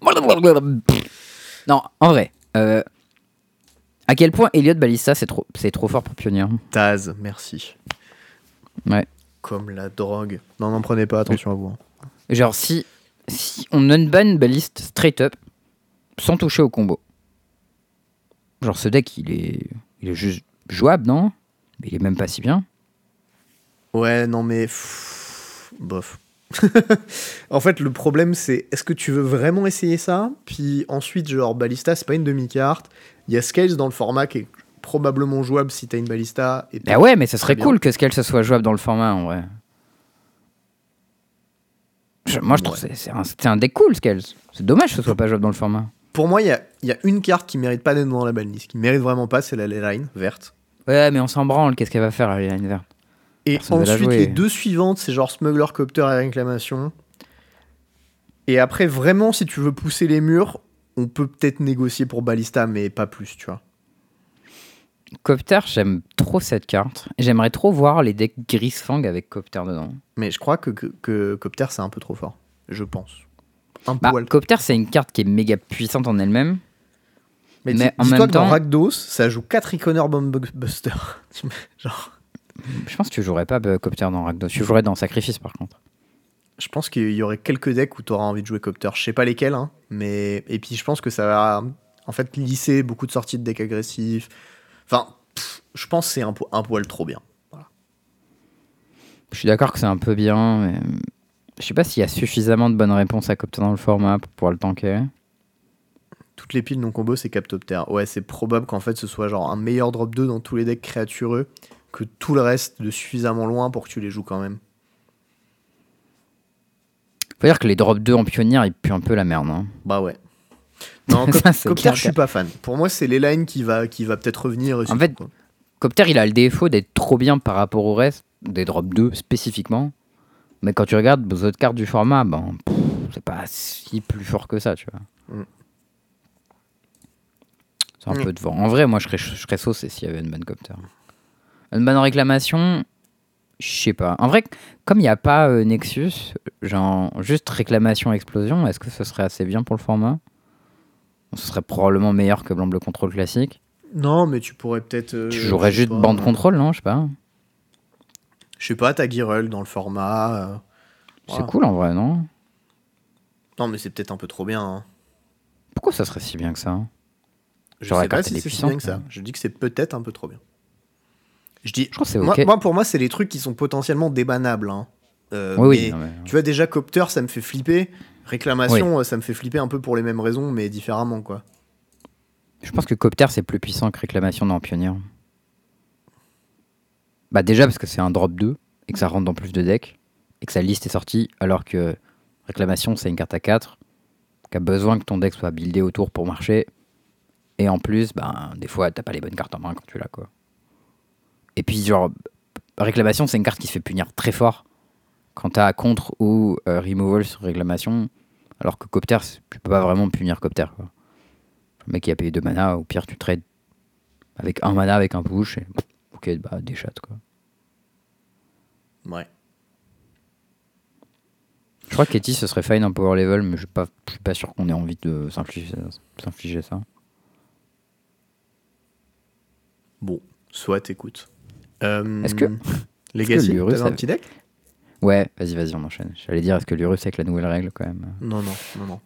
Speaker 1: Non, en vrai. euh, à quel point Elliot Ballista, c'est trop, c'est trop fort pour Pionnier.
Speaker 2: Taz, merci.
Speaker 1: Ouais.
Speaker 2: Comme la drogue. Non, n'en prenez pas, attention à vous. hein.
Speaker 1: Genre, si, si on unban Ballista straight up, sans toucher au combo. Genre, ce deck, il est, il est juste jouable, non? Mais il est même pas si bien.
Speaker 2: Ouais, non, mais. pff, bof. En fait, le problème, c'est est-ce que tu veux vraiment essayer ça? Puis ensuite, genre, Ballista, c'est pas une demi-carte. Il y a Scales dans le format qui est probablement jouable si t'as une Ballista. Et
Speaker 1: Bah ouais, mais ça serait
Speaker 2: Très
Speaker 1: cool que Scale, ça soit jouable dans le format, en vrai. Je- moi, je trouve
Speaker 2: Ouais.
Speaker 1: que c'est- c'est un, c'est un deck cool, Scales. C'est dommage que ce soit pas jouable dans le format.
Speaker 2: Pour moi, il y a, il y a une carte qui mérite pas d'être dans la banlist. Qui mérite vraiment pas, c'est la Line verte.
Speaker 1: Ouais, mais on s'en branle, qu'est-ce qu'elle va faire, la line verte?
Speaker 2: Et
Speaker 1: Personne va la
Speaker 2: ensuite,
Speaker 1: jouer.
Speaker 2: les deux suivantes, c'est genre Smuggler, Copter et Réclamation. Et après, vraiment, si tu veux pousser les murs, on peut peut-être négocier pour Ballista, mais pas plus, tu vois.
Speaker 1: Copter, j'aime trop cette carte. J'aimerais trop voir les decks Grisfang avec Copter dedans.
Speaker 2: Mais je crois que, que, que Copter, c'est un peu trop fort. Je pense. Un
Speaker 1: Bah,
Speaker 2: poil.
Speaker 1: Copter, c'est une carte qui est méga puissante en elle-même.
Speaker 2: Mais,
Speaker 1: mais
Speaker 2: dis-
Speaker 1: en
Speaker 2: dis-toi
Speaker 1: même
Speaker 2: que dans
Speaker 1: temps-
Speaker 2: Rakdos, ça joue quatre Iconner Bombbuster. Genre,
Speaker 1: Je pense que tu jouerais pas euh, Copter dans Rakdos. Tu jouerais dans Sacrifice, par contre.
Speaker 2: je pense qu'il y aurait quelques decks où tu auras envie de jouer Copter. Je sais pas lesquels, hein, mais et puis je pense que ça va en fait lisser beaucoup de sorties de decks agressifs. Enfin, pff, je pense que c'est un, po- un poil trop bien.
Speaker 1: Je suis d'accord que c'est un peu bien, mais je sais pas s'il y a suffisamment de bonnes réponses à Copter dans le format pour pouvoir le tanker.
Speaker 2: Toutes les piles non combo, c'est Captopter. Ouais, c'est probable qu'en fait ce soit genre un meilleur drop deux dans tous les decks créatureux que tout le reste de suffisamment loin pour que tu les joues quand même.
Speaker 1: Faut dire que les drop deux en pionnière, ils puent un peu la merde. Hein.
Speaker 2: Bah ouais. Non,
Speaker 1: Ça,
Speaker 2: Cop-
Speaker 1: c'est
Speaker 2: Copter,
Speaker 1: clair
Speaker 2: je suis
Speaker 1: que-
Speaker 2: pas fan. Pour moi, c'est les lines qui va, qui va peut-être revenir. et c'est
Speaker 1: En fait,
Speaker 2: tout, quoi.
Speaker 1: Copter, il a le défaut d'être trop bien par rapport au reste. des drop deux spécifiquement. Mais quand tu regardes aux autres cartes du format, ben, pff, c'est pas si plus fort que ça, tu vois.
Speaker 2: Mm.
Speaker 1: C'est un
Speaker 2: Mm.
Speaker 1: peu devant. En vrai, moi, je serais, je serais saucé s'il y avait Unban Copter. Unban en réclamation, je sais pas. En vrai, comme il n'y a pas euh, Nexus, genre juste réclamation explosion, est-ce que ce serait assez bien pour le format? Ce serait probablement meilleur que Blanc-Bleu Contrôle classique.
Speaker 2: Non, mais tu pourrais peut-être. euh,
Speaker 1: Tu jouerais
Speaker 2: je sais
Speaker 1: juste
Speaker 2: pas,
Speaker 1: bande
Speaker 2: euh,
Speaker 1: contrôle, non? Je sais pas.
Speaker 2: Je sais pas, t'as Girl dans le format. euh,
Speaker 1: C'est
Speaker 2: voilà.
Speaker 1: cool en vrai, non?
Speaker 2: Non, mais c'est peut-être un peu trop bien. hein.
Speaker 1: Pourquoi ça serait si bien que ça?
Speaker 2: Je
Speaker 1: Genre, la
Speaker 2: sais pas
Speaker 1: carte,
Speaker 2: si
Speaker 1: elle est
Speaker 2: c'est si
Speaker 1: puissante,
Speaker 2: bien que ça.
Speaker 1: mais-
Speaker 2: Je dis que c'est peut-être un peu trop bien. Je dis.
Speaker 1: Je crois que c'est
Speaker 2: Moi,
Speaker 1: ok.
Speaker 2: moi, pour moi, c'est les trucs qui sont potentiellement débannables. hein. Euh,
Speaker 1: Oui, oui.
Speaker 2: mais
Speaker 1: non, mais-
Speaker 2: tu vois, déjà, Copter, ça me fait flipper. Réclamation, euh, ça me fait flipper un peu pour les mêmes raisons, mais différemment, quoi.
Speaker 1: Je pense que Copter, c'est plus puissant que Réclamation dans Pionnier. Bah déjà parce que c'est un drop deux et que ça rentre dans plus de decks et que sa liste est sortie, alors que Réclamation, c'est une carte à quatre qui a besoin que ton deck soit buildé autour pour marcher. Et en plus, ben, des fois, t'as pas les bonnes cartes en main quand tu l'as, quoi. Et puis, genre, Réclamation, c'est une carte qui se fait punir très fort quand t'as contre ou euh, removal sur Réclamation, alors que Copter, c'est- tu peux pas vraiment punir Copter, quoi. Le mec qui a payé deux mana, au pire, tu trades avec un mana, avec un push, et ok, bah, des chats, quoi.
Speaker 2: Ouais.
Speaker 1: Je crois que Katie, ce serait fine en power level, mais je suis pas, je suis pas sûr qu'on ait envie de s'infliger, s'infliger ça.
Speaker 2: Bon, soit, écoute. Euh,
Speaker 1: Est-ce que-
Speaker 2: Legacy,
Speaker 1: que Lurus
Speaker 2: t'avais un
Speaker 1: a-
Speaker 2: petit deck?
Speaker 1: Ouais, vas-y, vas-y, on enchaîne. J'allais dire, est-ce que l'Urus avec la nouvelle règle, quand même
Speaker 2: Non, non, non, non.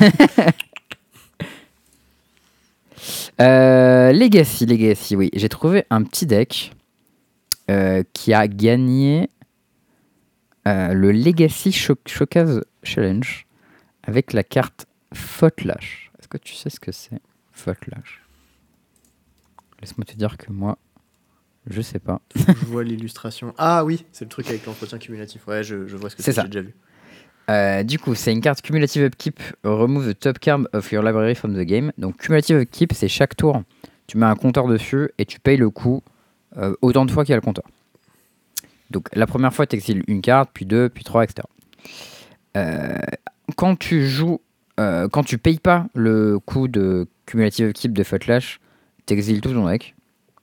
Speaker 1: euh, Legacy, Legacy, oui. J'ai trouvé un petit deck euh, qui a gagné euh, le Legacy Show- Showcase Challenge avec la carte Fautelash. Est-ce que tu sais ce que c'est, Fautelash? Laisse-moi te dire que moi, je sais pas.
Speaker 2: Je vois l'illustration. Ah oui, c'est le truc avec l'entretien cumulatif. Ouais, je, je vois ce que
Speaker 1: C'est
Speaker 2: c'est,
Speaker 1: ça.
Speaker 2: j'ai déjà vu.
Speaker 1: Euh, du coup, c'est une carte cumulative upkeep. Remove the top card of your library from the game. Donc, cumulative upkeep, c'est chaque tour, tu mets un compteur dessus et tu payes le coût euh, autant de fois qu'il y a le compteur. Donc, la première fois, tu exiles une carte, puis deux, puis trois, et cetera. Euh, quand tu joues, euh, quand tu payes pas le coût de cumulative upkeep de Fautelash, tu exiles tout ton deck.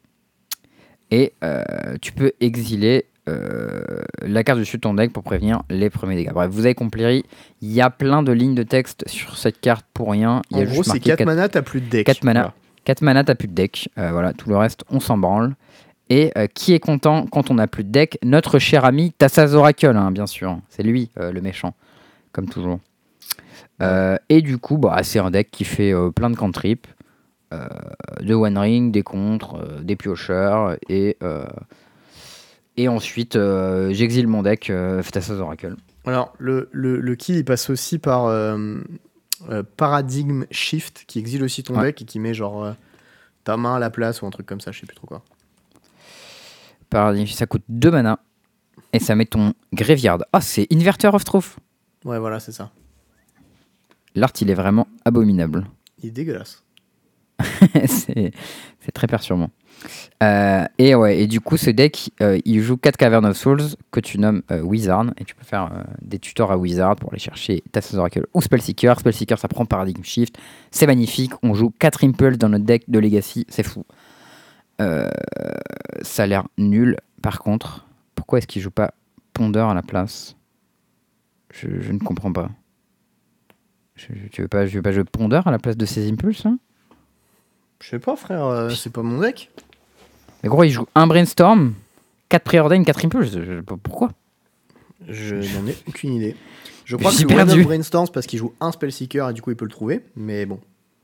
Speaker 1: Et euh, tu peux exiler euh, la carte dessus de ton deck pour prévenir les premiers dégâts. Bref, vous avez compris, il y a plein de lignes de texte sur cette carte pour rien. Il y
Speaker 2: En
Speaker 1: a
Speaker 2: gros,
Speaker 1: juste
Speaker 2: c'est
Speaker 1: marqué
Speaker 2: quatre
Speaker 1: quatre
Speaker 2: mana, t'as plus de deck.
Speaker 1: quatre mana.
Speaker 2: Voilà.
Speaker 1: quatre mana, t'as plus de deck. Euh, voilà, tout le reste, on s'en branle. Et euh, qui est content quand on n'a plus de deck? Notre cher ami Tassaz Oracle, hein, bien sûr. C'est lui, euh, le méchant, comme toujours. Euh, et du coup, bah, c'est un deck qui fait euh, plein de cantrips. Euh, de One Ring, des contres, euh, des piocheurs, et, euh, et ensuite euh, j'exile mon deck euh, Tassaz Oracle.
Speaker 2: Alors, le, le, le kill, il passe aussi par euh, euh, Paradigm Shift, qui exile aussi ton
Speaker 1: Ouais.
Speaker 2: deck et qui met genre euh, ta main à la place ou un truc comme ça, je sais plus trop quoi.
Speaker 1: Paradigme, ça coûte deux mana, et ça met ton Graveyard. Ah, c'est Inverter of Truth.
Speaker 2: Ouais, voilà, c'est ça.
Speaker 1: L'art, il est vraiment abominable.
Speaker 2: Il est dégueulasse.
Speaker 1: c'est, c'est très perturbant. Euh, et ouais, et du coup, ce deck, euh, il joue quatre Cavern of Souls que tu nommes euh, Wizard, et tu peux faire euh, des tutors à Wizard pour aller chercher Tassaz Oracle ou Spellseeker. Spellseeker, ça prend Paradigm Shift, c'est magnifique. On joue quatre Impulse dans notre deck de Legacy, c'est fou. Euh, ça a l'air nul. Par contre, pourquoi est-ce qu'il joue pas Ponder à la place? je, je ne comprends pas. Je, je- tu veux pas, je veux pas jouer Ponder à la place de ces Impulses, hein?
Speaker 2: Je sais pas, frère, euh, c'est pas mon deck.
Speaker 1: Mais gros, il joue un Brainstorm, quatre Preordain, quatre Impulse. Je- je- pourquoi?
Speaker 2: Je n'en ai aucune idée. Je crois
Speaker 1: J'ai
Speaker 2: que One
Speaker 1: perdu.
Speaker 2: of Brainstorms parce qu'il joue un Spellseeker et du coup il peut le trouver, mais bon.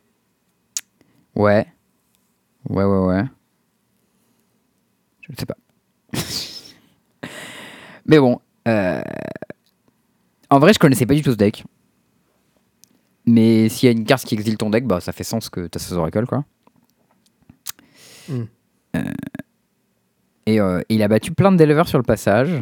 Speaker 1: Ouais. Ouais, ouais, ouais. Je ne sais pas. Mais bon. euh, En vrai, je connaissais pas du tout ce deck. Mais s'il y a une carte qui exile ton deck, bah ça fait sens que t'as Tassaz Oracle, quoi.
Speaker 2: Mm.
Speaker 1: Euh, Et euh, il a battu plein de delivers sur le passage.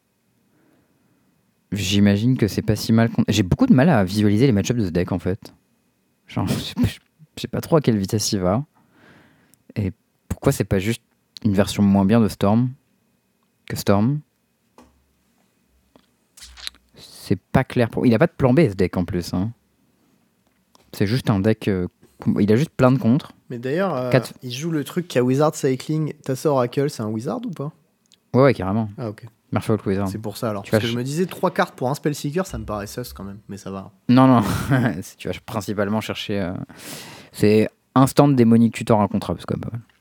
Speaker 1: J'imagine que c'est pas si mal. con- J'ai beaucoup de mal à visualiser les match-ups de ce deck, en fait. Genre, je sais pas- je sais pas trop à quelle vitesse il va. Et pourquoi c'est pas juste une version moins bien de Storm que Storm? c'est pas clair. Pour... Il a pas de plan B ce deck en plus. Hein. C'est juste un deck. Euh, il a juste plein de contres.
Speaker 2: Mais d'ailleurs, euh,
Speaker 1: Quatre-
Speaker 2: il joue le truc qu'a Wizard Cycling. Tassa Oracle, c'est un Wizard ou pas?
Speaker 1: Ouais, ouais, carrément.
Speaker 2: Ah, ok.
Speaker 1: Merfolk Wizard.
Speaker 2: C'est pour ça alors.
Speaker 1: Tu
Speaker 2: Parce
Speaker 1: vas
Speaker 2: que
Speaker 1: ch-
Speaker 2: je me disais trois cartes pour un Spellseeker, ça me paraît sus quand même. Mais ça va.
Speaker 1: Non, non. C'est- tu vas principalement chercher. Euh... C'est instant démonique tutor incontrable, c'est quand même pas mal.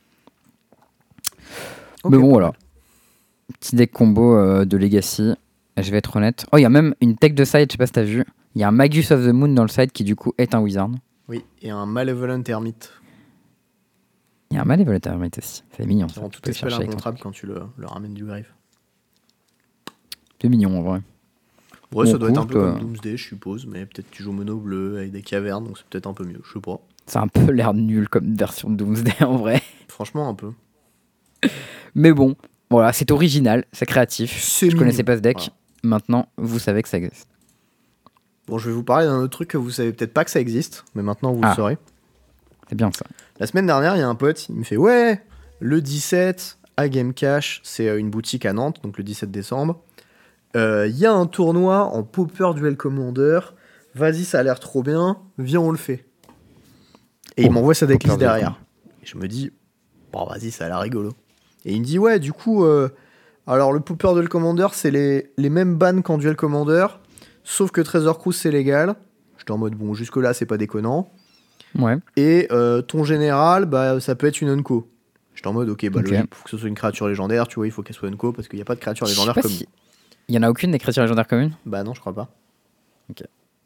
Speaker 2: Ok,
Speaker 1: Mais bon,
Speaker 2: pas
Speaker 1: voilà.
Speaker 2: mal.
Speaker 1: Petit deck combo euh, de Legacy. Je vais être honnête. Oh, il y a même une tech de side, je sais pas si t'as vu. Il y a un Magus of the Moon dans le side qui, du coup, est un Wizard.
Speaker 2: Oui, et un Malevolent Hermite.
Speaker 1: Il y a un Malevolent Hermit aussi. C'est mignon.
Speaker 2: Qui
Speaker 1: Ça.
Speaker 2: rend
Speaker 1: Tu
Speaker 2: tout
Speaker 1: peux
Speaker 2: tes spells
Speaker 1: chercher avec ton-
Speaker 2: incontrables quand tu le, le ramènes du grave.
Speaker 1: C'est mignon en vrai.
Speaker 2: Ouais,
Speaker 1: Bon,
Speaker 2: ça doit être un
Speaker 1: cool,
Speaker 2: peu
Speaker 1: euh.
Speaker 2: comme Doomsday, je suppose, mais peut-être tu joues mono bleu avec des cavernes, donc c'est peut-être un peu mieux, je sais pas.
Speaker 1: Ça a un peu l'air nul comme version de Doomsday en vrai.
Speaker 2: Franchement, un peu.
Speaker 1: Mais bon, voilà, c'est original, c'est créatif.
Speaker 2: C'est
Speaker 1: Je
Speaker 2: mignon.
Speaker 1: connaissais pas ce deck.
Speaker 2: Voilà.
Speaker 1: Maintenant, vous savez que ça existe.
Speaker 2: Bon, je vais vous parler d'un autre truc que vous savez peut-être pas que ça existe, mais maintenant vous
Speaker 1: Ah.
Speaker 2: le saurez.
Speaker 1: C'est bien ça.
Speaker 2: La semaine dernière, il y a un pote, il me fait ouais, le dix-sept à Game Cash, c'est euh, une boutique à Nantes, donc le dix-sept décembre. Euh, Il y a un tournoi en Pauper Duel Commander. Vas-y, ça a l'air trop bien, viens, on le fait. Et il
Speaker 1: Oh,
Speaker 2: m'envoie sa
Speaker 1: Pauper
Speaker 2: decklist
Speaker 1: Duel
Speaker 2: derrière. Et je me dis, bon, vas-y, ça a l'air rigolo. Et il me dit, ouais, du coup, euh, alors le Pauper Duel Commander, c'est les, les mêmes bans qu'en Duel Commander, sauf que Treasure Cruise, c'est légal. J'étais en mode, bon, jusque-là, c'est pas déconnant.
Speaker 1: Ouais.
Speaker 2: Et euh, ton général, bah, ça peut être une unco. J'étais en mode, ok, bah,
Speaker 1: Ok.
Speaker 2: logique, faut que ce soit une créature légendaire, tu vois, il faut qu'elle soit unco, parce qu'il n'y a pas de créature
Speaker 1: Je sais
Speaker 2: légendaire
Speaker 1: pas
Speaker 2: comme.
Speaker 1: si- Il y en a aucune des créatures légendaires communes.
Speaker 2: Bah non, je crois pas.
Speaker 1: Ok.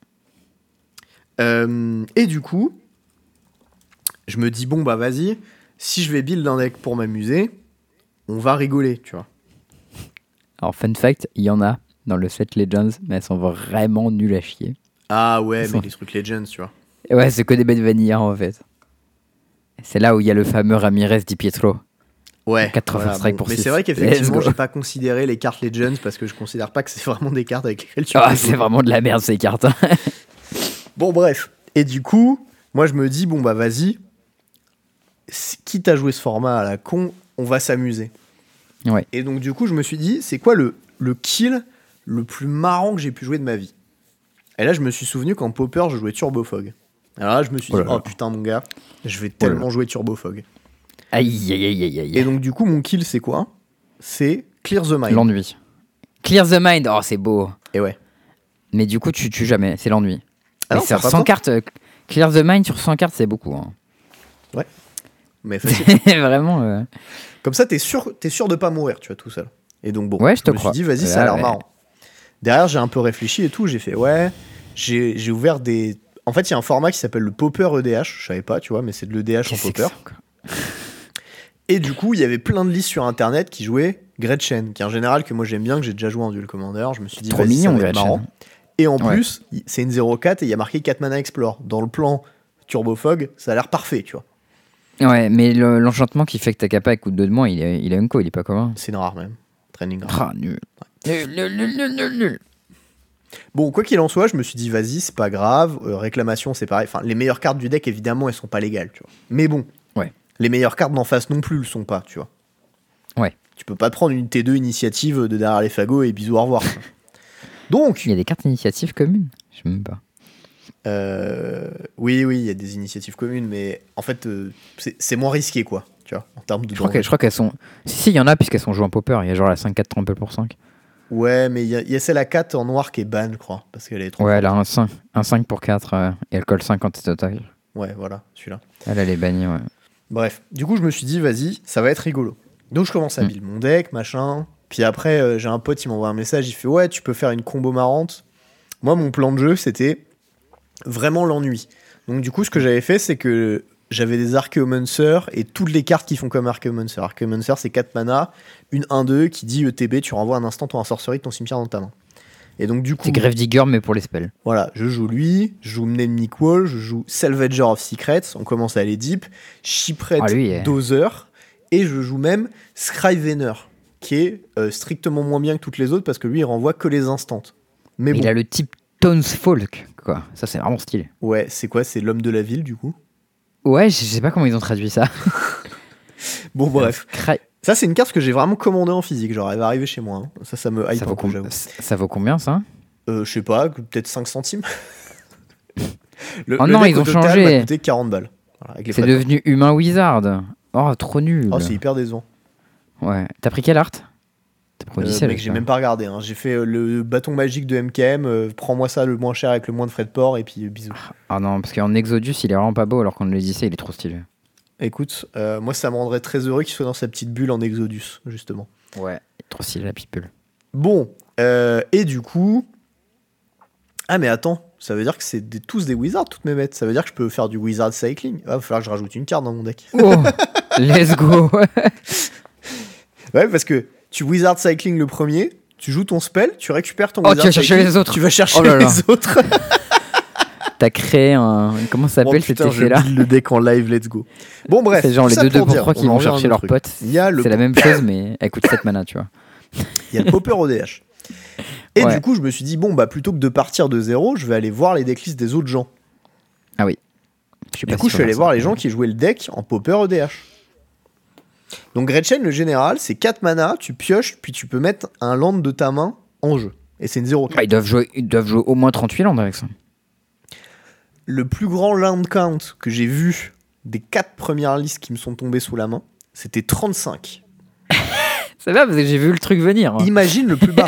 Speaker 2: Euh, et du coup, je me dis, bon, bah vas-y, si je vais build un deck pour m'amuser, on va rigoler, tu vois.
Speaker 1: Alors, fun fact, il y en a dans le set Legends, mais elles sont vraiment nulles à chier.
Speaker 2: Ah ouais,
Speaker 1: Ils
Speaker 2: mais
Speaker 1: sont-
Speaker 2: les trucs Legends, tu vois.
Speaker 1: Et ouais, c'est que des bêtes vanilla en fait. C'est là où il y a le fameux Ramirez Di Pietro.
Speaker 2: Ouais,
Speaker 1: quatre-vingts strikes pour
Speaker 2: mais
Speaker 1: six.
Speaker 2: c'est vrai
Speaker 1: Let's
Speaker 2: qu'effectivement,
Speaker 1: go.
Speaker 2: j'ai pas considéré les cartes Legends parce que je considère pas que c'est vraiment des cartes avec lesquelles tu
Speaker 1: Ah,
Speaker 2: peux
Speaker 1: c'est
Speaker 2: jouer.
Speaker 1: vraiment de la merde ces cartes. hein.
Speaker 2: Bon, bref. Et du coup, moi, je me dis, bon, bah vas-y, si- quitte à jouer ce format à la con, on va s'amuser.
Speaker 1: Ouais.
Speaker 2: Et donc, du coup, je me suis dit, c'est quoi le, le kill le plus marrant que j'ai pu jouer de ma vie? Et là, je me suis souvenu qu'en Pauper, je jouais Turbo Fog. Alors là, je me suis
Speaker 1: Oh
Speaker 2: dit,
Speaker 1: là là.
Speaker 2: oh putain, mon gars, je vais
Speaker 1: là
Speaker 2: tellement jouer Turbo Fog.
Speaker 1: Aïe, aïe, aïe, aïe, aïe.
Speaker 2: Et donc, du coup, mon kill, c'est quoi? C'est Clear the Mind.
Speaker 1: L'ennui. Clear the mind, oh c'est beau.
Speaker 2: Et ouais.
Speaker 1: Mais du coup, tu tues jamais, c'est l'ennui.
Speaker 2: Ah
Speaker 1: Mais
Speaker 2: non,
Speaker 1: sur
Speaker 2: t'as pas
Speaker 1: cent
Speaker 2: peur
Speaker 1: cartes, euh, Clear the mind sur cent cartes, c'est beaucoup. hein.
Speaker 2: Mais facile.
Speaker 1: Vraiment. euh,
Speaker 2: Comme ça, t'es sûr, t'es sûr de pas mourir, tu vois, tout seul. Et donc, bon,
Speaker 1: Ouais, je te
Speaker 2: me
Speaker 1: crois.
Speaker 2: suis dit, vas-y,
Speaker 1: Là,
Speaker 2: ça a l'air
Speaker 1: ouais.
Speaker 2: marrant. Derrière, j'ai un peu réfléchi et tout. J'ai fait, ouais, j'ai j'ai ouvert des. En fait, il y a un format qui s'appelle le Pauper E D H. Je savais pas, tu vois, mais c'est de l'E D H en
Speaker 1: Qu'est-ce que
Speaker 2: Pauper.
Speaker 1: c'est, quoi
Speaker 2: Et du coup, il y avait plein de listes sur internet qui jouaient Gretchen, qui est un général que moi j'aime bien, que j'ai déjà joué en Duel Commander. Je me suis dit,
Speaker 1: Trop
Speaker 2: vas-y,
Speaker 1: mignon,
Speaker 2: ça va être
Speaker 1: Gretchen.
Speaker 2: marrant. Et en
Speaker 1: Ouais.
Speaker 2: plus, y- c'est une zéro quatre et il y a marqué quatre mana Explore. Dans le plan Turbo Fog, ça a l'air parfait, tu vois.
Speaker 1: Ouais, mais le- l'enchantement qui fait que ta capa coûte deux de moins, il est, il est unco, il est pas commun.
Speaker 2: C'est une rare même. Training rare.
Speaker 1: Ah, nul. Nul, nul, nul, nul, nul, nul.
Speaker 2: Bon, quoi qu'il en soit, je me suis dit, vas-y, c'est pas grave. Euh, réclamation, c'est pareil. Enfin, les meilleures cartes du deck, évidemment, elles sont pas légales, tu vois. Mais bon,
Speaker 1: Ouais.
Speaker 2: les meilleures cartes d'en face non plus le sont pas, tu vois.
Speaker 1: Ouais.
Speaker 2: Tu peux pas te prendre une T deux initiative de derrière les fagots et bisous, au revoir. quoi. Donc,
Speaker 1: Il y a des cartes initiatives communes. Je sais même pas.
Speaker 2: euh, oui, oui, il y a des initiatives communes, mais en fait, euh, c'est c'est moins risqué, quoi, tu vois, en termes de
Speaker 1: Je crois
Speaker 2: danger.
Speaker 1: que- je crois qu'elles sont. Si, si, il y en a puisqu'elles sont jouées en Pauper. Il y a genre la cinq quatre trample pour cinq.
Speaker 2: Ouais, mais il y, a- il y a celle à quatre en noir qui est ban, je crois, parce qu'elle est trop.
Speaker 1: Ouais, elle
Speaker 2: forte.
Speaker 1: a un cinq, un cinq pour quatre euh, et elle colle cinq quand c'est total.
Speaker 2: Ouais, voilà, celui-là.
Speaker 1: Elle, elle est bannie, ouais.
Speaker 2: Bref, du coup, je me suis dit, vas-y, ça va être rigolo. Donc, je commence à
Speaker 1: Mm.
Speaker 2: build mon deck, machin. Puis après, euh, j'ai un pote, il m'envoie un message, il fait, ouais, tu peux faire une combo marrante. Moi, mon plan de jeu, c'était vraiment l'ennui. Donc, du coup, ce que j'avais fait, c'est que j'avais des Archaeomancer et toutes les cartes qui font comme Archaeomancer. Archaeomancer, c'est quatre mana, une un deux qui dit E T B, tu renvoies un instant ton sorcerie de ton cimetière dans ta main. Et donc, du coup,
Speaker 1: C'est Gravedigger, mais pour les spells.
Speaker 2: voilà, je joue lui, je joue Mnemonic Wall, je joue Salvager of Secrets, on commence à aller deep, Shipwreck
Speaker 1: Ah, lui, eh.
Speaker 2: Dozer, et je joue même Scrivener, qui est euh, strictement moins bien que toutes les autres parce que lui il renvoie que les instants. Mais
Speaker 1: Mais
Speaker 2: bon,
Speaker 1: il a le type Townsfolk, quoi. Ça, c'est vraiment stylé.
Speaker 2: ouais, c'est quoi? C'est l'homme de la ville du coup.
Speaker 1: Ouais, je sais pas comment ils ont traduit ça.
Speaker 2: Bon, bref.
Speaker 1: Cry-
Speaker 2: Ça, c'est une carte que j'ai vraiment commandée en physique, genre elle va arriver chez moi. hein. Ça, ça me hype
Speaker 1: Ça
Speaker 2: un
Speaker 1: vaut,
Speaker 2: peu,
Speaker 1: com-
Speaker 2: j'avoue.
Speaker 1: ça vaut combien, ça
Speaker 2: euh, Je sais pas, peut-être cinq centimes. le,
Speaker 1: oh
Speaker 2: le
Speaker 1: non,
Speaker 2: deck
Speaker 1: ils
Speaker 2: au
Speaker 1: ont
Speaker 2: total
Speaker 1: changé.
Speaker 2: m'a coûté quarante balles. Voilà, avec les
Speaker 1: C'est
Speaker 2: frais de
Speaker 1: devenu Humain Wizard. Oh, trop nul.
Speaker 2: port. Oh, c'est hyper décevant.
Speaker 1: Ouais. T'as pris quelle art? T'as pris
Speaker 2: Euh,
Speaker 1: Odyssey,
Speaker 2: mec, j'ai même pas regardé. Hein. J'ai fait euh, le bâton magique de M K M. euh, Prends-moi ça le moins cher avec le moins de frais de port et puis euh, bisous.
Speaker 1: Ah non, parce qu'en Exodus, il est vraiment pas beau, alors qu'en Odyssey, il est trop stylé.
Speaker 2: Écoute, euh, moi ça me rendrait très heureux qu'il soit dans sa petite bulle en Exodus, justement.
Speaker 1: Ouais. Il est trop stylé, la petite bulle.
Speaker 2: Bon, euh, et du coup... Ah mais attends, ça veut dire que c'est des- tous des wizards toutes mes bêtes. Ça veut dire que je peux faire du wizard cycling. Ah, il va falloir que je rajoute une carte dans mon deck.
Speaker 1: Oh, let's go.
Speaker 2: Ouais, parce que tu wizard cycling le premier, tu joues ton spell, tu récupères ton
Speaker 1: Oh, tu
Speaker 2: wizard
Speaker 1: vas chercher
Speaker 2: cycling,
Speaker 1: les autres.
Speaker 2: Tu vas chercher
Speaker 1: Oh là là.
Speaker 2: les autres.
Speaker 1: T'as créé un... Comment ça
Speaker 2: Oh
Speaker 1: s'appelle cet
Speaker 2: putain, je
Speaker 1: effet-là?
Speaker 2: build le deck en live, let's go. Bon bref,
Speaker 1: C'est genre
Speaker 2: tout
Speaker 1: les
Speaker 2: ça
Speaker 1: deux deux
Speaker 2: pour
Speaker 1: pour
Speaker 2: dire,
Speaker 1: trois qui
Speaker 2: on en
Speaker 1: vont
Speaker 2: revient à un
Speaker 1: chercher
Speaker 2: autre
Speaker 1: leurs
Speaker 2: truc.
Speaker 1: potes.
Speaker 2: Il y a le
Speaker 1: C'est la même chose, mais elle coûte sept mana, tu vois.
Speaker 2: Il y a le Popper O D H. Et
Speaker 1: Ouais.
Speaker 2: du coup, je me suis dit, bon, bah plutôt que de partir de zéro, je vais aller voir les decklists des autres gens.
Speaker 1: Ah oui. Je sais
Speaker 2: Du
Speaker 1: pas
Speaker 2: coup,
Speaker 1: si
Speaker 2: je suis allé
Speaker 1: faut
Speaker 2: voir
Speaker 1: faire
Speaker 2: les
Speaker 1: ça.
Speaker 2: gens qui jouaient le deck en Popper O D H. Donc, Gretchen, le général, c'est quatre mana, tu pioches, puis tu peux mettre un land de ta main en jeu. Et c'est une zéro quatre.
Speaker 1: Ah, ils, doivent jouer, ils doivent jouer au moins trente-huit landes avec ça.
Speaker 2: Le plus grand land count que j'ai vu des quatre premières listes qui me sont tombées sous la main, c'était trente-cinq.
Speaker 1: Ça va, parce que j'ai vu le truc venir.
Speaker 2: Imagine le plus bas.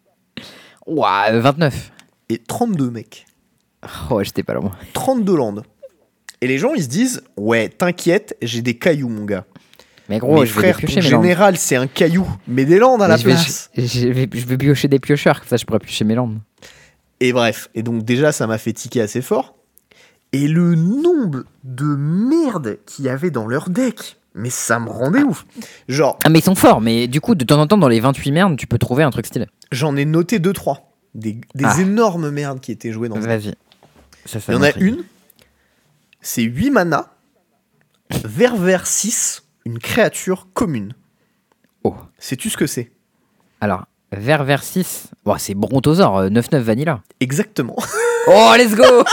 Speaker 1: Ouah, vingt-neuf.
Speaker 2: Et trente-deux, mec.
Speaker 1: Oh, ouais, j'étais pas loin.
Speaker 2: trente-deux landes. Et les gens, ils se disent, ouais, t'inquiète, j'ai des cailloux, mon gars.
Speaker 1: Mais gros,
Speaker 2: mais
Speaker 1: je
Speaker 2: frère,
Speaker 1: vais dépiocher
Speaker 2: ton
Speaker 1: mes landes.
Speaker 2: général, c'est un caillou. Mais des landes à la
Speaker 1: Mais je, vais,
Speaker 2: place.
Speaker 1: je, je vais, je vais piocher des piocheurs, comme ça je pourrais piocher mes landes.
Speaker 2: Et bref, et donc déjà, ça m'a fait tiquer assez fort. Et le nombre de merde qu'il y avait dans leur deck, mais ça me rendait ouf. Genre,
Speaker 1: Ah, mais ils sont forts, mais du coup, de temps en temps, dans les vingt-huit merdes, tu peux trouver un truc stylé.
Speaker 2: j'en ai noté deux trois. Des, des
Speaker 1: Ah.
Speaker 2: énormes merdes qui étaient jouées dans ce deck.
Speaker 1: Vas-y. Ça, ça
Speaker 2: Il y en a
Speaker 1: m'intrigue.
Speaker 2: une, c'est huit mana, vert vert six, une créature commune.
Speaker 1: Oh.
Speaker 2: Sais-tu ce que c'est?
Speaker 1: Alors, vert vert six. Bon, c'est Brontosaur, euh, neuf neuf Vanilla.
Speaker 2: Exactement.
Speaker 1: Oh, let's go.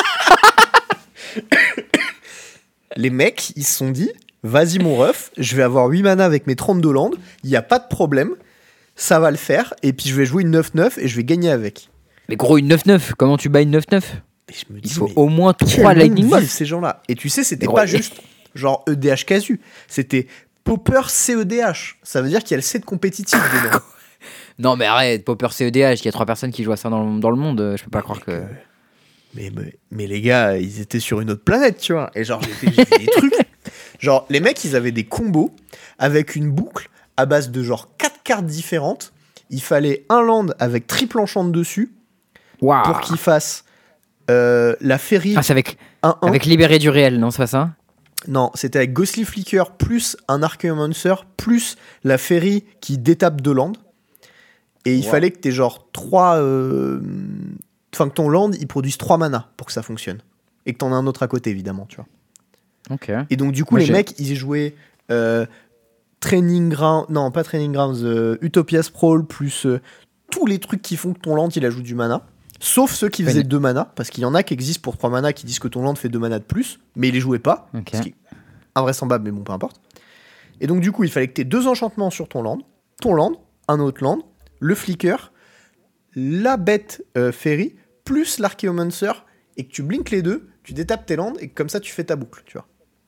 Speaker 2: Les mecs, ils se sont dit, vas-y mon ref, je vais avoir huit mana avec mes trente-deux landes, il n'y a pas de problème, ça va le faire, et puis je vais jouer une neuf neuf et je vais gagner avec.
Speaker 1: Mais gros, une neuf neuf, comment tu bats une neuf neuf?
Speaker 2: Et je me
Speaker 1: Il
Speaker 2: dis,
Speaker 1: faut
Speaker 2: mais
Speaker 1: au moins
Speaker 2: quel
Speaker 1: trois
Speaker 2: monde
Speaker 1: Lightning
Speaker 2: vivent
Speaker 1: Bolt.
Speaker 2: ces gens-là. Et tu sais, c'était
Speaker 1: Gros,
Speaker 2: pas
Speaker 1: et-
Speaker 2: juste genre E D H casu, c'était Popper C E D H. Ça veut dire qu'il y a le C de compétitif dedans.
Speaker 1: Non, mais arrête, Popper C E D H, il y a trois personnes qui jouent à ça dans le, dans le monde, euh, je peux pas croire que.
Speaker 2: Mais, mais, mais les gars, ils étaient sur une autre planète, tu vois. Et genre, j'ai fait, j'ai fait des trucs. Genre, les mecs, ils avaient des combos avec une boucle à base de genre quatre cartes différentes. Il fallait un land avec triple enchant dessus
Speaker 1: Waouh.
Speaker 2: pour qu'il fasse euh, la ferry
Speaker 1: Ah, c'est avec,
Speaker 2: un un.
Speaker 1: avec Libéré du réel, non, c'est pas ça?
Speaker 2: Non, c'était avec Ghostly Flicker plus un Archaeomancer plus la ferry qui détape deux lands. Et il
Speaker 1: Wow.
Speaker 2: fallait que t'aies genre trois. euh, Enfin, que ton land il produise trois mana pour que ça fonctionne. Et que t'en aies un autre à côté, évidemment, tu vois.
Speaker 1: Ok.
Speaker 2: Et donc, du coup,
Speaker 1: Moi,
Speaker 2: les
Speaker 1: j'ai-
Speaker 2: mecs, ils jouaient euh, Training Ground. Non, pas Training Grounds, euh, Utopia Sprawl plus euh, tous les trucs qui font que ton land il ajoute du mana. Sauf ceux qui faisaient
Speaker 1: Ouais.
Speaker 2: deux mana, parce qu'il y en a qui existent pour trois mana qui disent que ton land fait deux mana de plus, mais ils les jouaient pas.
Speaker 1: Ok.
Speaker 2: Ce qui est invraisemblable, mais bon, peu importe. Et donc, du coup, il fallait que tu aies deux enchantements sur ton land, ton land, un autre land, le flicker, la bête euh, fairy, plus l'archaeomancer, et que tu blinkes les deux, tu détapes tes lands, et que comme ça, tu fais ta boucle, tu vois.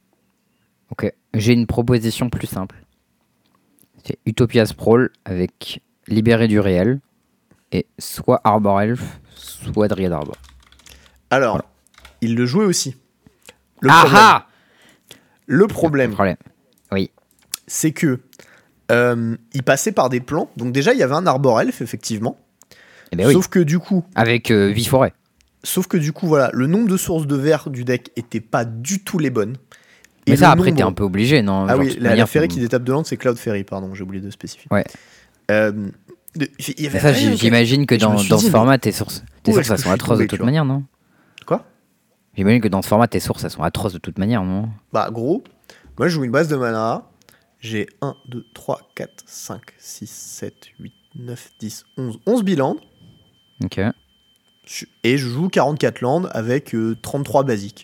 Speaker 1: Ok. J'ai une proposition plus simple. C'est Utopia Sprawl avec Libéré du réel et soit Arbor Elf, soit Dryad Arbor.
Speaker 2: Alors,
Speaker 1: Voilà.
Speaker 2: il le jouait aussi. Le
Speaker 1: Ah
Speaker 2: problème,
Speaker 1: ah
Speaker 2: le problème
Speaker 1: problème. Oui.
Speaker 2: c'est que euh, il passait par des plans. Donc déjà, il y avait un Arbor Elf, effectivement.
Speaker 1: Eh ben oui.
Speaker 2: Sauf que du coup,
Speaker 1: Avec euh, huit forêts.
Speaker 2: Sauf que du coup, voilà, le nombre de sources de verre du deck était pas du tout les bonnes.
Speaker 1: Mais
Speaker 2: Et
Speaker 1: ça,
Speaker 2: le
Speaker 1: après,
Speaker 2: nombre-
Speaker 1: t'es un peu obligé, non?
Speaker 2: Ah
Speaker 1: Genre, de
Speaker 2: oui,
Speaker 1: toute
Speaker 2: la, la
Speaker 1: manière,
Speaker 2: ferry
Speaker 1: faut-
Speaker 2: qui détape de land, c'est Cloud Ferry, pardon, j'ai oublié de spécifier.
Speaker 1: Ouais.
Speaker 2: Euh, de- il y avait
Speaker 1: Mais ça,
Speaker 2: rien,
Speaker 1: j'-
Speaker 2: quoi.
Speaker 1: j'imagine que
Speaker 2: Et je me
Speaker 1: dans,
Speaker 2: suis
Speaker 1: dans
Speaker 2: dit,
Speaker 1: ce
Speaker 2: mais
Speaker 1: format, tes sources, tes
Speaker 2: où
Speaker 1: sources
Speaker 2: est-ce que
Speaker 1: elles
Speaker 2: je
Speaker 1: sont
Speaker 2: suis
Speaker 1: atroces de
Speaker 2: tombé,
Speaker 1: toute
Speaker 2: tu vois.
Speaker 1: manière, non?
Speaker 2: Quoi
Speaker 1: J'imagine que dans ce format, tes sources elles sont atroces de toute manière, non?
Speaker 2: Bah, gros, moi je joue une base de mana. J'ai un, deux, trois, quatre, cinq, six, sept, huit, neuf, dix, onze. onze bilans.
Speaker 1: Ok.
Speaker 2: Et je joue quarante-quatre landes avec euh, trente-trois basiques.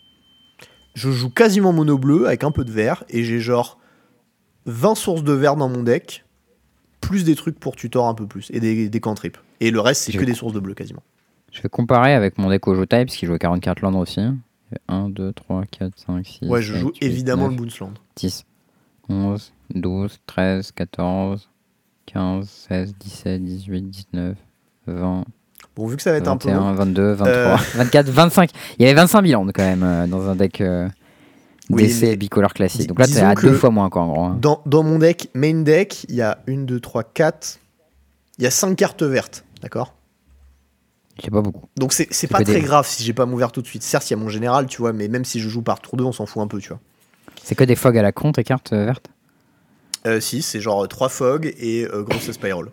Speaker 2: Je joue quasiment mono bleu avec un peu de vert. Et j'ai genre vingt sources de vert dans mon deck. plus des trucs pour tutor un peu plus, et des, des cantrips. Et le reste, c'est
Speaker 1: Je
Speaker 2: que
Speaker 1: vais
Speaker 2: des
Speaker 1: co-
Speaker 2: sources de bleu quasiment.
Speaker 1: Je vais comparer avec mon deck Ojo Type, parce qu'il jouait quarante-quatre landes aussi. un, deux, trois, quatre, cinq, six,
Speaker 2: Ouais, je
Speaker 1: sept,
Speaker 2: joue
Speaker 1: huit,
Speaker 2: évidemment
Speaker 1: neuf,
Speaker 2: le Boonsland.
Speaker 1: dix, onze, douze, treize, quatorze, quinze, seize, dix-sept, dix-huit, dix-neuf, vingt,
Speaker 2: Bon, vu que ça va être un peu
Speaker 1: vingt et
Speaker 2: long,
Speaker 1: un, vingt-deux, vingt-trois,
Speaker 2: Euh,
Speaker 1: vingt-quatre, vingt-cinq. Il y avait vingt-cinq mille landes quand même euh, dans un deck euh,
Speaker 2: Oui,
Speaker 1: D C
Speaker 2: mais
Speaker 1: bicolore classique.
Speaker 2: dis-
Speaker 1: Donc là, t'es
Speaker 2: disons
Speaker 1: à
Speaker 2: que
Speaker 1: deux fois moins quoi en gros. hein.
Speaker 2: dans, dans mon deck, main deck, il y a une, deux, trois, quatre. Il y a cinq cartes vertes, d'accord?
Speaker 1: C'est pas beaucoup.
Speaker 2: Donc c'est c'est
Speaker 1: C'est
Speaker 2: pas
Speaker 1: que
Speaker 2: très
Speaker 1: des-
Speaker 2: grave si j'ai pas mon vert tout de suite. Certes, il y a mon général, tu vois, mais même si je joue par tour deux, on s'en fout un peu, tu vois.
Speaker 1: C'est que des fogs à la con, tes cartes euh, vertes.
Speaker 2: Euh, si, c'est genre trois Fog et euh, grosse Spiral.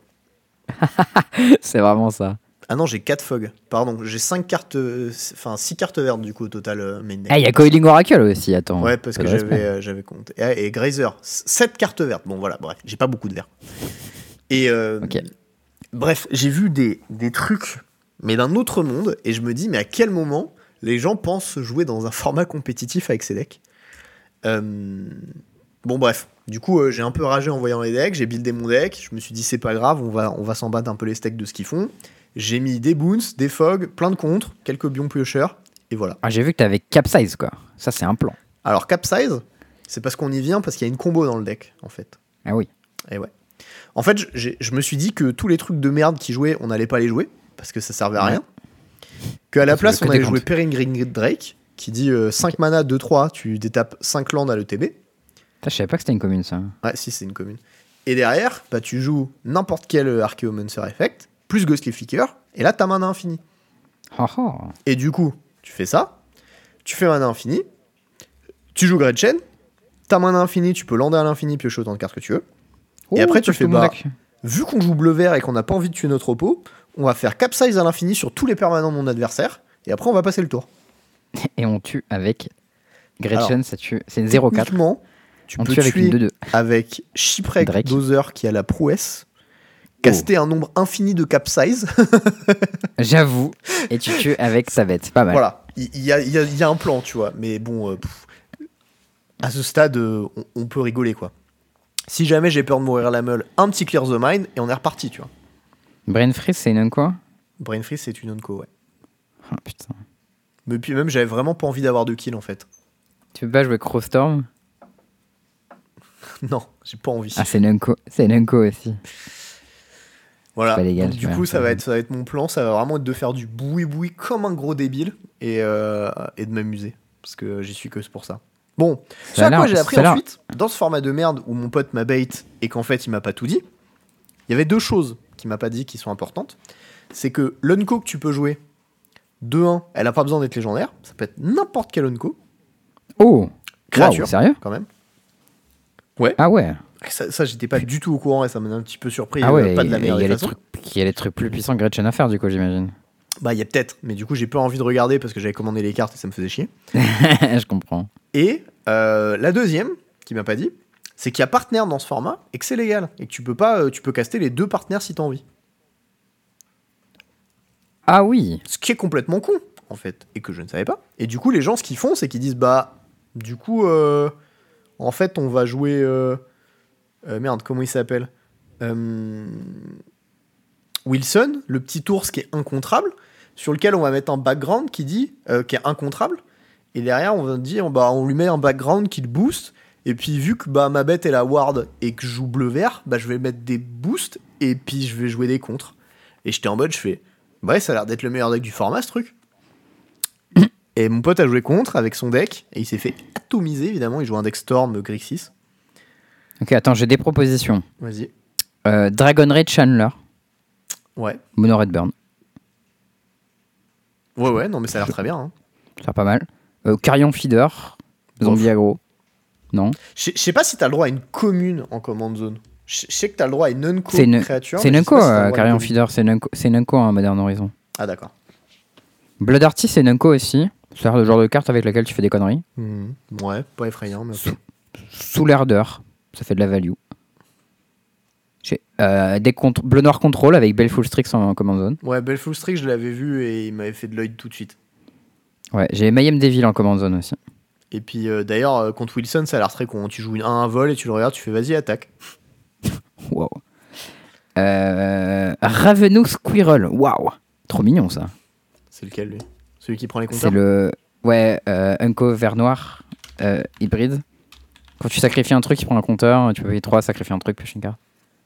Speaker 1: C'est vraiment ça.
Speaker 2: Ah non, j'ai quatre Fog. Pardon, j'ai cinq cartes. euh, Enfin, six cartes vertes du coup au total euh, main deck.
Speaker 1: Ah, il y a Coiling Oracle aussi, attends.
Speaker 2: Ouais, parce
Speaker 1: Peu
Speaker 2: que
Speaker 1: de
Speaker 2: j'avais
Speaker 1: respect.
Speaker 2: euh, j'avais compté. Et, et Grazer, sept cartes vertes. Bon voilà, bref, j'ai pas beaucoup de verts. Et euh,
Speaker 1: Ok.
Speaker 2: bref, j'ai vu des, des trucs, mais d'un autre monde, et je me dis, mais à quel moment les gens pensent jouer dans un format compétitif avec ces decks? Euh, Bon bref, du coup euh, j'ai un peu ragé en voyant les decks, j'ai buildé mon deck, je me suis dit c'est pas grave, on va, on va s'en battre un peu les steaks de ce qu'ils font. J'ai mis des boons, des fogs, plein de contres, quelques bions piocheurs, et voilà.
Speaker 1: Ah, j'ai vu que t'avais Capsize quoi. Ça, c'est un plan.
Speaker 2: Alors Capsize, c'est parce qu'on y vient, parce qu'il y a une combo dans le deck, en fait.
Speaker 1: Ah oui.
Speaker 2: Et ouais. En fait, j'ai- je me suis dit que tous les trucs de merde qui jouaient, on n'allait pas les jouer, parce que ça servait à
Speaker 1: Ouais.
Speaker 2: rien. Qu'à la
Speaker 1: Parce que
Speaker 2: place,
Speaker 1: que
Speaker 2: on
Speaker 1: des
Speaker 2: allait jouer
Speaker 1: contres.
Speaker 2: Peregrine Drake, qui dit euh, cinq mana, deux trois, tu détapes cinq landes à l'E T B.
Speaker 1: Putain, je savais pas que c'était une commune ça.
Speaker 2: Ouais, si, c'est une commune. Et derrière, bah, tu joues n'importe quel euh, Archaeomancer Effect, plus Ghostly Flicker, et là, t'as mana infini.
Speaker 1: Oh, oh.
Speaker 2: Et du coup, tu fais ça, tu fais mana infini, tu joues Gretchen, t'as mana infini, tu peux lander à l'infini, piocher autant de cartes que tu veux. Et
Speaker 1: Oh,
Speaker 2: après, tu
Speaker 1: touche
Speaker 2: fais,
Speaker 1: tout mon
Speaker 2: bah,
Speaker 1: deck.
Speaker 2: vu qu'on joue bleu-vert et qu'on n'a pas envie de tuer notre oppo, on va faire Capsize à l'infini sur tous les permanents de mon adversaire, et après, on va passer le tour.
Speaker 1: Et on tue avec Gretchen,
Speaker 2: Alors,
Speaker 1: ça tue. C'est une zéro quatre.
Speaker 2: Techniquement, tu
Speaker 1: On
Speaker 2: peux
Speaker 1: tue avec une
Speaker 2: tuer
Speaker 1: deux deux.
Speaker 2: avec Shipwreck
Speaker 1: Drake.
Speaker 2: Dozer qui a la prouesse, caster un nombre infini de Capsize.
Speaker 1: J'avoue. Et tu tues avec sa bête. Pas mal.
Speaker 2: Voilà, il y, y a, il y a- il y a un plan, tu vois, mais bon, euh, pff, à ce stade, euh, on, on peut rigoler, quoi. Si jamais j'ai peur de mourir à la meule, un petit Clear the Mind, et on est reparti, tu vois.
Speaker 1: Brain Freeze, c'est une quoi?
Speaker 2: Brain Freeze, c'est une onco, ouais.
Speaker 1: Ah putain.
Speaker 2: Mais puis même, j'avais vraiment pas envie d'avoir de kill, en fait.
Speaker 1: Tu peux pas jouer Crowstorm?
Speaker 2: Non, j'ai pas envie.
Speaker 1: Ah, c'est une unco. C'est une unco aussi.
Speaker 2: Voilà.
Speaker 1: pas légal,
Speaker 2: Donc,
Speaker 1: tu
Speaker 2: du
Speaker 1: vois.
Speaker 2: coup, ça va, être, ça va être mon plan. Ça va vraiment être de faire du boui-boui comme un gros débile et, euh, et de m'amuser. Parce que j'y suis que pour ça. Bon, ce
Speaker 1: Ça a
Speaker 2: à quoi
Speaker 1: l'air-
Speaker 2: j'ai appris
Speaker 1: ça a l'air-
Speaker 2: ensuite, dans ce format de merde où mon pote m'a bait et qu'en fait il m'a pas tout dit, il y avait deux choses qu'il m'a pas dit qui sont importantes. C'est que l'unco que tu peux jouer, de un, elle a pas besoin d'être légendaire. Ça peut être n'importe quel unco.
Speaker 1: Oh!
Speaker 2: Créature,
Speaker 1: Waouh, sérieux?
Speaker 2: quand même.
Speaker 1: Ah ouais.
Speaker 2: Ça, ça, j'étais pas du tout au courant et ça m'a un petit peu surpris.
Speaker 1: Ah
Speaker 2: euh,
Speaker 1: ouais,
Speaker 2: pas de la
Speaker 1: il
Speaker 2: meilleure
Speaker 1: y, a
Speaker 2: des
Speaker 1: les
Speaker 2: façons.
Speaker 1: trucs, il y a les trucs plus puissants que Gretchen à faire, du coup, j'imagine.
Speaker 2: Bah, il y a peut-être, mais du coup, j'ai pas envie de regarder parce que j'avais commandé les cartes et ça me faisait chier.
Speaker 1: Je comprends.
Speaker 2: Et euh, la deuxième, qui m'a pas dit, c'est qu'il y a partenaire dans ce format et que c'est légal. Et que tu peux pas, euh, tu peux caster les deux partenaires si t'as envie.
Speaker 1: Ah oui.
Speaker 2: Ce qui est complètement con, en fait, et que je ne savais pas. Et du coup, les gens, ce qu'ils font, c'est qu'ils disent, bah, du coup, euh, en fait, on va jouer... euh, euh, merde, comment il s'appelle Euh, Wilson, le petit ours qui est incontrable, sur lequel on va mettre un background qui dit, euh, qui est incontrable, et derrière, on va dire, bah, on lui met un background qui le booste, et puis vu que bah, ma bête est la ward et que je joue bleu-vert, bah, je vais mettre des boosts, et puis je vais jouer des contres. Et j'étais en mode, je fais, ouais, ça a l'air d'être le meilleur deck du format, ce truc. Et mon pote a joué contre avec son deck, et il s'est fait atomiser, évidemment, il joue un deck Storm Grixis.
Speaker 1: Ok, attends, j'ai des propositions.
Speaker 2: Vas-y.
Speaker 1: Euh, Dragon Raid Chandler,
Speaker 2: Ouais.
Speaker 1: Mono Redburn.
Speaker 2: Ouais, ouais, non, mais ça a l'air très bien. Hein.
Speaker 1: Ça a l'air pas mal. Euh, Carrion Feeder, Zombie
Speaker 2: Bof.
Speaker 1: Aggro. Non.
Speaker 2: Je je sais pas si t'as le droit à une commune en command zone. Je je sais que t'as le droit à une unco
Speaker 1: C'est une,
Speaker 2: créature.
Speaker 1: c'est
Speaker 2: mais
Speaker 1: une
Speaker 2: je sais
Speaker 1: unco,
Speaker 2: pas si t'as le
Speaker 1: euh,
Speaker 2: droit à une
Speaker 1: Carrion
Speaker 2: commune.
Speaker 1: Feeder, c'est une unco, c'est une unco en Modern Horizon.
Speaker 2: Ah, d'accord.
Speaker 1: Blood Artist, c'est une unco aussi. C'est le genre de carte avec laquelle tu fais des conneries.
Speaker 2: Mhm. Ouais, pas effrayant, mais ok.
Speaker 1: Soul Herder, ça fait de la value. J'ai euh, des contr- Bleu Noir Control avec Baleful Strix en, en command zone.
Speaker 2: Ouais, Baleful Strix, je l'avais vu et il m'avait fait de l'œil tout de suite.
Speaker 1: Ouais, j'ai Mayhem Devil en command zone aussi.
Speaker 2: Et puis euh, d'ailleurs, euh, contre Wilson, ça a l'air très con. Tu joues une un un vol et tu le regardes, tu fais vas-y, attaque.
Speaker 1: Wow. Euh, Ravenous Squirrel. Waouh, trop mignon ça.
Speaker 2: C'est lequel lui? Celui qui prend les compteurs?
Speaker 1: C'est le ouais euh, Unco vert noir euh, hybride. Quand tu sacrifies un truc, il prend un compteur. Tu peux payer trois, sacrifier un truc, piocher une carte.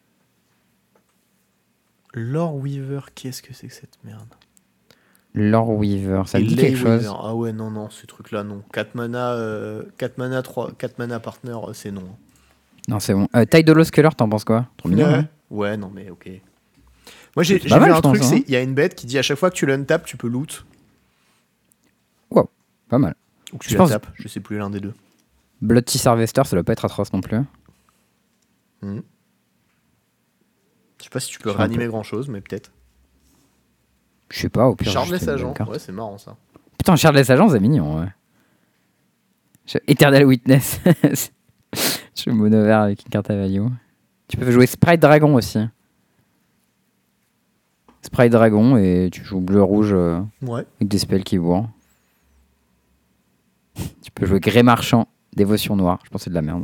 Speaker 2: Lore Weaver, qu'est-ce que c'est que cette merde?
Speaker 1: Lore Weaver, ça
Speaker 2: Et
Speaker 1: me dit
Speaker 2: Ley
Speaker 1: quelque chose.
Speaker 2: Weaver. Ah ouais, non, non, ce truc-là, non. quatre mana, euh, quatre mana, trois, quatre mana partner, euh, c'est non.
Speaker 1: Non, c'est bon. Euh, Tidal Sculler, t'en penses quoi? Trop mignon.
Speaker 2: Ouais.
Speaker 1: Hein.
Speaker 2: Ouais, non, mais ok. Moi, j'ai
Speaker 1: C'est
Speaker 2: j'ai
Speaker 1: pas
Speaker 2: vu
Speaker 1: mal,
Speaker 2: un
Speaker 1: je pense,
Speaker 2: truc,
Speaker 1: hein.
Speaker 2: c'est il y a une bête qui dit à chaque fois que tu l'untapes, tu peux loot.
Speaker 1: Wow, pas mal.
Speaker 2: Ou que tu
Speaker 1: Je
Speaker 2: la
Speaker 1: pense-
Speaker 2: tapes, je sais plus l'un des deux.
Speaker 1: Blood Teeth Harvester, ça doit pas être atroce non plus.
Speaker 2: Hmm. Je sais pas si tu peux
Speaker 1: Je sais un
Speaker 2: réanimer
Speaker 1: peu.
Speaker 2: grand chose, mais peut-être.
Speaker 1: Je sais pas, au pire.
Speaker 2: Shardless
Speaker 1: juste une bonne
Speaker 2: Agent,
Speaker 1: carte.
Speaker 2: ouais, c'est marrant ça.
Speaker 1: Putain, Shardless Agent, c'est mignon, ouais. Je- Eternal Witness. Je suis mono vert avec une carte à value. Tu peux jouer Sprite Dragon aussi. Sprite Dragon et tu joues bleu-rouge euh,
Speaker 2: Ouais.
Speaker 1: avec des spells qui bourrent. Tu peux jouer Grey Marchand, Dévotion Noire. Je pense que c'est de la merde.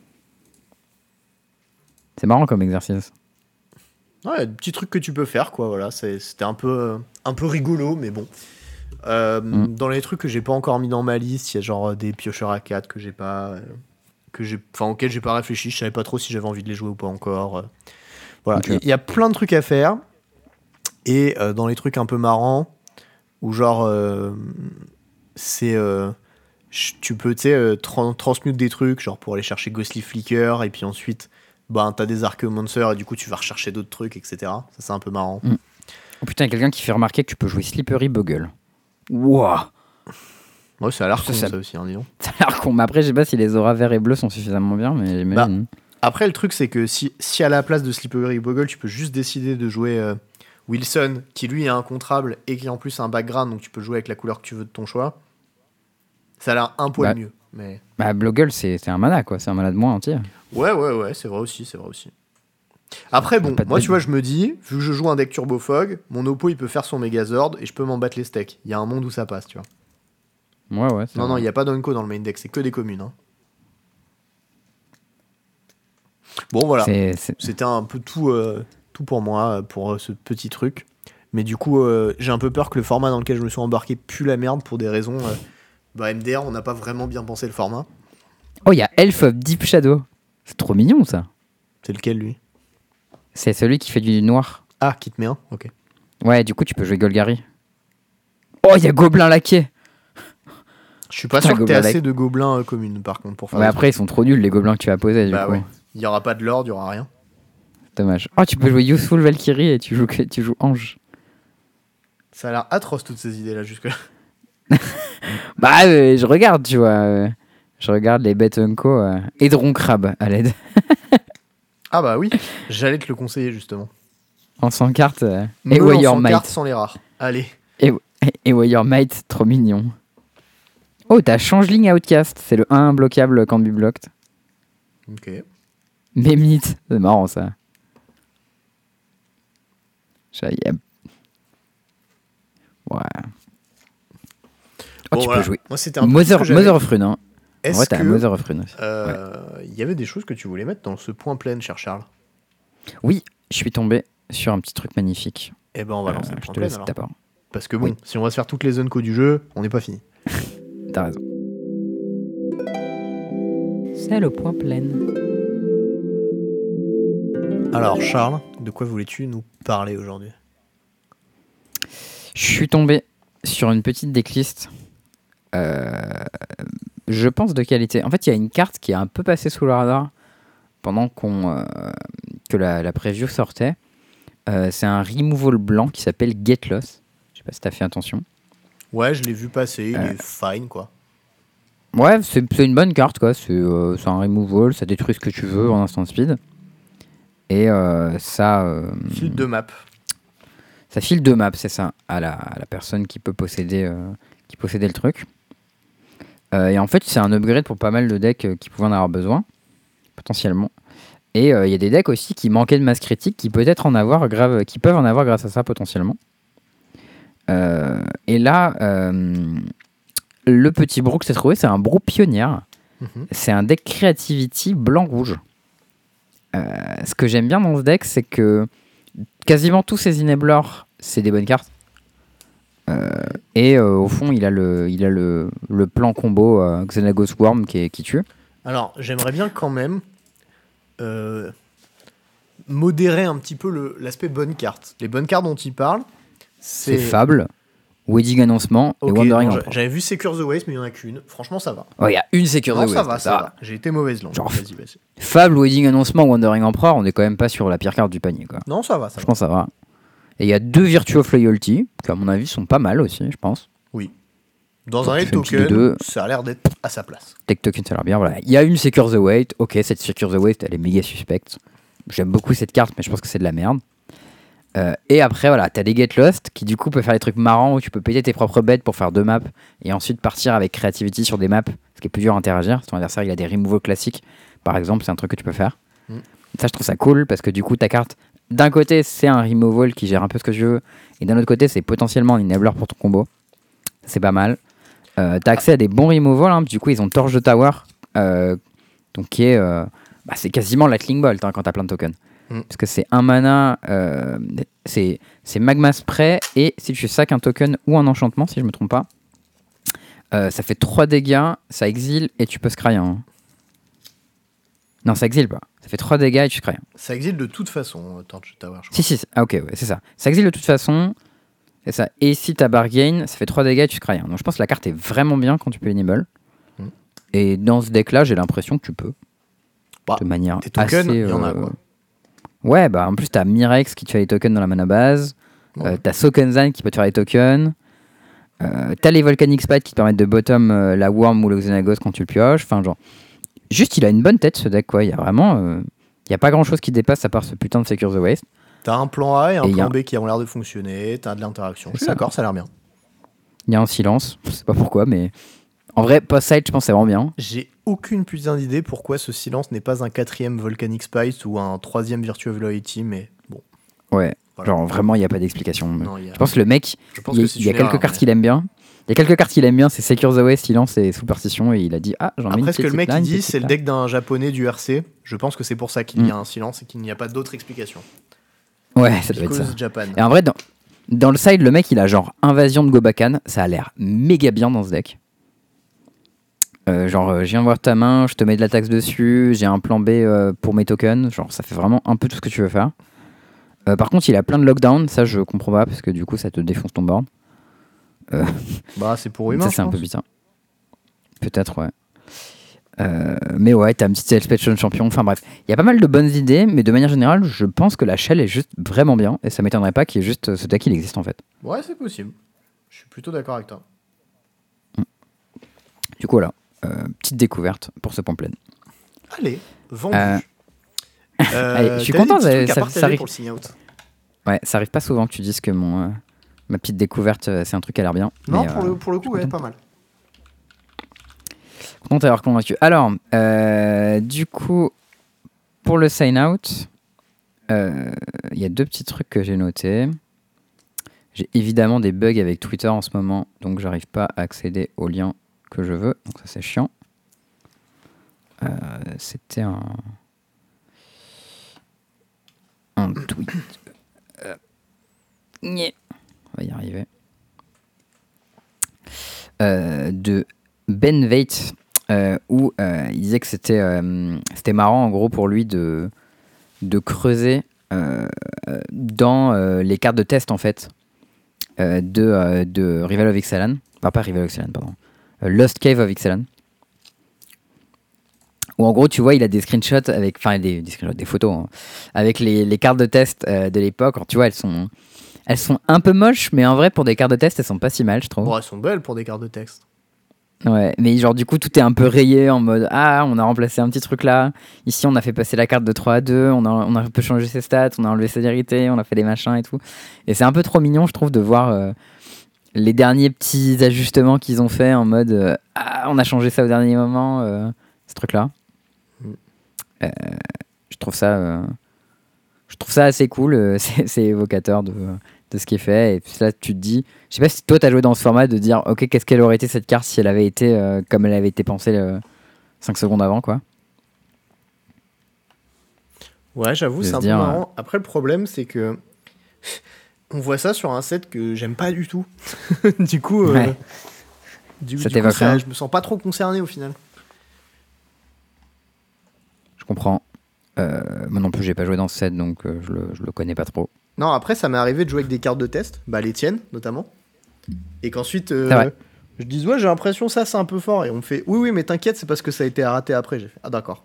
Speaker 1: C'est marrant comme exercice.
Speaker 2: Ouais, des petits trucs que tu peux faire, quoi, voilà. c'est- C'était un peu, euh, un peu rigolo, mais bon. Euh,
Speaker 1: Mm.
Speaker 2: Dans les trucs que j'ai pas encore mis dans ma liste, il y a genre euh, des piocheurs à quatre que j'ai pas. euh, que j'ai, enfin, auxquels j'ai pas réfléchi. Je savais pas trop si j'avais envie de les jouer ou pas encore. euh. Voilà,
Speaker 1: Ok.
Speaker 2: il y, y a plein de trucs à faire. Et euh, dans les trucs un peu marrants, où genre. euh, c'est. euh, ch- tu peux, tu sais, euh, tran- transmute des trucs, genre pour aller chercher Ghostly Flicker, et puis ensuite. Bah, t'as des Archeomancers et du coup tu vas rechercher d'autres trucs, et cetera. Ça c'est un peu marrant.
Speaker 1: Oh putain, il y a quelqu'un qui fait remarquer que tu peux jouer Slippery Bogle. Wouah.
Speaker 2: Ouais, ça a l'air
Speaker 1: Ça,
Speaker 2: con
Speaker 1: ça-
Speaker 2: ça aussi, hein, dis donc.
Speaker 1: Ça a l'air con. Mais après, je sais pas si les auras verts et bleus sont suffisamment bien, mais j'imagine.
Speaker 2: Après, le truc, c'est que si, si à la place de Slippery Bogle, tu peux juste décider de jouer euh, Wilson, qui lui est incontrable et qui en plus a un background, donc tu peux jouer avec la couleur que tu veux de ton choix, ça a l'air un poil
Speaker 1: Bah.
Speaker 2: mieux. Mais...
Speaker 1: Bah, Bogle, c'est c'est un mana, quoi. C'est un mana de moins entier.
Speaker 2: Ouais, ouais, ouais, c'est vrai aussi, c'est vrai aussi. Après, bon,
Speaker 1: Pas de
Speaker 2: moi,
Speaker 1: bête.
Speaker 2: tu vois, je me dis, vu que je joue un deck Turbo Fog, mon oppo, il peut faire son Megazord et je peux m'en battre les steaks. Il y a un monde où ça passe, tu vois.
Speaker 1: Ouais, ouais. c'est
Speaker 2: Non, non,
Speaker 1: vrai.
Speaker 2: il n'y a pas d'Unco dans le main deck, c'est que des communes. Hein. Bon, voilà.
Speaker 1: C'est- c'est-
Speaker 2: C'était un peu tout, euh, tout pour moi, euh, pour euh, ce petit truc. Mais du coup, euh, j'ai un peu peur que le format dans lequel je me suis embarqué pue la merde pour des raisons. euh, bah, M D R, on n'a pas vraiment bien pensé le format.
Speaker 1: Oh, il y a Elf of Deep Shadow. C'est trop mignon, ça.
Speaker 2: C'est lequel, lui?
Speaker 1: C'est celui qui fait du noir.
Speaker 2: Ah, qui te met un? Ok.
Speaker 1: Ouais, du coup, tu peux jouer Golgari. Oh, il y a Gobelin Laqué.
Speaker 2: Je suis pas
Speaker 1: Putain,
Speaker 2: sûr que t'aies
Speaker 1: Gobelin
Speaker 2: assez de gobelins euh, communes, par contre, pour faire
Speaker 1: Ouais,
Speaker 2: des
Speaker 1: après, ils sont trop nuls, les gobelins que tu vas poser,
Speaker 2: trucs.
Speaker 1: du
Speaker 2: Bah
Speaker 1: coup.
Speaker 2: ouais. Il y aura pas de lord, il y aura rien.
Speaker 1: Dommage. Oh, tu peux jouer Useful Valkyrie et tu joues, que- tu joues Ange.
Speaker 2: Ça a l'air atroce, toutes ces idées-là, jusque-là.
Speaker 1: Bah, euh, je regarde, tu vois. euh, je regarde les bêtes Unco. Euh, Edron Crabe à l'aide.
Speaker 2: Ah bah oui, j'allais te le conseiller, justement.
Speaker 1: En cent cartes. Euh,
Speaker 2: Me
Speaker 1: et
Speaker 2: en
Speaker 1: Warrior
Speaker 2: cent
Speaker 1: Might.
Speaker 2: cartes sans les rares. Allez.
Speaker 1: Et Warrior Might, trop mignon. Oh, t'as Changeling Outcast. C'est le un bloquable quand be blocked.
Speaker 2: Ok.
Speaker 1: Memnite. C'est marrant, ça. Ça y est. Ouais. Oh,
Speaker 2: Bon,
Speaker 1: tu
Speaker 2: voilà.
Speaker 1: peux jouer.
Speaker 2: Moi, c'était un peu tout ce
Speaker 1: Mother,
Speaker 2: que j'avais.
Speaker 1: Mother of Rune. Hein. En
Speaker 2: Est-ce
Speaker 1: vrai, t'as
Speaker 2: que
Speaker 1: Mother of Rune aussi.
Speaker 2: euh, il y avait des choses que tu voulais mettre dans ce point plein, cher Charles?
Speaker 1: Oui, je suis tombé sur un petit truc magnifique.
Speaker 2: Eh ben, on va
Speaker 1: Euh,
Speaker 2: lancer le
Speaker 1: je
Speaker 2: point
Speaker 1: te
Speaker 2: plein,
Speaker 1: laisse
Speaker 2: alors.
Speaker 1: d'abord.
Speaker 2: Parce que bon,
Speaker 1: Oui.
Speaker 2: si on va se faire toutes les zones co du jeu, on n'est pas fini.
Speaker 1: T'as raison. C'est le point plein.
Speaker 2: Alors, Charles, de quoi voulais-tu nous parler aujourd'hui?
Speaker 1: Je suis tombé sur une petite decklist. Euh, je pense de qualité. En fait, il y a une carte qui est un peu passée sous le radar pendant qu'on, euh, que la, la preview sortait. Euh, c'est un removal blanc qui s'appelle Get Loss. Je sais pas si t'as fait attention.
Speaker 2: Ouais, je l'ai vu passer, il
Speaker 1: Euh.
Speaker 2: est fine, quoi.
Speaker 1: Ouais, c'est, c'est une bonne carte, quoi. C'est, euh, c'est un removal, ça détruit ce que tu veux en instant speed. Et euh, ça, euh,
Speaker 2: Fil de map.
Speaker 1: ça file deux maps, c'est ça, à la, à la personne qui peut posséder, euh, qui possédait le truc. Euh, et en fait, c'est un upgrade pour pas mal de decks euh, qui pouvaient en avoir besoin, potentiellement. Et il euh, y a des decks aussi qui manquaient de masse critique, qui peut-être en avoir grave, qui peuvent en avoir grâce à ça potentiellement. Euh, et là, euh, le petit brew que j'ai trouvé, c'est un brew pionnière.
Speaker 2: Mhm.
Speaker 1: C'est un deck Creativity blanc-rouge. Euh, ce que j'aime bien dans ce deck, c'est que quasiment tous ces enablers, c'est des bonnes cartes. Euh, et euh, au fond, il a le, il a le, le plan combo euh, Xenagos Worm qui, est, qui tue.
Speaker 2: Alors, j'aimerais bien quand même euh, modérer un petit peu le, l'aspect bonne carte. Les bonnes cartes dont il parle, c'est...
Speaker 1: C'est Fable, Wedding Annoncement
Speaker 2: Ok,
Speaker 1: et Wandering
Speaker 2: non,
Speaker 1: Emperor.
Speaker 2: J'avais vu Secure the Waste, mais il n'y en a qu'une. Franchement, ça va.
Speaker 1: Oh, il y a une Secure
Speaker 2: Non,
Speaker 1: the
Speaker 2: ça
Speaker 1: Waste,
Speaker 2: va, ça va. J'ai été mauvaise langue.
Speaker 1: Genre,
Speaker 2: Vas-y, vas-y.
Speaker 1: Fable, Wedding Annoncement, Wandering Emperor, on est quand même pas sur la pire carte du panier, quoi.
Speaker 2: Non, ça va, ça
Speaker 1: Je pense que ça va. Et il y a deux Virtue of Loyalty, qui à mon avis sont pas mal aussi, je pense.
Speaker 2: Oui. Dans
Speaker 1: Donc,
Speaker 2: un
Speaker 1: tu
Speaker 2: raid
Speaker 1: fais une petite
Speaker 2: token,
Speaker 1: de deux.
Speaker 2: ça a l'air d'être à sa place.
Speaker 1: Tech Token, ça a l'air bien. Voilà. Il y a une Secure the Wait. Ok, cette Secure the Wait, elle est méga suspecte. J'aime beaucoup cette carte, mais je pense que c'est de la merde. Euh, et après, voilà, t'as des Get Lost qui du coup peuvent faire des trucs marrants où tu peux payer tes propres bêtes pour faire deux maps et ensuite partir avec Creativity sur des maps, ce qui est plus dur à interagir. Si ton adversaire il a des removals classiques, par exemple, c'est un truc que tu peux faire. Mm. Ça, je trouve ça cool parce que du coup, ta carte, d'un côté, c'est un removal qui gère un peu ce que tu veux, et d'un autre côté, c'est potentiellement un enabler pour ton combo. C'est pas mal. Euh, t'as accès à des bons removals, hein, du coup, ils ont Torche de Tower, euh, donc qui est. Euh, bah, c'est quasiment Lightning Bolt hein, quand t'as plein de tokens. Mm. Parce que c'est un mana, euh, c'est, c'est Magma Spray, et si tu sacs un token ou un enchantement, si je me trompe pas, euh, ça fait trois dégâts, ça exile et tu peux scry un. Non, ça exile pas. Ça fait trois dégâts et tu scry un.
Speaker 2: Ça exile de toute façon, Torch Tower. Je
Speaker 1: si, si, ah, ok, ouais, c'est ça. Ça exile de toute façon, c'est ça. Et si t'as bargain, ça fait trois dégâts et tu scry un. Donc je pense que la carte est vraiment bien quand tu peux enable. Mm. Et dans ce deck là, j'ai l'impression que tu peux. Bah, de manière
Speaker 2: tes tokens,
Speaker 1: assez.
Speaker 2: Il y en
Speaker 1: euh,
Speaker 2: a quoi.
Speaker 1: Ouais, bah en plus t'as Mirex qui te fait les tokens dans la mana base, ouais. euh, t'as Sokenzan qui peut te faire les tokens, euh, t'as les Volcanic Spite qui te permettent de bottom euh, la Worm ou le Xenagos quand tu le pioches, enfin genre, juste il a une bonne tête ce deck quoi, il y a vraiment, il euh, y a pas grand chose qui dépasse à part ce putain de Secure the Waste.
Speaker 2: T'as un plan A et un
Speaker 1: et
Speaker 2: plan
Speaker 1: a...
Speaker 2: B qui ont l'air de fonctionner, t'as de l'interaction, je suis d'accord, ça a l'air bien.
Speaker 1: Il y a un silence, je sais pas pourquoi mais... En vrai, post-side, je pense que c'est vraiment bien.
Speaker 2: J'ai aucune putain d'idée pourquoi ce silence n'est pas un quatrième Volcanic Spice ou un troisième Virtue of Loyalty, mais bon.
Speaker 1: Ouais, voilà. Genre vraiment, il n'y a pas d'explication. Non, a... Je pense que le mec, il y, y a quelques cartes mais... qu'il aime bien. Il y a quelques cartes qu'il aime bien, c'est Secure the Way, Silence et Superstition, et il a dit ah, j'en mets une.
Speaker 2: Après, ce que le mec
Speaker 1: là,
Speaker 2: il dit, c'est le deck d'un japonais du R C. Je pense que c'est pour ça qu'il mm. y a un silence et qu'il n'y a pas d'autre explication.
Speaker 1: Ouais, ça doit être ça.
Speaker 2: Japan.
Speaker 1: Et en vrai, dans, dans le side, le mec, il a genre Invasion de Gobakan, ça a l'air méga bien dans ce deck. Euh, genre, euh, je viens voir ta main, je te mets de la taxe dessus, j'ai un plan B euh, pour mes tokens. Genre, ça fait vraiment un peu tout ce que tu veux faire. Euh, par contre, il a plein de lockdown, ça je comprends pas parce que du coup, ça te défonce ton board. Euh...
Speaker 2: Bah, c'est pour humain.
Speaker 1: Ça, c'est un peu bizarre. Peut-être, ouais. Euh, mais ouais, t'as un petit Elspeth champion. Enfin bref, il y a pas mal de bonnes idées, mais de manière générale, je pense que la shell est juste vraiment bien et ça m'étonnerait pas qu'il y ait juste ce deck, il existe en fait.
Speaker 2: Ouais, c'est possible. Je suis plutôt d'accord avec toi.
Speaker 1: Du coup, voilà. Euh, petite découverte pour ce point plein.
Speaker 2: Allez, vendu.
Speaker 1: Euh...
Speaker 2: Euh,
Speaker 1: Allez, je suis content, ça,
Speaker 2: ça,
Speaker 1: ça arrive.
Speaker 2: Pour le sign out.
Speaker 1: Ouais, ça arrive pas souvent que tu dises que mon euh, ma petite découverte, euh, c'est un truc qui a l'air bien.
Speaker 2: Non,
Speaker 1: mais,
Speaker 2: pour,
Speaker 1: euh,
Speaker 2: le, pour le coup, ouais, pas mal.
Speaker 1: Content d'avoir convaincu. Alors, euh, du coup, pour le sign out, il euh, y a deux petits trucs que j'ai notés. J'ai évidemment des bugs avec Twitter en ce moment, donc j'arrive pas à accéder aux liens que je veux, donc ça c'est chiant. Euh, c'était un un tweet. Euh... On va y arriver. Euh, de Ben Veit, euh, où euh, il disait que c'était euh, c'était marrant en gros pour lui de de creuser euh, dans euh, les cartes de test en fait euh, de euh, de Rival of Ixalan, enfin pas Rival of Ixalan, pardon. Lost Cave of Ixalan. Où en gros, tu vois, il a des screenshots avec, enfin des, des screenshots, des photos, hein, avec les, les cartes de test euh, de l'époque. Alors, tu vois, elles sont, elles sont un peu moches, mais en vrai, pour des cartes de test, elles sont pas si mal, je trouve.
Speaker 2: Bon, elles sont belles pour des cartes de texte.
Speaker 1: Ouais, mais genre du coup, tout est un peu rayé en mode ah, on a remplacé un petit truc là. Ici, on a fait passer la carte de trois à deux, on a, on a un peu changé ses stats, on a enlevé ses vérités, on a fait des machins et tout. Et c'est un peu trop mignon, je trouve, de voir. Euh, les derniers petits ajustements qu'ils ont fait en mode euh, ah, on a changé ça au dernier moment, euh, ce truc là. Mm. Euh, je trouve ça, euh, je trouve ça assez cool. Euh, c'est, c'est évocateur de, de ce qui est fait. Et puis là, tu te dis, je sais pas si toi t'as joué dans ce format de dire ok, qu'est-ce qu'elle aurait été cette carte si elle avait été euh, comme elle avait été pensée euh, cinq secondes avant, quoi.
Speaker 2: Ouais, j'avoue,
Speaker 1: De
Speaker 2: c'est
Speaker 1: se
Speaker 2: un peu
Speaker 1: dire, euh,
Speaker 2: marrant. Après, le problème, c'est que on voit ça sur un set que j'aime pas du tout. du coup, euh,
Speaker 1: ouais,
Speaker 2: du,
Speaker 1: ça
Speaker 2: du coup
Speaker 1: t'évoque
Speaker 2: ça,
Speaker 1: rien.
Speaker 2: je me sens pas trop concerné au final.
Speaker 1: Je comprends. Euh, moi non plus, j'ai pas joué dans ce set, donc euh, je, le, je le connais pas trop.
Speaker 2: Non, après, ça m'est arrivé de jouer avec des cartes de test, bah les tiennes notamment, et qu'ensuite
Speaker 1: C'est vrai.
Speaker 2: euh, je dis ouais, j'ai l'impression ça c'est un peu fort, et on me fait oui, oui, mais t'inquiète, c'est parce que ça a été raté après. J'ai fait ah d'accord.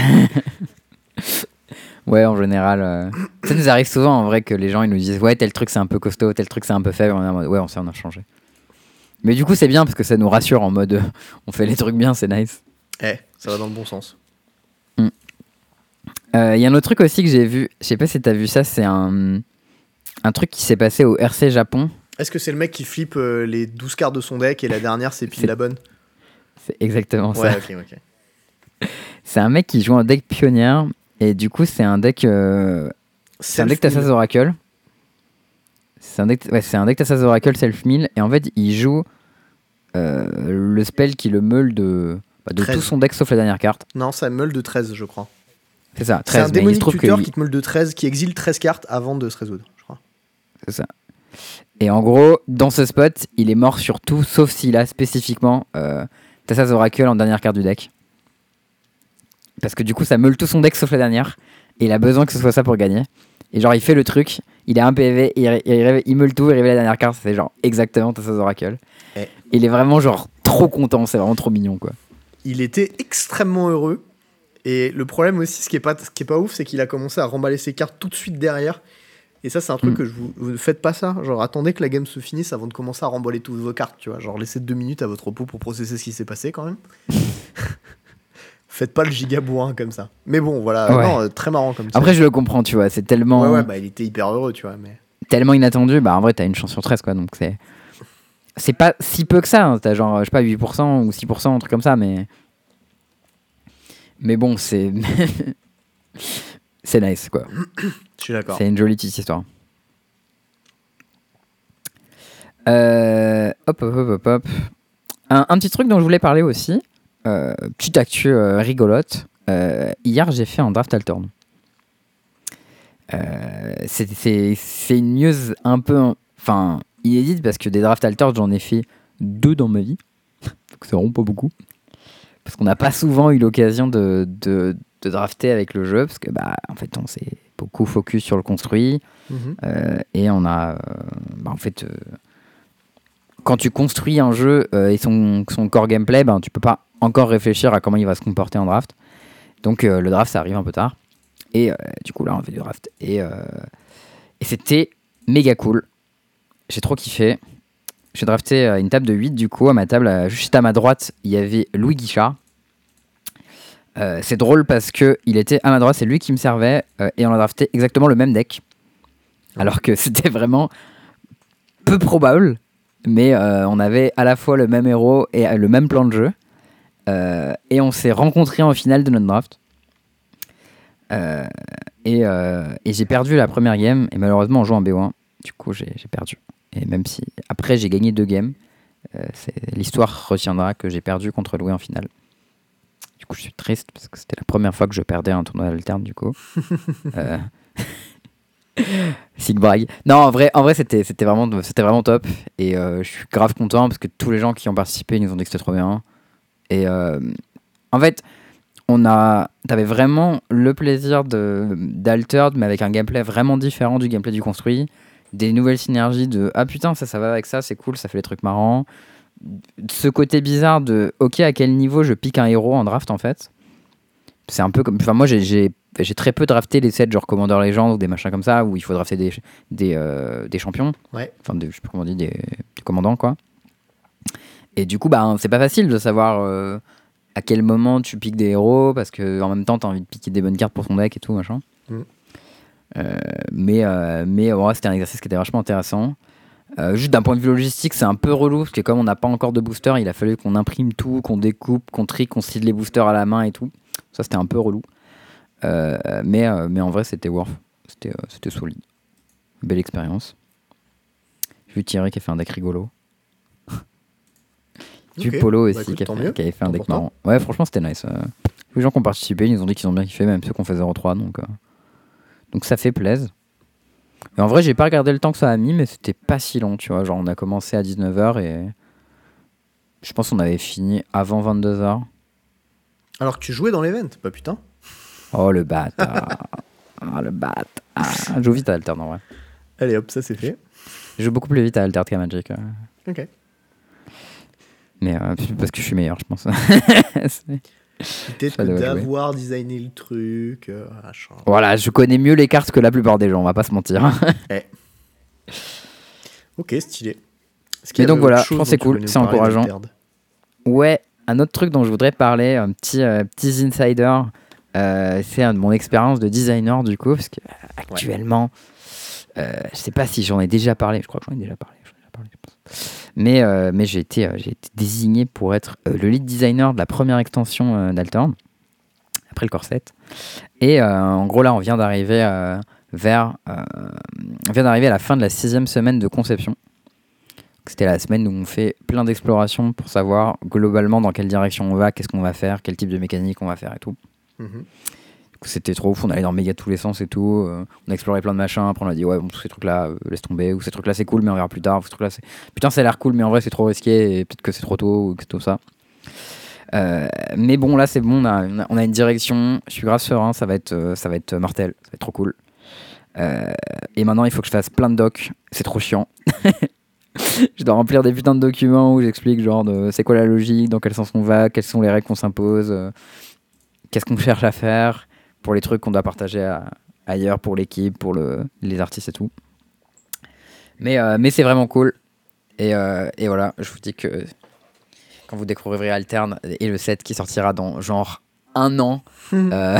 Speaker 1: Ouais, en général. euh, Ça nous arrive souvent en vrai que les gens ils nous disent ouais, tel truc c'est un peu costaud, tel truc c'est un peu faible. On est en mode, ouais, on sait, on a changé. Mais du coup, c'est bien parce que ça nous rassure en mode euh, on fait les trucs bien, c'est nice.
Speaker 2: Eh, ça va dans le bon sens.
Speaker 1: Il euh, y a un autre truc aussi que j'ai vu, je sais pas si t'as vu ça, c'est un, un truc qui s'est passé au R C Japon.
Speaker 2: Est-ce que c'est le mec qui flippe euh, les douze cartes de son deck et la dernière c'est pile
Speaker 1: C'est
Speaker 2: la bonne?
Speaker 1: c'est exactement
Speaker 2: Ouais,
Speaker 1: ça.
Speaker 2: ok, ok.
Speaker 1: C'est un mec qui joue un deck pionnière et du coup, c'est un deck. euh, C'est un deck
Speaker 2: Self-mill.
Speaker 1: Tassas Oracle. C'est un deck, ouais, c'est un deck Tassas Oracle Self-Mill. Et en fait, il joue euh, le spell qui le meule de, bah, de tout
Speaker 2: treize.
Speaker 1: son deck sauf la dernière carte.
Speaker 2: Non, ça meule de treize, je crois.
Speaker 1: C'est ça,
Speaker 2: C'est un
Speaker 1: treize. Mais il se
Speaker 2: démonique
Speaker 1: trouve que.
Speaker 2: tuteur
Speaker 1: il-
Speaker 2: qui te meule de treize, qui exile treize cartes avant de se résoudre, je crois.
Speaker 1: C'est ça. Et en gros, dans ce spot, il est mort sur tout sauf s'il a spécifiquement euh, Tassas Oracle en dernière carte du deck. Parce que du coup, ça meule tout son deck sauf la dernière. Et il a besoin que ce soit ça pour gagner. Et genre, il fait le truc, il a un P V, il, il, il meule tout, il révèle la dernière carte. C'est genre exactement Tassas Oracle.
Speaker 2: Eh.
Speaker 1: Il est vraiment genre trop content, c'est vraiment trop mignon quoi.
Speaker 2: Il était extrêmement heureux. Et le problème aussi, ce qui est pas, ce qui est pas ouf, c'est qu'il a commencé à remballer ses cartes tout de suite derrière. Et ça, c'est un truc
Speaker 1: Mm.
Speaker 2: que je vous, vous ne faites pas ça. Genre, attendez que la game se finisse avant de commencer à remballer toutes vos cartes, tu vois. Genre, laissez deux minutes à votre repos pour processer ce qui s'est passé quand même. Faites pas le giga bourrin comme ça. Mais bon, voilà,
Speaker 1: Ouais.
Speaker 2: non, euh, très marrant comme ça.
Speaker 1: Après, je le comprends, tu vois, c'est tellement,
Speaker 2: Ouais, ouais, bah il était hyper heureux, tu vois. Mais
Speaker 1: tellement inattendu. Bah en vrai, t'as une chance sur treize quoi, donc c'est. C'est pas si peu que ça, hein. T'as genre, je sais pas, huit pour cent ou six pour cent, un truc comme ça, mais. Mais bon, c'est. C'est nice quoi.
Speaker 2: je suis d'accord.
Speaker 1: C'est une jolie petite histoire. Euh, hop, hop, hop, hop, hop. Un, un petit truc dont je voulais parler aussi. Euh, petite actu euh, rigolote. Euh, hier, j'ai fait un draft alterne. Euh, c'est, c'est, c'est une news un peu. Enfin, inédite parce que des drafts alterne, j'en ai fait deux dans ma vie. Donc, c'est vraiment pas beaucoup. Parce qu'on n'a pas souvent eu l'occasion de, de, de drafter avec le jeu. Parce que, bah, en fait, on s'est beaucoup focus sur le construit.
Speaker 2: Mhm.
Speaker 1: Euh, et on a. Euh, bah, en fait. Euh, quand tu construis un jeu euh, et son, son core gameplay, ben, tu peux pas encore réfléchir à comment il va se comporter en draft. Donc euh, le draft, ça arrive un peu tard. Et euh, du coup, là, on fait du draft. Et, euh, et c'était méga cool. J'ai trop kiffé. J'ai drafté euh, une table de huit, du coup. À ma table, euh, juste à ma droite, il y avait Louis Guichard. Euh, c'est drôle parce qu'il était à ma droite, c'est lui qui me servait. Euh, et on a drafté exactement le même deck. Alors que c'était vraiment peu probable. Mais euh, on avait à la fois le même héros et euh, le même plan de jeu. Euh, et on s'est rencontrés en finale de notre draft. Euh, et, euh, et j'ai perdu la première game. Et malheureusement, on joue en B O un. Du coup, j'ai, j'ai perdu. Et même si après, j'ai gagné deux games, euh, c'est, l'histoire retiendra que j'ai perdu contre Louis en finale. Du coup, je suis triste parce que c'était la première fois que je perdais un tournoi alterne, du coup. euh, Sig brag. Non, en vrai, en vrai c'était, c'était, vraiment, c'était vraiment top. Et euh, je suis grave content parce que tous les gens qui ont participé nous ont dit que c'était trop bien. Et euh, en fait, on a, t'avais vraiment le plaisir de, d'Altered, mais avec un gameplay vraiment différent du gameplay du construit. Des nouvelles synergies de ah putain, ça, ça va avec ça, c'est cool, ça fait des trucs marrants. Ce côté bizarre de ok, à quel niveau je pique un héros en draft en fait. C'est un peu comme. Enfin, moi j'ai. j'ai J'ai très peu drafté les sets genre Commander Legends ou des machins comme ça où il faut drafter des, des, euh, des champions.
Speaker 2: Ouais.
Speaker 1: Enfin, des, je sais pas comment on dit, des, des commandants quoi. Et du coup, bah, c'est pas facile de savoir euh, à quel moment tu piques des héros parce qu'en même temps, t'as envie de piquer des bonnes cartes pour ton deck et tout machin.
Speaker 2: Mm.
Speaker 1: Euh, mais euh, mais ouais, c'était un exercice qui était vachement intéressant. Euh, juste d'un point de vue logistique, c'est un peu relou parce que comme on n'a pas encore de booster, il a fallu qu'on imprime tout, qu'on découpe, qu'on trie, qu'on seed les boosters à la main et tout. Ça, c'était un peu relou. Euh, mais, euh, mais en vrai, c'était worth. C'était, euh, c'était solide. Belle expérience. J'ai vu Thierry qui a fait un deck rigolo. J'ai
Speaker 2: Ok.
Speaker 1: vu Polo aussi
Speaker 2: Bah, écoute,
Speaker 1: qui, a
Speaker 2: tant
Speaker 1: fait,
Speaker 2: mieux.
Speaker 1: qui avait fait un deck
Speaker 2: Important.
Speaker 1: marrant. Ouais, franchement, c'était nice. Euh, les gens qui ont participé, ils nous ont dit qu'ils ont bien kiffé, même ceux qui ont fait zéro trois. Donc, euh, Donc ça fait plaisir. Et en vrai, j'ai pas regardé le temps que ça a mis, mais c'était pas si long, tu vois. Genre, on a commencé à dix-neuf heures et je pense qu'on avait fini avant vingt-deux heures.
Speaker 2: Alors que tu jouais dans l'event, pas putain.
Speaker 1: Oh, le bâtard. Ah, le bâtard. Ah, je joue vite à Altered, en vrai.
Speaker 2: Allez hop, ça c'est fait.
Speaker 1: Je joue beaucoup plus vite à Altered qu'à Magic. euh.
Speaker 2: Ok.
Speaker 1: Mais euh, parce que je suis meilleur, je pense. C'est-
Speaker 2: Peut-être
Speaker 1: Ça
Speaker 2: que
Speaker 1: doit jouer.
Speaker 2: d'avoir designé le truc, euh, machin.
Speaker 1: Voilà, je connais mieux les cartes que la plupart des gens, on va pas se mentir.
Speaker 2: Ok, stylé. Est-ce qu'il
Speaker 1: Mais
Speaker 2: y
Speaker 1: donc
Speaker 2: avait
Speaker 1: voilà,
Speaker 2: autre
Speaker 1: je
Speaker 2: chose
Speaker 1: pense que
Speaker 2: dont
Speaker 1: c'est
Speaker 2: tu
Speaker 1: cool,
Speaker 2: voulais nous
Speaker 1: c'est
Speaker 2: parler
Speaker 1: encourageant.
Speaker 2: d'Altered ?
Speaker 1: Ouais, un autre truc dont je voudrais parler, un petit, euh, petit insider, euh, c'est un de mon expérience de designer du coup, parce que euh, actuellement, euh, je sais pas si j'en ai déjà parlé, je crois que j'en ai déjà parlé, j'en ai déjà parlé, je pense. Mais, euh, mais j'ai été, euh, j'ai été désigné pour être euh, le lead designer de la première extension euh, d'Altered, après le corset. Et euh, en gros là, on vient d'arriver euh, vers, euh, on vient d'arriver à la fin de la sixième semaine de conception. C'était la semaine où on fait plein d'explorations pour savoir globalement dans quelle direction on va, qu'est-ce qu'on va faire, quel type de mécanique on va faire et tout.
Speaker 2: Mhm.
Speaker 1: Du coup, c'était trop ouf, on allait dans méga tous les sens et tout. euh, on a exploré plein de machins, après on a dit ouais, bon, tous ces trucs-là, euh, laisse tomber, ou ces trucs-là c'est cool, mais on verra plus tard, ou ces trucs-là c'est. Putain, ça a l'air cool, mais en vrai c'est trop risqué, et peut-être que c'est trop tôt, ou que c'est tout ça. Euh, mais bon, là c'est bon, on a, on a, on a une direction, je suis grave serein, ça va être, euh, ça va être mortel, ça va être trop cool. Euh, et maintenant, il faut que je fasse plein de docs, c'est trop chiant. Je dois remplir des putains de documents où j'explique genre de c'est quoi la logique, dans quel sens on va, quelles sont les règles qu'on s'impose, euh, qu'est-ce qu'on cherche à faire pour les trucs qu'on doit partager à- ailleurs pour l'équipe, pour le, les artistes et tout. Mais, euh, mais c'est vraiment cool. Et, euh, et voilà, je vous dis que quand vous découvrirez Altern et le set qui sortira dans genre un an, euh,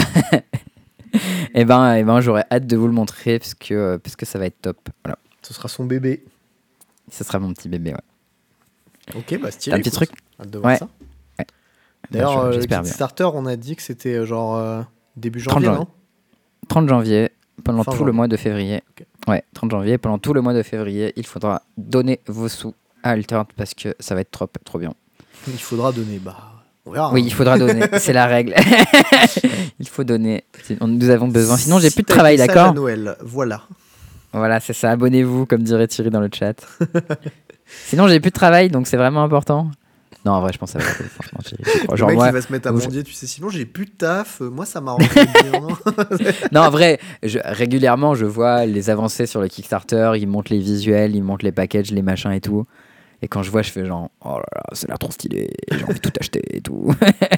Speaker 1: et ben, et ben j'aurais hâte de vous le montrer parce que, parce que ça va être top. Voilà.
Speaker 2: Ce sera son bébé.
Speaker 1: Ce sera mon petit bébé, ouais.
Speaker 2: Ok, bah stylé.
Speaker 1: T'as un petit
Speaker 2: écoute.
Speaker 1: truc
Speaker 2: Hâte de voir
Speaker 1: Ouais.
Speaker 2: ça.
Speaker 1: Ouais.
Speaker 2: D'ailleurs,
Speaker 1: Bah, je-
Speaker 2: euh, le
Speaker 1: j'espère bien.
Speaker 2: Kickstarter, on a dit que c'était euh, genre euh, début
Speaker 1: trente
Speaker 2: janvier,
Speaker 1: janvier.
Speaker 2: non
Speaker 1: trente janvier, pendant
Speaker 2: Fin
Speaker 1: tout
Speaker 2: janvier.
Speaker 1: le mois de février.
Speaker 2: Ok.
Speaker 1: Ouais, trente janvier, pendant tout le mois de février, il faudra donner vos sous à Altered parce que ça va être trop, trop bien.
Speaker 2: Il faudra donner, bah, on verra.
Speaker 1: Oui,
Speaker 2: hein.
Speaker 1: il faudra donner, c'est la règle. Il faut donner. C'est- on- Nous avons besoin. Sinon, j'ai
Speaker 2: Si
Speaker 1: plus de
Speaker 2: t'as
Speaker 1: travail,
Speaker 2: des messages
Speaker 1: d'accord
Speaker 2: à Noël, voilà.
Speaker 1: Voilà, c'est ça. Abonnez-vous, comme dirait Thierry dans le chat. Sinon, j'ai plus de travail, donc c'est vraiment important. Non, en vrai, je pense que ça va être cool, franchement, Thierry. je crois.
Speaker 2: Le
Speaker 1: Genre,
Speaker 2: mec,
Speaker 1: moi,
Speaker 2: il va se mettre à
Speaker 1: je-
Speaker 2: mendier, tu sais, sinon j'ai plus de taf, euh, moi ça m'arrangerait bien.
Speaker 1: Non, en vrai, je- régulièrement, je vois les avancées sur le Kickstarter, ils montrent les visuels, ils montrent les packages, les machins et tout. Et quand je vois, je fais genre, oh là là, ça a l'air trop stylé, j'ai envie de tout acheter et tout.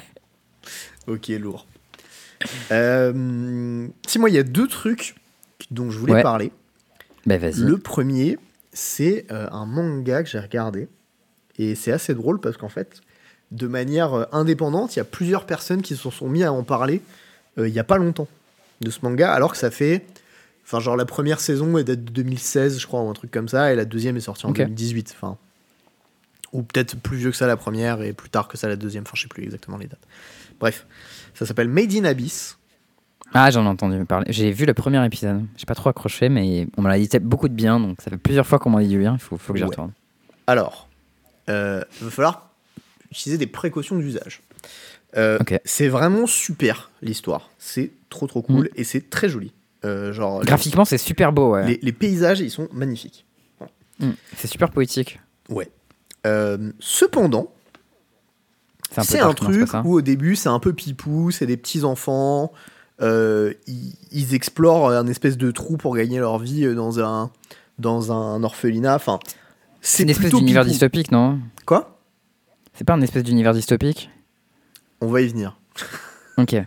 Speaker 2: Ok, lourd. Euh, si, moi, il y a deux trucs dont je voulais
Speaker 1: Ouais.
Speaker 2: parler.
Speaker 1: Bah, vas-y.
Speaker 2: Le premier, c'est euh, un manga que j'ai regardé. Et c'est assez drôle parce qu'en fait, de manière euh, indépendante, il y a plusieurs personnes qui se sont mis à en parler euh, il n'y a pas longtemps de ce manga, alors que ça fait. Enfin, genre, la première saison est date de deux mille seize, je crois, ou un truc comme ça, et la deuxième est sortie en
Speaker 1: Ok.
Speaker 2: deux mille dix-huit. Enfin. Ou peut-être plus vieux que ça la première et plus tard que ça la deuxième. Enfin, je sais plus exactement les dates. Bref, ça s'appelle Made in Abyss.
Speaker 1: Ah, j'en ai entendu parler. J'ai vu le premier épisode. J'ai pas trop accroché, mais on m'a dit beaucoup de bien, donc ça fait plusieurs fois qu'on m'a dit du bien. Il faut, faut que j'y
Speaker 2: Ouais.
Speaker 1: retourne.
Speaker 2: Alors, il va falloir utiliser des précautions d'usage. Euh,
Speaker 1: Ok.
Speaker 2: C'est vraiment super l'histoire. C'est trop trop cool et c'est très joli. Euh, genre,
Speaker 1: Graphiquement, c'est super beau, ouais.
Speaker 2: les, les paysages, ils sont magnifiques.
Speaker 1: Mm. C'est super poétique.
Speaker 2: Ouais. Euh, cependant,
Speaker 1: C'est un, peu
Speaker 2: c'est un
Speaker 1: dark, non, c'est
Speaker 2: truc
Speaker 1: pas ça
Speaker 2: où au début c'est un peu pipou, c'est des petits enfants, euh, ils, ils explorent un espèce de trou pour gagner leur vie dans un dans un orphelinat. Enfin,
Speaker 1: C'est
Speaker 2: c'est
Speaker 1: une espèce
Speaker 2: plutôt
Speaker 1: d'univers
Speaker 2: pipou.
Speaker 1: dystopique, non
Speaker 2: Quoi ?
Speaker 1: C'est pas une espèce d'univers dystopique
Speaker 2: On va y venir.
Speaker 1: Ok.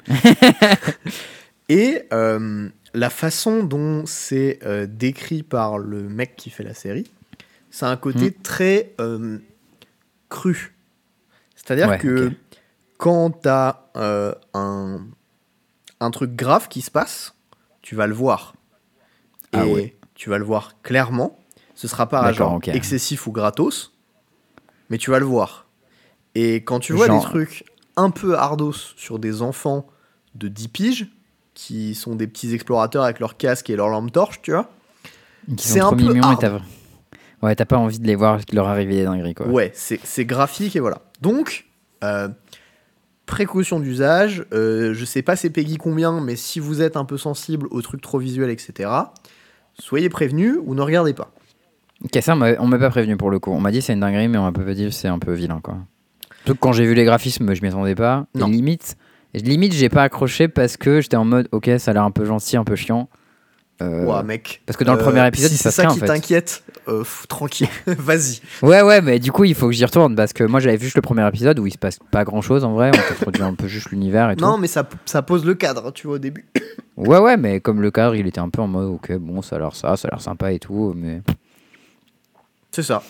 Speaker 2: Et euh, la façon dont c'est euh, décrit par le mec qui fait la série, c'est un côté
Speaker 1: Mm.
Speaker 2: très euh, cru. C'est-à-dire
Speaker 1: Ouais,
Speaker 2: que
Speaker 1: ok.
Speaker 2: quand t'as euh, un, un truc grave qui se passe, tu vas le voir.
Speaker 1: Ah
Speaker 2: et
Speaker 1: ouais.
Speaker 2: tu vas le voir clairement. Ce sera pas
Speaker 1: D'accord,
Speaker 2: genre
Speaker 1: ok.
Speaker 2: excessif ou gratos, mais tu vas le voir. Et quand tu vois
Speaker 1: Genre-
Speaker 2: des trucs un peu ardos sur des enfants de dix piges, qui sont des petits explorateurs avec leur casque et leur lampe torche, tu vois.
Speaker 1: Qui
Speaker 2: C'est
Speaker 1: sont
Speaker 2: un
Speaker 1: trop
Speaker 2: peu
Speaker 1: mignons et
Speaker 2: hard.
Speaker 1: t'as... Ouais, t'as pas envie de les voir leur arriver des dingueries, quoi.
Speaker 2: Ouais, c'est, c'est graphique et voilà. Donc, euh, précaution d'usage, euh, je sais pas c'est Peggy combien, mais si vous êtes un peu sensible aux trucs trop visuels, et cetera, soyez prévenus ou ne regardez pas.
Speaker 1: Ok, ça, on m'a, on m'a pas prévenu pour le coup. On m'a dit c'est une dinguerie, mais on m'a pas dit c'est un peu vilain, quoi. Surtout que quand j'ai vu les graphismes, je m'y attendais pas.
Speaker 2: Non.
Speaker 1: Et limite, limite, j'ai pas accroché parce que j'étais en mode, ok, ça a l'air un peu gentil, un peu chiant. Euh,
Speaker 2: Ouah, mec.
Speaker 1: Parce que dans le
Speaker 2: Euh,
Speaker 1: premier épisode,
Speaker 2: si
Speaker 1: il se
Speaker 2: c'est
Speaker 1: passe
Speaker 2: ça
Speaker 1: rien, en
Speaker 2: qui
Speaker 1: fait.
Speaker 2: t'inquiète, euh, pff, tranquille, vas-y.
Speaker 1: Ouais, ouais, mais du coup, il faut que j'y retourne parce que moi, j'avais vu juste le premier épisode où il se passe pas grand chose en vrai. On t'introduit un peu juste l'univers et
Speaker 2: Non,
Speaker 1: tout.
Speaker 2: mais ça, ça pose le cadre, tu vois, au début.
Speaker 1: Ouais, ouais, mais comme le cadre, il était un peu en mode, ok, bon, ça a l'air ça, ça a l'air sympa et tout, mais.
Speaker 2: C'est ça.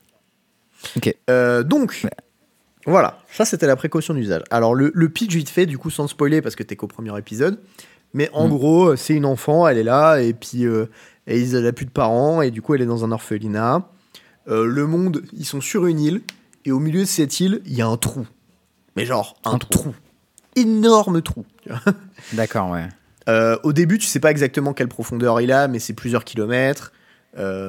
Speaker 1: Ok.
Speaker 2: Euh, donc,
Speaker 1: Ouais.
Speaker 2: voilà, ça c'était la précaution d'usage. Alors, le, le pitch vite fait, du coup, sans spoiler parce que t'es qu'au premier épisode. Mais en
Speaker 1: Mm.
Speaker 2: gros, c'est une enfant, elle est là, et puis euh, elle n'a plus de parents, et du coup, elle est dans un orphelinat. Euh, le monde, ils sont sur une île, et au milieu de cette île, il y a un trou. Mais genre, un,
Speaker 1: Un
Speaker 2: trou.
Speaker 1: trou.
Speaker 2: Énorme trou. tu vois.
Speaker 1: D'accord, ouais.
Speaker 2: Euh, au début, tu sais pas exactement quelle profondeur il a, mais c'est plusieurs kilomètres. Euh,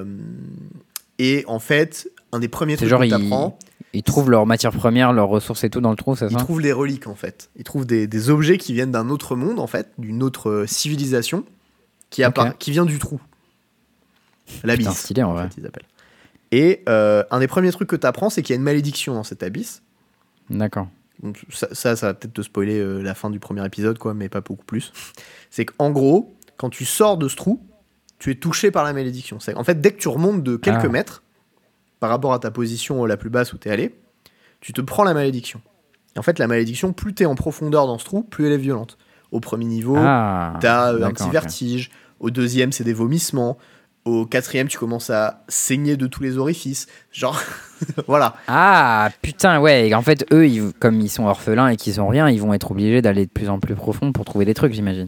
Speaker 2: et en fait, un des premiers
Speaker 1: C'est
Speaker 2: trucs
Speaker 1: genre,
Speaker 2: que
Speaker 1: ils,
Speaker 2: t'apprends,
Speaker 1: ils trouvent leurs matières premières, leurs ressources et tout dans le trou, c'est
Speaker 2: ils
Speaker 1: ça?
Speaker 2: trouvent des reliques en fait. Ils trouvent des, des objets qui viennent d'un autre monde en fait, d'une autre euh, civilisation qui, appara-
Speaker 1: Ok.
Speaker 2: qui vient du trou. L'abysse.
Speaker 1: Putain, stylé, en vrai.
Speaker 2: fait, ils appellent. Et euh, un des premiers trucs que t'apprends, c'est qu'il y a une malédiction dans cet abysse.
Speaker 1: D'accord.
Speaker 2: Donc ça, ça, ça va peut-être te spoiler euh, la fin du premier épisode, quoi, mais pas beaucoup plus. C'est qu'en gros, quand tu sors de ce trou, tu es touché par la malédiction. C'est, en fait, dès que tu remontes de quelques
Speaker 1: Ah.
Speaker 2: mètres, par rapport à ta position la plus basse où tu es allé, tu te prends la malédiction. Et en fait, la malédiction, plus tu es en profondeur dans ce trou, plus elle est violente. Au premier niveau,
Speaker 1: Ah.
Speaker 2: tu as un
Speaker 1: D'accord,
Speaker 2: petit
Speaker 1: ok.
Speaker 2: vertige. Au deuxième, c'est des vomissements. Au quatrième, tu commences à saigner de tous les orifices. Genre, voilà.
Speaker 1: Ah, putain, ouais. Et en fait, eux, ils- comme ils sont orphelins et qu'ils ont rien, ils vont être obligés d'aller de plus en plus profond pour trouver des trucs, j'imagine.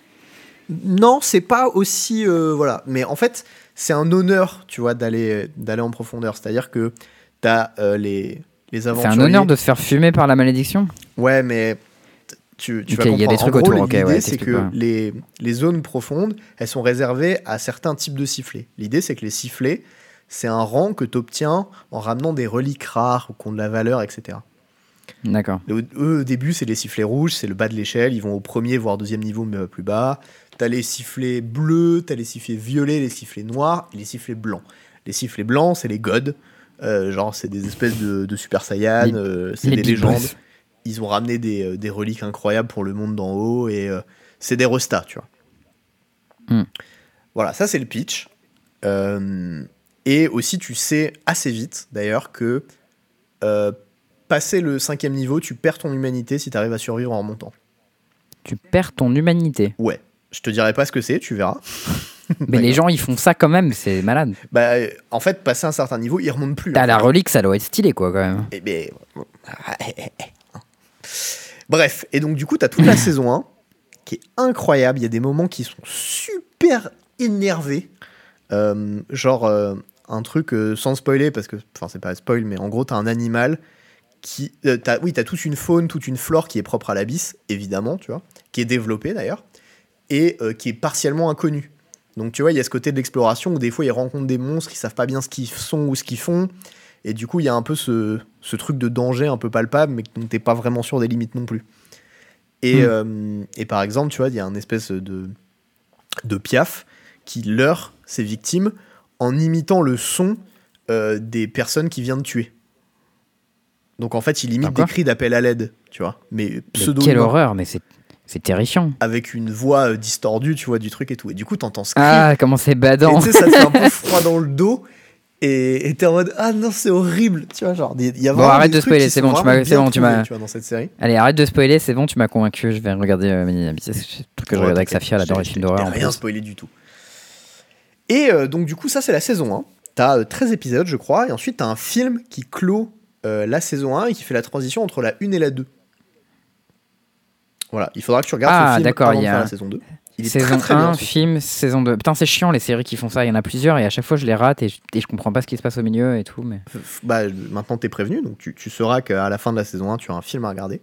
Speaker 2: Non, c'est pas aussi... euh, voilà. Mais en fait, c'est un honneur, tu vois, d'aller, d'aller en profondeur. C'est-à-dire que tu as les, les
Speaker 1: C'est
Speaker 2: aventuriers...
Speaker 1: un honneur de se faire fumer par la malédiction?
Speaker 2: Ouais, mais t- tu, tu
Speaker 1: Ok,
Speaker 2: vas
Speaker 1: il y a
Speaker 2: comprendre.
Speaker 1: des trucs
Speaker 2: en gros,
Speaker 1: autour, ok,
Speaker 2: l'idée,
Speaker 1: ouais,
Speaker 2: c'est
Speaker 1: t'expliques
Speaker 2: que
Speaker 1: pas.
Speaker 2: les, les zones profondes, elles sont réservées à certains types de sifflets. L'idée, c'est que les sifflets, c'est un rang que tu obtiens en ramenant des reliques rares ou qui ont de la valeur, et cetera.
Speaker 1: D'accord.
Speaker 2: Eux, eux, au début, c'est les sifflets rouges, c'est le bas de l'échelle. Ils vont au premier, voire deuxième niveau, mais plus bas. T'as les sifflets bleus, t'as les sifflets violets, les sifflets noirs et les sifflets blancs. Les sifflets blancs, c'est les gods. Euh, genre, c'est des espèces de, de super saiyans,
Speaker 1: Les-
Speaker 2: euh, c'est
Speaker 1: les
Speaker 2: des
Speaker 1: big
Speaker 2: légendes.
Speaker 1: boss.
Speaker 2: Ils ont ramené des, euh, des reliques incroyables pour le monde d'en haut et euh, c'est des restats, tu vois.
Speaker 1: Hmm.
Speaker 2: Voilà, ça c'est le pitch. Euh, et aussi, tu sais assez vite, d'ailleurs, que euh, passer le cinquième niveau, tu perds ton humanité si tu arrives à survivre en remontant.
Speaker 1: Tu perds ton humanité.
Speaker 2: Ouais, je te dirai pas ce que c'est, tu verras.
Speaker 1: Mais les gens, ils font ça quand même, c'est malade.
Speaker 2: Bah, euh, en fait, passer un certain niveau, ils remontent plus.
Speaker 1: T'as
Speaker 2: en
Speaker 1: la
Speaker 2: fait.
Speaker 1: relique, ça doit être stylé, quoi, quand même.
Speaker 2: Eh ben, bref, et donc du coup, t'as toute la saison un qui est incroyable. Il y a des moments qui sont super énervés. Euh, genre, euh, un truc euh, sans spoiler, parce que, enfin, c'est pas un spoil, mais en gros, t'as un animal qui. Euh, t'as, oui, t'as toute une faune, toute une flore qui est propre à l'abysse, évidemment, tu vois, qui est développée d'ailleurs, et euh, qui est partiellement inconnue. Donc, tu vois, il y a ce côté de l'exploration où des fois, ils rencontrent des monstres, ils savent pas bien ce qu'ils sont ou ce qu'ils font. Et du coup, il y a un peu ce, ce truc de danger un peu palpable, mais dont t'es pas vraiment sûr des limites non plus. Et,
Speaker 1: Mm.
Speaker 2: euh, et par exemple, tu vois, il y a un espèce de, de piaf qui leurre ses victimes en imitant le son euh, des personnes qu'il vient de tuer. Donc en fait, il imite
Speaker 1: Ah, quoi
Speaker 2: des cris d'appel à l'aide, tu vois, mais
Speaker 1: Mais
Speaker 2: pseudo
Speaker 1: quelle horreur, mais c'est, c'est terrifiant.
Speaker 2: avec une voix euh, distordue, tu vois, du truc et tout. Et du coup, t'entends ce cri.
Speaker 1: Ah, comment c'est
Speaker 2: Et
Speaker 1: badant.
Speaker 2: tu sais, ça te fait un peu froid dans le dos. Et et t'es en mode, ah non, c'est horrible. Tu vois, genre, il y a
Speaker 1: Bon,
Speaker 2: vraiment
Speaker 1: arrête
Speaker 2: des
Speaker 1: de
Speaker 2: trucs
Speaker 1: spoiler,
Speaker 2: qui
Speaker 1: c'est
Speaker 2: sont
Speaker 1: bon, tu
Speaker 2: vraiment
Speaker 1: m'as- c'est
Speaker 2: bien
Speaker 1: bon, tu
Speaker 2: trouvés,
Speaker 1: m'as-
Speaker 2: tu vois, dans cette série.
Speaker 1: Allez, arrête de spoiler, c'est bon, tu m'as convaincu, je vais regarder euh, Vanilla Abyss. C'est le truc que je
Speaker 2: Ouais,
Speaker 1: regarde avec
Speaker 2: t'inquiète,
Speaker 1: Safia, elle adore
Speaker 2: je
Speaker 1: les
Speaker 2: t'ai-
Speaker 1: films
Speaker 2: je t'ai
Speaker 1: d'horreur en
Speaker 2: rien
Speaker 1: plus.
Speaker 2: spoilé du tout. Et euh, donc, du coup, ça, c'est la saison un. T'as euh, treize épisodes, je crois. Et ensuite, t'as un film qui clôt euh, la saison un et qui fait la transition entre la une et la deux. Voilà, il faudra que tu regardes
Speaker 1: Ah,
Speaker 2: ce film
Speaker 1: d'accord,
Speaker 2: avant
Speaker 1: il
Speaker 2: de
Speaker 1: y a
Speaker 2: faire
Speaker 1: un-
Speaker 2: la saison deux. Il est
Speaker 1: Saison
Speaker 2: très très bien.
Speaker 1: un,
Speaker 2: ce film.
Speaker 1: film, saison deux. Putain, c'est chiant les séries qui font ça, il y en a plusieurs et à chaque fois je les rate et je, et je comprends pas ce qui se passe au milieu et tout. Mais...
Speaker 2: F- f- Bah, maintenant, t'es prévenu, donc tu, tu sauras qu'à la fin de la saison un, tu as un film à regarder.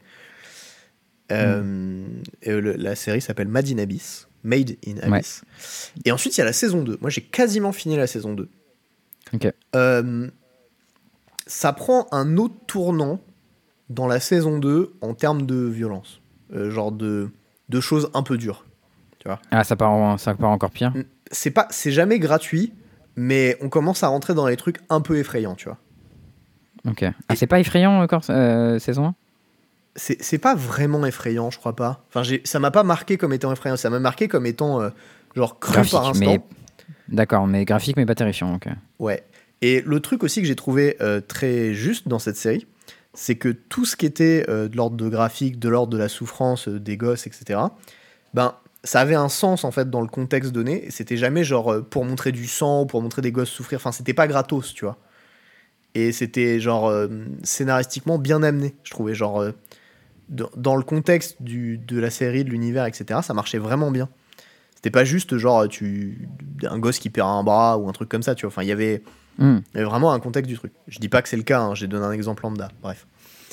Speaker 2: Euh, et le- la série s'appelle Made in Abyss. Made in Abyss. Et ensuite, il y a la saison deux. Moi, j'ai quasiment fini la saison deux.
Speaker 1: Ok.
Speaker 2: Euh, ça prend un autre tournant dans la saison deux en termes de violence. Euh, genre de, de choses un peu dures. Tu vois.
Speaker 1: Ah, ça part, en- ça part encore pire.
Speaker 2: C'est pas, c'est jamais gratuit, mais on commence à rentrer dans les trucs un peu effrayants, tu vois.
Speaker 1: Ok. Ah, c'est pas effrayant encore, euh, saison un?
Speaker 2: C'est, c'est pas vraiment effrayant, je crois pas. Enfin, j'ai, ça m'a pas marqué comme étant effrayant, ça m'a marqué comme étant euh, genre cru
Speaker 1: Graphique,
Speaker 2: par instant.
Speaker 1: mais... D'accord, mais graphique, mais pas terrifiant. Ok.
Speaker 2: Ouais. Et le truc aussi que j'ai trouvé euh, très juste dans cette série, c'est que tout ce qui était euh, de l'ordre de graphique, de l'ordre de la souffrance euh, des gosses, et cetera, ben, ça avait un sens en fait dans le contexte donné. Et c'était jamais genre euh, pour montrer du sang, pour montrer des gosses souffrir. Enfin, c'était pas gratos, tu vois. Et c'était genre euh, scénaristiquement bien amené, je trouvais. Genre, euh, dans, dans le contexte du, de la série, de l'univers, et cetera, ça marchait vraiment bien. C'était pas juste genre tu, un gosse qui perd un bras ou un truc comme ça, tu vois. Enfin, il y avait.
Speaker 1: Hmm.
Speaker 2: Il y avait vraiment un contexte du truc. Je dis pas que c'est le cas, hein, j'ai donné un exemple lambda, bref.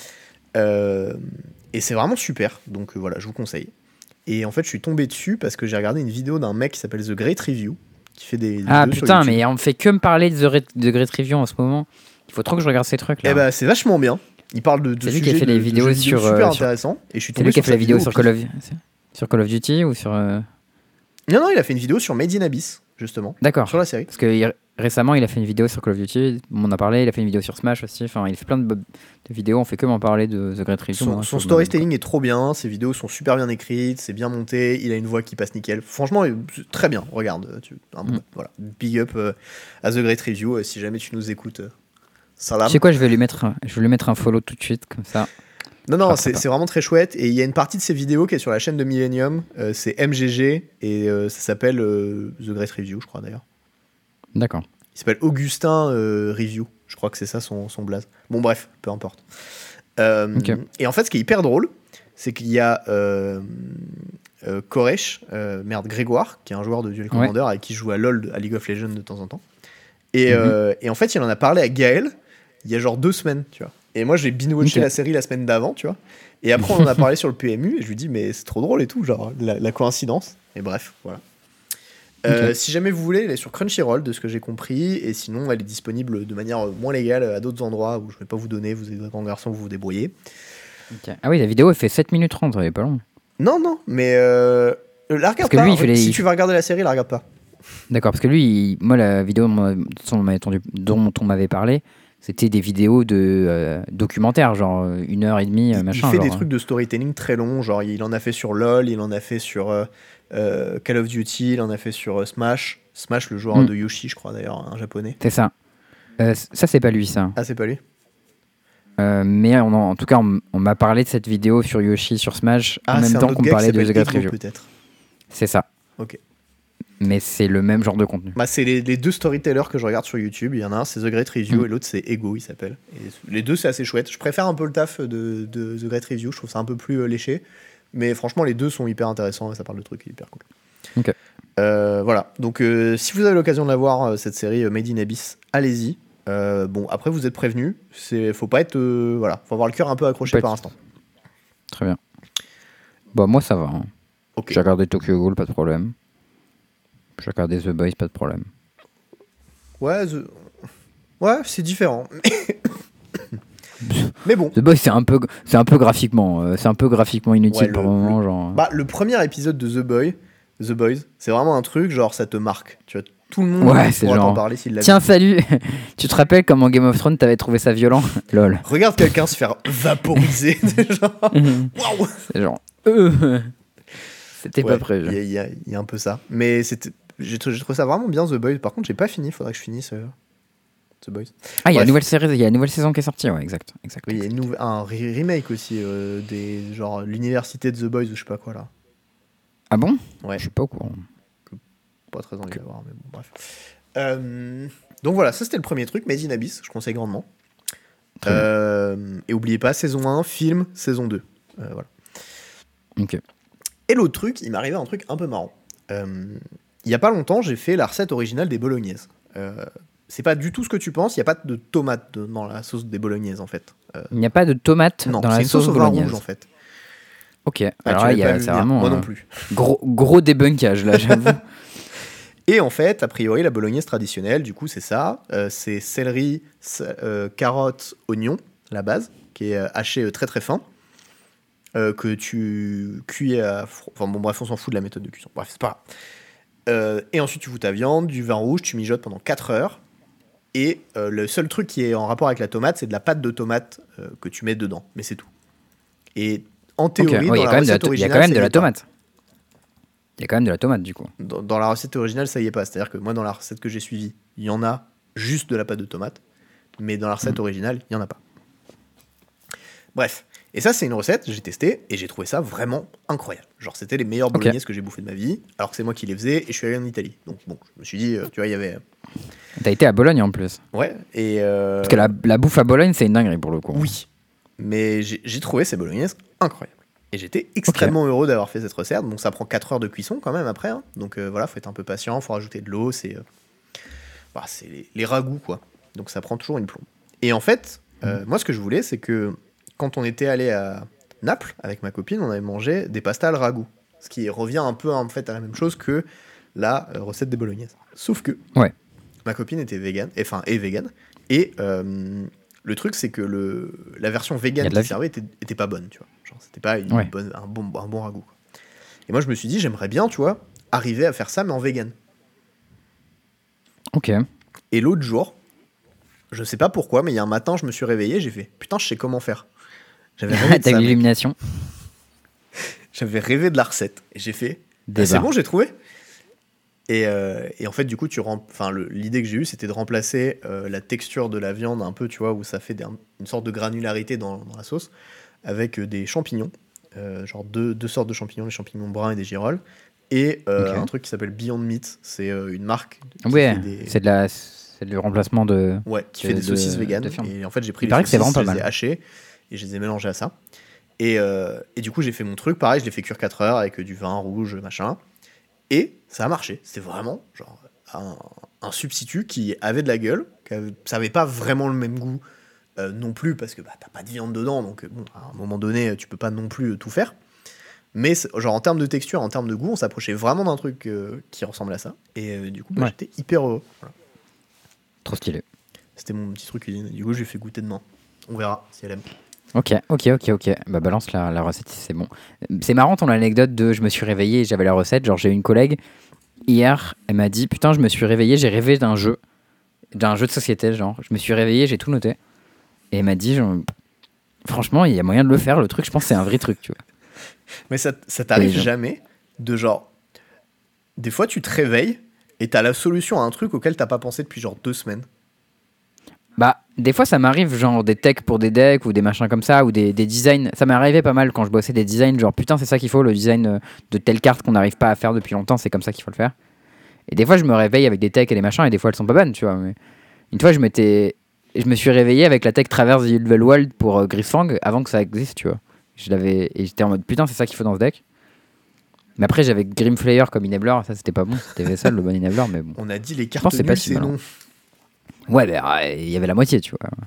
Speaker 2: Euh, et c'est vraiment super, donc euh, voilà, je vous conseille. Et en fait, je suis tombé dessus parce que j'ai regardé une vidéo d'un mec qui s'appelle The Great Review, qui fait des
Speaker 1: Ah
Speaker 2: vidéos
Speaker 1: putain,
Speaker 2: sur YouTube.
Speaker 1: mais on fait que me parler de The Re- de Great Review en ce moment. Il faut trop que je regarde ces trucs là.
Speaker 2: Et bah, c'est vachement bien. Il parle de, de
Speaker 1: C'est lui qui a
Speaker 2: sujets
Speaker 1: fait
Speaker 2: de,
Speaker 1: les
Speaker 2: de
Speaker 1: vidéos
Speaker 2: jeux vidéo
Speaker 1: sur,
Speaker 2: super
Speaker 1: euh, sur-
Speaker 2: intéressants. Et je suis
Speaker 1: C'est
Speaker 2: tombé
Speaker 1: lui qui a
Speaker 2: sur
Speaker 1: fait
Speaker 2: sa
Speaker 1: la vidéo
Speaker 2: au
Speaker 1: sur
Speaker 2: pif.
Speaker 1: Call, of... sur Call of Duty ou sur. euh,
Speaker 2: Non, non, il a fait une vidéo sur Made in Abyss, justement.
Speaker 1: D'accord.
Speaker 2: Sur la série.
Speaker 1: Parce que il- récemment, il a fait une vidéo sur Call of Duty. On en a parlé. Il a fait une vidéo sur Smash aussi. Enfin, il fait plein de, bo- de vidéos. On fait que m'en parler de The Great Review.
Speaker 2: Son,
Speaker 1: moi,
Speaker 2: son
Speaker 1: faut que je m'abonne,
Speaker 2: storytelling est trop bien, ses vidéos sont super bien écrites, c'est bien monté, il a une voix qui passe nickel. Franchement, euh, c'est très bien, regarde. Tu, un bon-
Speaker 1: Mm.
Speaker 2: voilà. Big up euh, à The Great Review, euh, si jamais tu nous écoutes. euh,
Speaker 1: quoi.
Speaker 2: salam.
Speaker 1: Tu sais quoi, je vais lui mettre, un- je vais lui mettre un follow tout de suite comme ça.
Speaker 2: Non, non,
Speaker 1: Ah,
Speaker 2: c'est
Speaker 1: très
Speaker 2: c'est vraiment très chouette. Et il y a une partie de ses vidéos qui est sur la chaîne de Millennium, euh, c'est M G G, et euh, ça s'appelle euh, The Great Review, je crois d'ailleurs.
Speaker 1: D'accord.
Speaker 2: Il s'appelle Augustin euh, Review, je crois que c'est ça son, son blaze. Bon, bref, peu importe. Euh,
Speaker 1: Ok.
Speaker 2: Et en fait, ce qui est hyper drôle, c'est qu'il y a euh, euh, Koresh, euh, merde, Grégoire, qui est un joueur de Duel Commander avec qui je joue à LoL, à League of Legends de temps en temps. Et,
Speaker 1: Mhm.
Speaker 2: euh, et en fait, il en a parlé à Gaël il y a genre deux semaines, tu vois. Et moi, j'ai binge-watché
Speaker 1: Ok.
Speaker 2: la série la semaine d'avant, tu vois. Et après, on en a parlé sur le P M U, et je lui dis, mais c'est trop drôle et tout, genre, la, la coïncidence. Et bref, voilà. Euh,
Speaker 1: Ok.
Speaker 2: Si jamais vous voulez, elle est sur Crunchyroll, de ce que j'ai compris, et sinon, elle est disponible de manière euh, moins légale à d'autres endroits où je vais pas vous donner, vous êtes des grands garçons, vous vous débrouillez.
Speaker 1: Ok. Ah oui, la vidéo elle fait sept minutes trente, elle est pas longue.
Speaker 2: Non, non, mais euh, la regarde
Speaker 1: que
Speaker 2: pas.
Speaker 1: lui, il fait les-
Speaker 2: Si tu vas regarder la série, la regarde pas.
Speaker 1: D'accord, parce que lui, il- moi, la vidéo dont on m'avait entendu- dont on m'avait parlé, c'était des vidéos de euh, documentaires, genre euh, une heure et demie, euh,
Speaker 2: Il, il
Speaker 1: machin.
Speaker 2: fait
Speaker 1: genre,
Speaker 2: des trucs de storytelling très longs, genre il en a fait sur LoL, il en a fait sur euh, euh, Call of Duty, il en a fait sur euh, Smash. Smash, le joueur
Speaker 1: Mm.
Speaker 2: de Yoshi, je crois d'ailleurs, un japonais.
Speaker 1: C'est ça. Euh, c- ça, c'est pas lui, ça.
Speaker 2: Ah, c'est pas lui.
Speaker 1: Euh, mais on en, en tout cas, on, on m'a parlé de cette vidéo sur Yoshi, sur Smash,
Speaker 2: Ah,
Speaker 1: en
Speaker 2: c'est
Speaker 1: même
Speaker 2: un
Speaker 1: temps
Speaker 2: autre
Speaker 1: qu'on me
Speaker 2: gars qui
Speaker 1: parlait de The
Speaker 2: s'appelle
Speaker 1: Great
Speaker 2: Ego,
Speaker 1: Review.
Speaker 2: peut-être.
Speaker 1: C'est ça.
Speaker 2: Ok.
Speaker 1: Mais c'est le même genre de contenu.
Speaker 2: Bah, c'est les, les deux storytellers que je regarde sur YouTube. Il y en a un, c'est The Great Review,
Speaker 1: Mm.
Speaker 2: et l'autre, c'est Ego, il s'appelle. Et les deux, c'est assez chouette. Je préfère un peu le taf de, de The Great Review, je trouve ça un peu plus euh, léché. Mais franchement, les deux sont hyper intéressants et ça parle de trucs hyper cool.
Speaker 1: Ok.
Speaker 2: Euh, voilà. Donc, euh, si vous avez l'occasion de la voir, euh, cette série euh, Made in Abyss, allez-y. Euh, bon, après, vous êtes prévenus. C'est, faut pas être. euh, voilà. Faut avoir le cœur un peu accroché
Speaker 1: Faut pas
Speaker 2: par
Speaker 1: être-
Speaker 2: instant.
Speaker 1: Très bien. Bah, moi, ça va. hein.
Speaker 2: Ok.
Speaker 1: J'ai regardé Tokyo Ghoul, pas de problème. J'ai regardé The Boys, pas de problème.
Speaker 2: Ouais, the- ouais, c'est différent. Mais bon.
Speaker 1: The Boys, c'est un peu, c'est un peu graphiquement, euh, c'est un peu graphiquement inutile
Speaker 2: Ouais, le-
Speaker 1: pour le moment, genre.
Speaker 2: Bah, le premier épisode de The Boy, The Boys, c'est vraiment un truc, genre, ça te marque. Tu vois, tout le monde
Speaker 1: Ouais, c'est
Speaker 2: pourra t'en
Speaker 1: genre-
Speaker 2: parler s'il l'a vu.
Speaker 1: Tiens, salut. Tu te rappelles comment Game of Thrones t'avais trouvé ça violent? Lol.
Speaker 2: Regarde quelqu'un se faire vaporiser. genre, waouh!
Speaker 1: C'est genre. euh, C'était
Speaker 2: Ouais,
Speaker 1: pas
Speaker 2: Il
Speaker 1: prévu.
Speaker 2: y, a- il y a- il y a un peu ça. Mais c'était, j'ai, trou- j'ai trouvé ça vraiment bien, The Boys. Par contre, j'ai pas fini, faudrait que je finisse euh, The Boys.
Speaker 1: Ah, il y a
Speaker 2: Bref.
Speaker 1: une nouvelle série, il y a une nouvelle saison qui est sortie, ouais, exact. exact,
Speaker 2: Oui, il y a
Speaker 1: exact.
Speaker 2: une nouve- un re- remake aussi, euh, des, genre l'université de The Boys ou je sais pas quoi là.
Speaker 1: Ah bon?
Speaker 2: Ouais.
Speaker 1: Je suis pas au courant.
Speaker 2: Pas très envie de voir, mais bon, bref. Euh, donc voilà, ça c'était le premier truc, Made in Abyss, je conseille grandement.
Speaker 1: Très bien.
Speaker 2: Euh, et oubliez pas, saison un, film, saison deux. Euh, voilà.
Speaker 1: Ok.
Speaker 2: Et l'autre truc, il m'est arrivé un truc un peu marrant. Euh, il y a pas longtemps, j'ai fait la recette originale des bolognaises. Euh, c'est pas du tout ce que tu penses, il n'y a pas de tomates de- dans la sauce des bolognaises en fait. Euh,
Speaker 1: Il n'y a pas de tomates
Speaker 2: non,
Speaker 1: dans
Speaker 2: c'est
Speaker 1: la
Speaker 2: une sauce
Speaker 1: sauce
Speaker 2: au vin
Speaker 1: bolognaise.
Speaker 2: rouge en fait.
Speaker 1: Ok.
Speaker 2: Ah,
Speaker 1: Alors
Speaker 2: tu
Speaker 1: là,
Speaker 2: l'avais
Speaker 1: il y
Speaker 2: pas
Speaker 1: a,
Speaker 2: vu
Speaker 1: c'est
Speaker 2: venir.
Speaker 1: vraiment
Speaker 2: Moi non
Speaker 1: euh,
Speaker 2: plus.
Speaker 1: gros, gros débunkage là, j'avoue.
Speaker 2: Et en fait, a priori, la bolognaise traditionnelle, du coup, c'est ça. Euh, c'est céleri, c- euh, carottes, oignons, la base. qui est euh, haché euh, très très fin, euh, que tu cuis à... fro- Enfin bon bref, on s'en fout de la méthode de cuisson. Bref, c'est pas grave. Euh, et ensuite tu fous ta viande, du vin rouge, tu mijotes pendant quatre heures. Et euh, le seul truc qui est en rapport avec la tomate, c'est de la pâte de tomate euh, que tu mets dedans. Mais c'est tout. Et en
Speaker 1: Ok,
Speaker 2: théorie,
Speaker 1: ouais, il y
Speaker 2: dans
Speaker 1: a
Speaker 2: la
Speaker 1: quand même de la,
Speaker 2: recette
Speaker 1: to- il y a
Speaker 2: originale,
Speaker 1: quand même
Speaker 2: ça
Speaker 1: de
Speaker 2: y
Speaker 1: la
Speaker 2: est pas.
Speaker 1: tomate. Il y a quand même de la tomate, du coup.
Speaker 2: Dans, dans la recette originale, ça y est pas. C'est-à-dire que moi, dans la recette que j'ai suivie, il y en a juste de la pâte de tomate. Mais dans la recette
Speaker 1: Mhm.
Speaker 2: originale, il y en a pas. Bref. Et ça, c'est une recette, j'ai testé et j'ai trouvé ça vraiment incroyable. Genre, c'était les meilleures
Speaker 1: Ok.
Speaker 2: bolognaises que j'ai bouffées de ma vie, alors que c'est moi qui les faisais et je suis allé en Italie. Donc, bon, je me suis dit, euh, tu vois, il y avait.
Speaker 1: T'as été à Bologne en plus.
Speaker 2: Ouais, et. euh,
Speaker 1: Parce que la, la bouffe à Bologne, c'est une dinguerie pour le coup.
Speaker 2: Oui. Mais j'ai j'ai trouvé ces bolognaises incroyables. Et j'étais extrêmement heureux d'avoir fait cette recette. Donc, ça prend quatre heures de cuisson quand même après. Hein. Donc, euh, voilà, faut être un peu patient, faut rajouter de l'eau. C'est. euh, bah, c'est les, les ragoûts, quoi. Donc, ça prend toujours une plombe. Et en fait, euh, moi, ce que je voulais, c'est que quand on était allé à Naples avec ma copine, on avait mangé des pastas al ragoût. Ce qui revient un peu en fait à la même chose que la euh, recette des bolognaises. Sauf que
Speaker 1: Ouais.
Speaker 2: ma copine était végane, enfin est végane, et euh, le truc c'est que le, la version
Speaker 1: Il y
Speaker 2: végane
Speaker 1: a de la
Speaker 2: qui
Speaker 1: vie.
Speaker 2: servait était, était pas bonne, tu vois. Genre c'était pas une
Speaker 1: Ouais.
Speaker 2: bonne, un, bon, un bon ragoût. Quoi. Et moi je me suis dit j'aimerais bien, tu vois, arriver à faire ça mais en vegan.
Speaker 1: Ok.
Speaker 2: Et l'autre jour, je sais pas pourquoi, mais il y a un matin je me suis réveillé, j'ai fait putain je sais comment faire. J'avais rêvé de
Speaker 1: T'as eu
Speaker 2: ça, mec.
Speaker 1: l'illumination.
Speaker 2: J'avais rêvé de la recette et j'ai fait ah, c'est
Speaker 1: Débat.
Speaker 2: bon j'ai trouvé. Et, euh, et en fait, du coup, tu rem- enfin, le- l'idée que j'ai eue, c'était de remplacer euh, la texture de la viande un peu, tu vois, où ça fait des- une sorte de granularité dans, dans la sauce, avec euh, des champignons, euh, genre deux, deux sortes de champignons, les champignons bruns et des girolles, et euh,
Speaker 1: Ok.
Speaker 2: un truc qui s'appelle Beyond Meat, c'est euh, une marque qui
Speaker 1: Ouais,
Speaker 2: fait des,
Speaker 1: c'est de la, c'est du remplacement de,
Speaker 2: ouais, qui
Speaker 1: de,
Speaker 2: fait des saucisses
Speaker 1: de,
Speaker 2: véganes.
Speaker 1: de viande.
Speaker 2: Et en fait, j'ai pris
Speaker 1: Il
Speaker 2: les
Speaker 1: paraît que c'est
Speaker 2: saucisses,
Speaker 1: vraiment
Speaker 2: je
Speaker 1: pas
Speaker 2: les ai
Speaker 1: mal.
Speaker 2: hachées et je les ai mélangées à ça. Et, euh, et du coup, j'ai fait mon truc, pareil, je l'ai fait cuire quatre heures avec euh, du vin rouge, machin. Et ça a marché. C'était vraiment genre un, un substitut qui avait de la gueule, qui avait, ça avait pas vraiment le même goût euh, non plus, parce que bah, t'as pas de viande dedans, donc bon, à un moment donné, tu peux pas non plus euh, tout faire. Mais c'est- genre en termes de texture, en termes de goût, on s'approchait vraiment d'un truc euh, qui ressemble à ça. Et euh, du coup, bah,
Speaker 1: Ouais.
Speaker 2: j'étais hyper heureux. Voilà.
Speaker 1: Trop stylé.
Speaker 2: C'était mon petit truc cuisine. Du coup, j'ai fait goûter demain. On verra si elle aime.
Speaker 1: Ok, ok, ok, ok. Bah balance la, la recette si c'est bon. C'est marrant ton anecdote de je me suis réveillé et j'avais la recette. Genre j'ai eu une collègue hier, elle m'a dit putain je me suis réveillé, j'ai rêvé d'un jeu, d'un jeu de société genre. Je me suis réveillé, j'ai tout noté. Et elle m'a dit genre, franchement il y a moyen de le faire le truc. Je pense que c'est un vrai truc tu vois.
Speaker 2: Mais ça, ça
Speaker 1: Et
Speaker 2: t'arrive
Speaker 1: je-
Speaker 2: jamais de genre. Des fois, tu te réveilles et t'as la solution à un truc auquel t'as pas pensé depuis genre deux semaines.
Speaker 1: Bah, des fois, ça m'arrive, genre des techs pour des decks ou des machins comme ça, ou des, des designs. Ça m'est arrivé pas mal quand je bossais des designs, genre putain, c'est ça qu'il faut, le design euh, de telle carte qu'on n'arrive pas à faire depuis longtemps, c'est comme ça qu'il faut le faire. Et des fois, je me réveille avec des techs et des machins, et des fois, elles sont pas bonnes, tu vois. Mais une fois, je m'étais. Je me suis réveillé avec la tech Traverse the Evil World pour euh, Griffang avant que ça existe, tu vois. Je l'avais. Et j'étais en mode putain, c'est ça qu'il faut dans ce deck. Mais après, j'avais Grimflayer comme enabler, ça c'était pas bon, c'était Vessel le bon enabler, mais bon.
Speaker 2: On a dit les
Speaker 1: Je pense
Speaker 2: cartes
Speaker 1: que c'est pas
Speaker 2: nulles,
Speaker 1: si
Speaker 2: c'est
Speaker 1: malin.
Speaker 2: non.
Speaker 1: Ouais, bah, euh, il y avait la moitié, tu vois.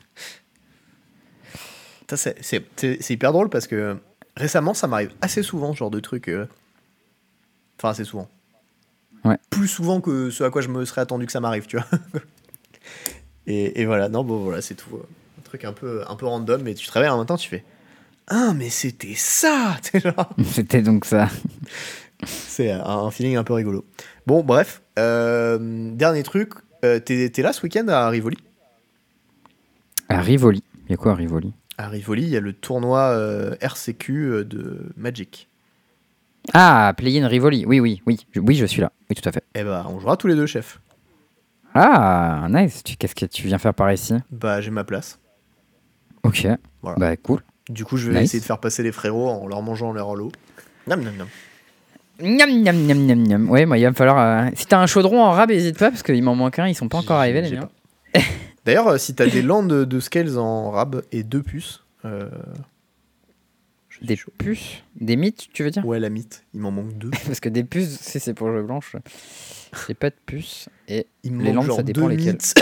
Speaker 2: Ça, C'est c'est- c'est- c'est hyper drôle parce que récemment, ça m'arrive assez souvent, ce genre de truc. euh, Enfin, assez souvent.
Speaker 1: Ouais.
Speaker 2: Plus souvent que ce à quoi je me serais attendu que ça m'arrive, tu vois. et, et voilà, non, bon, voilà, c'est tout. euh, Un truc un peu, un peu random, mais tu te réveilles un matin, tu fais ah, mais c'était ça. Tu sais, genre,
Speaker 1: C'était donc ça.
Speaker 2: c'est un, un feeling un peu rigolo. Bon, bref, euh, dernier truc, euh, t'es t'es là ce week-end à Rivoli?
Speaker 1: À Rivoli. Il y a quoi à Rivoli?
Speaker 2: À Rivoli, il y a le tournoi euh, R C Q euh, de Magic.
Speaker 1: Ah, Play-in Rivoli. Oui, oui, oui. Je- Oui, je suis là. Oui, tout à fait.
Speaker 2: Eh bah, on jouera tous les deux, chef.
Speaker 1: Ah, nice. Tu- Qu'est-ce que tu viens faire par ici?
Speaker 2: Bah, j'ai ma place.
Speaker 1: Ok.
Speaker 2: Voilà.
Speaker 1: Bah, cool.
Speaker 2: Du coup, je vais
Speaker 1: Nice.
Speaker 2: essayer de faire passer les frérots en leur mangeant leur lot. Nam, nam, nam.
Speaker 1: Miam, miam, miam, miam, miam. Ouais, moi, il va me falloir. euh, Si t'as un chaudron en rab, n'hésite pas, parce qu'il m'en manque un. Ils sont pas encore arrivés, les
Speaker 2: J'ai
Speaker 1: miens.
Speaker 2: pas. D'ailleurs, euh, si t'as des landes de, de scales en rab et deux puces, euh, je suis
Speaker 1: Des
Speaker 2: chaud.
Speaker 1: puces? Des mythes, tu veux dire?
Speaker 2: Ouais, la mythe, il m'en manque deux.
Speaker 1: Parce que des puces, si c'est pour jouer blanche, j'ai pas de puces. Et
Speaker 2: Il me
Speaker 1: les
Speaker 2: manque
Speaker 1: landes,
Speaker 2: genre
Speaker 1: ça dépend
Speaker 2: deux
Speaker 1: lesquelles.
Speaker 2: mythes.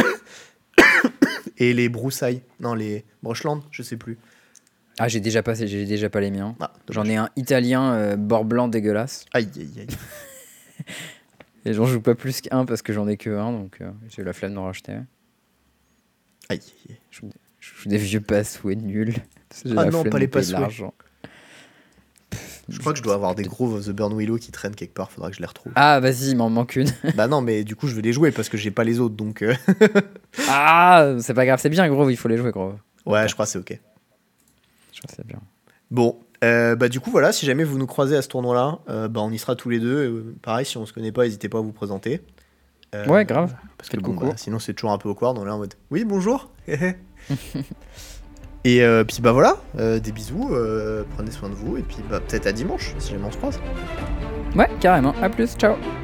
Speaker 2: Et les broussailles. Non, les brushlands, je sais plus.
Speaker 1: Ah, j'ai déjà passé, j'ai déjà pas les miens.
Speaker 2: Ah,
Speaker 1: J'en ai un italien euh, bord blanc dégueulasse.
Speaker 2: Aïe, aïe, aïe.
Speaker 1: Et j'en joue pas plus qu'un parce que j'en ai que un, donc euh, j'ai eu la flemme d'en racheter.
Speaker 2: Aïe, aïe.
Speaker 1: Je, Je joue des vieux passway nuls. J'ai
Speaker 2: Ah
Speaker 1: la
Speaker 2: non,
Speaker 1: flemme
Speaker 2: pas
Speaker 1: de
Speaker 2: les
Speaker 1: payer de
Speaker 2: passway.
Speaker 1: l'argent.
Speaker 2: Je crois que je dois avoir des gros The Burn Willow qui traînent quelque part, faudra que je les retrouve.
Speaker 1: Ah, vas-y, il m'en manque une.
Speaker 2: Bah non, mais du coup, je veux les jouer parce que j'ai pas les autres, donc... euh,
Speaker 1: Ah, c'est pas grave, c'est bien, gros, il faut les jouer, gros.
Speaker 2: Ouais,
Speaker 1: Ok.
Speaker 2: je crois que c'est ok.
Speaker 1: Je crois que c'est bien.
Speaker 2: Bon, euh, bah du coup, voilà, si jamais vous nous croisez à ce tournoi-là, euh, bah on y sera tous les deux. Euh, pareil, si on se connaît pas, n'hésitez pas à vous présenter. Euh,
Speaker 1: Ouais, grave.
Speaker 2: Parce que
Speaker 1: Faites
Speaker 2: bon,
Speaker 1: coucou.
Speaker 2: bah, sinon c'est toujours un peu awkward, on est là en mode « Oui, bonjour !» Et euh, puis bah voilà, euh, des bisous, euh, prenez soin de vous, et puis bah peut-être à dimanche, si jamais on se croise.
Speaker 1: Ouais, carrément. À plus, ciao.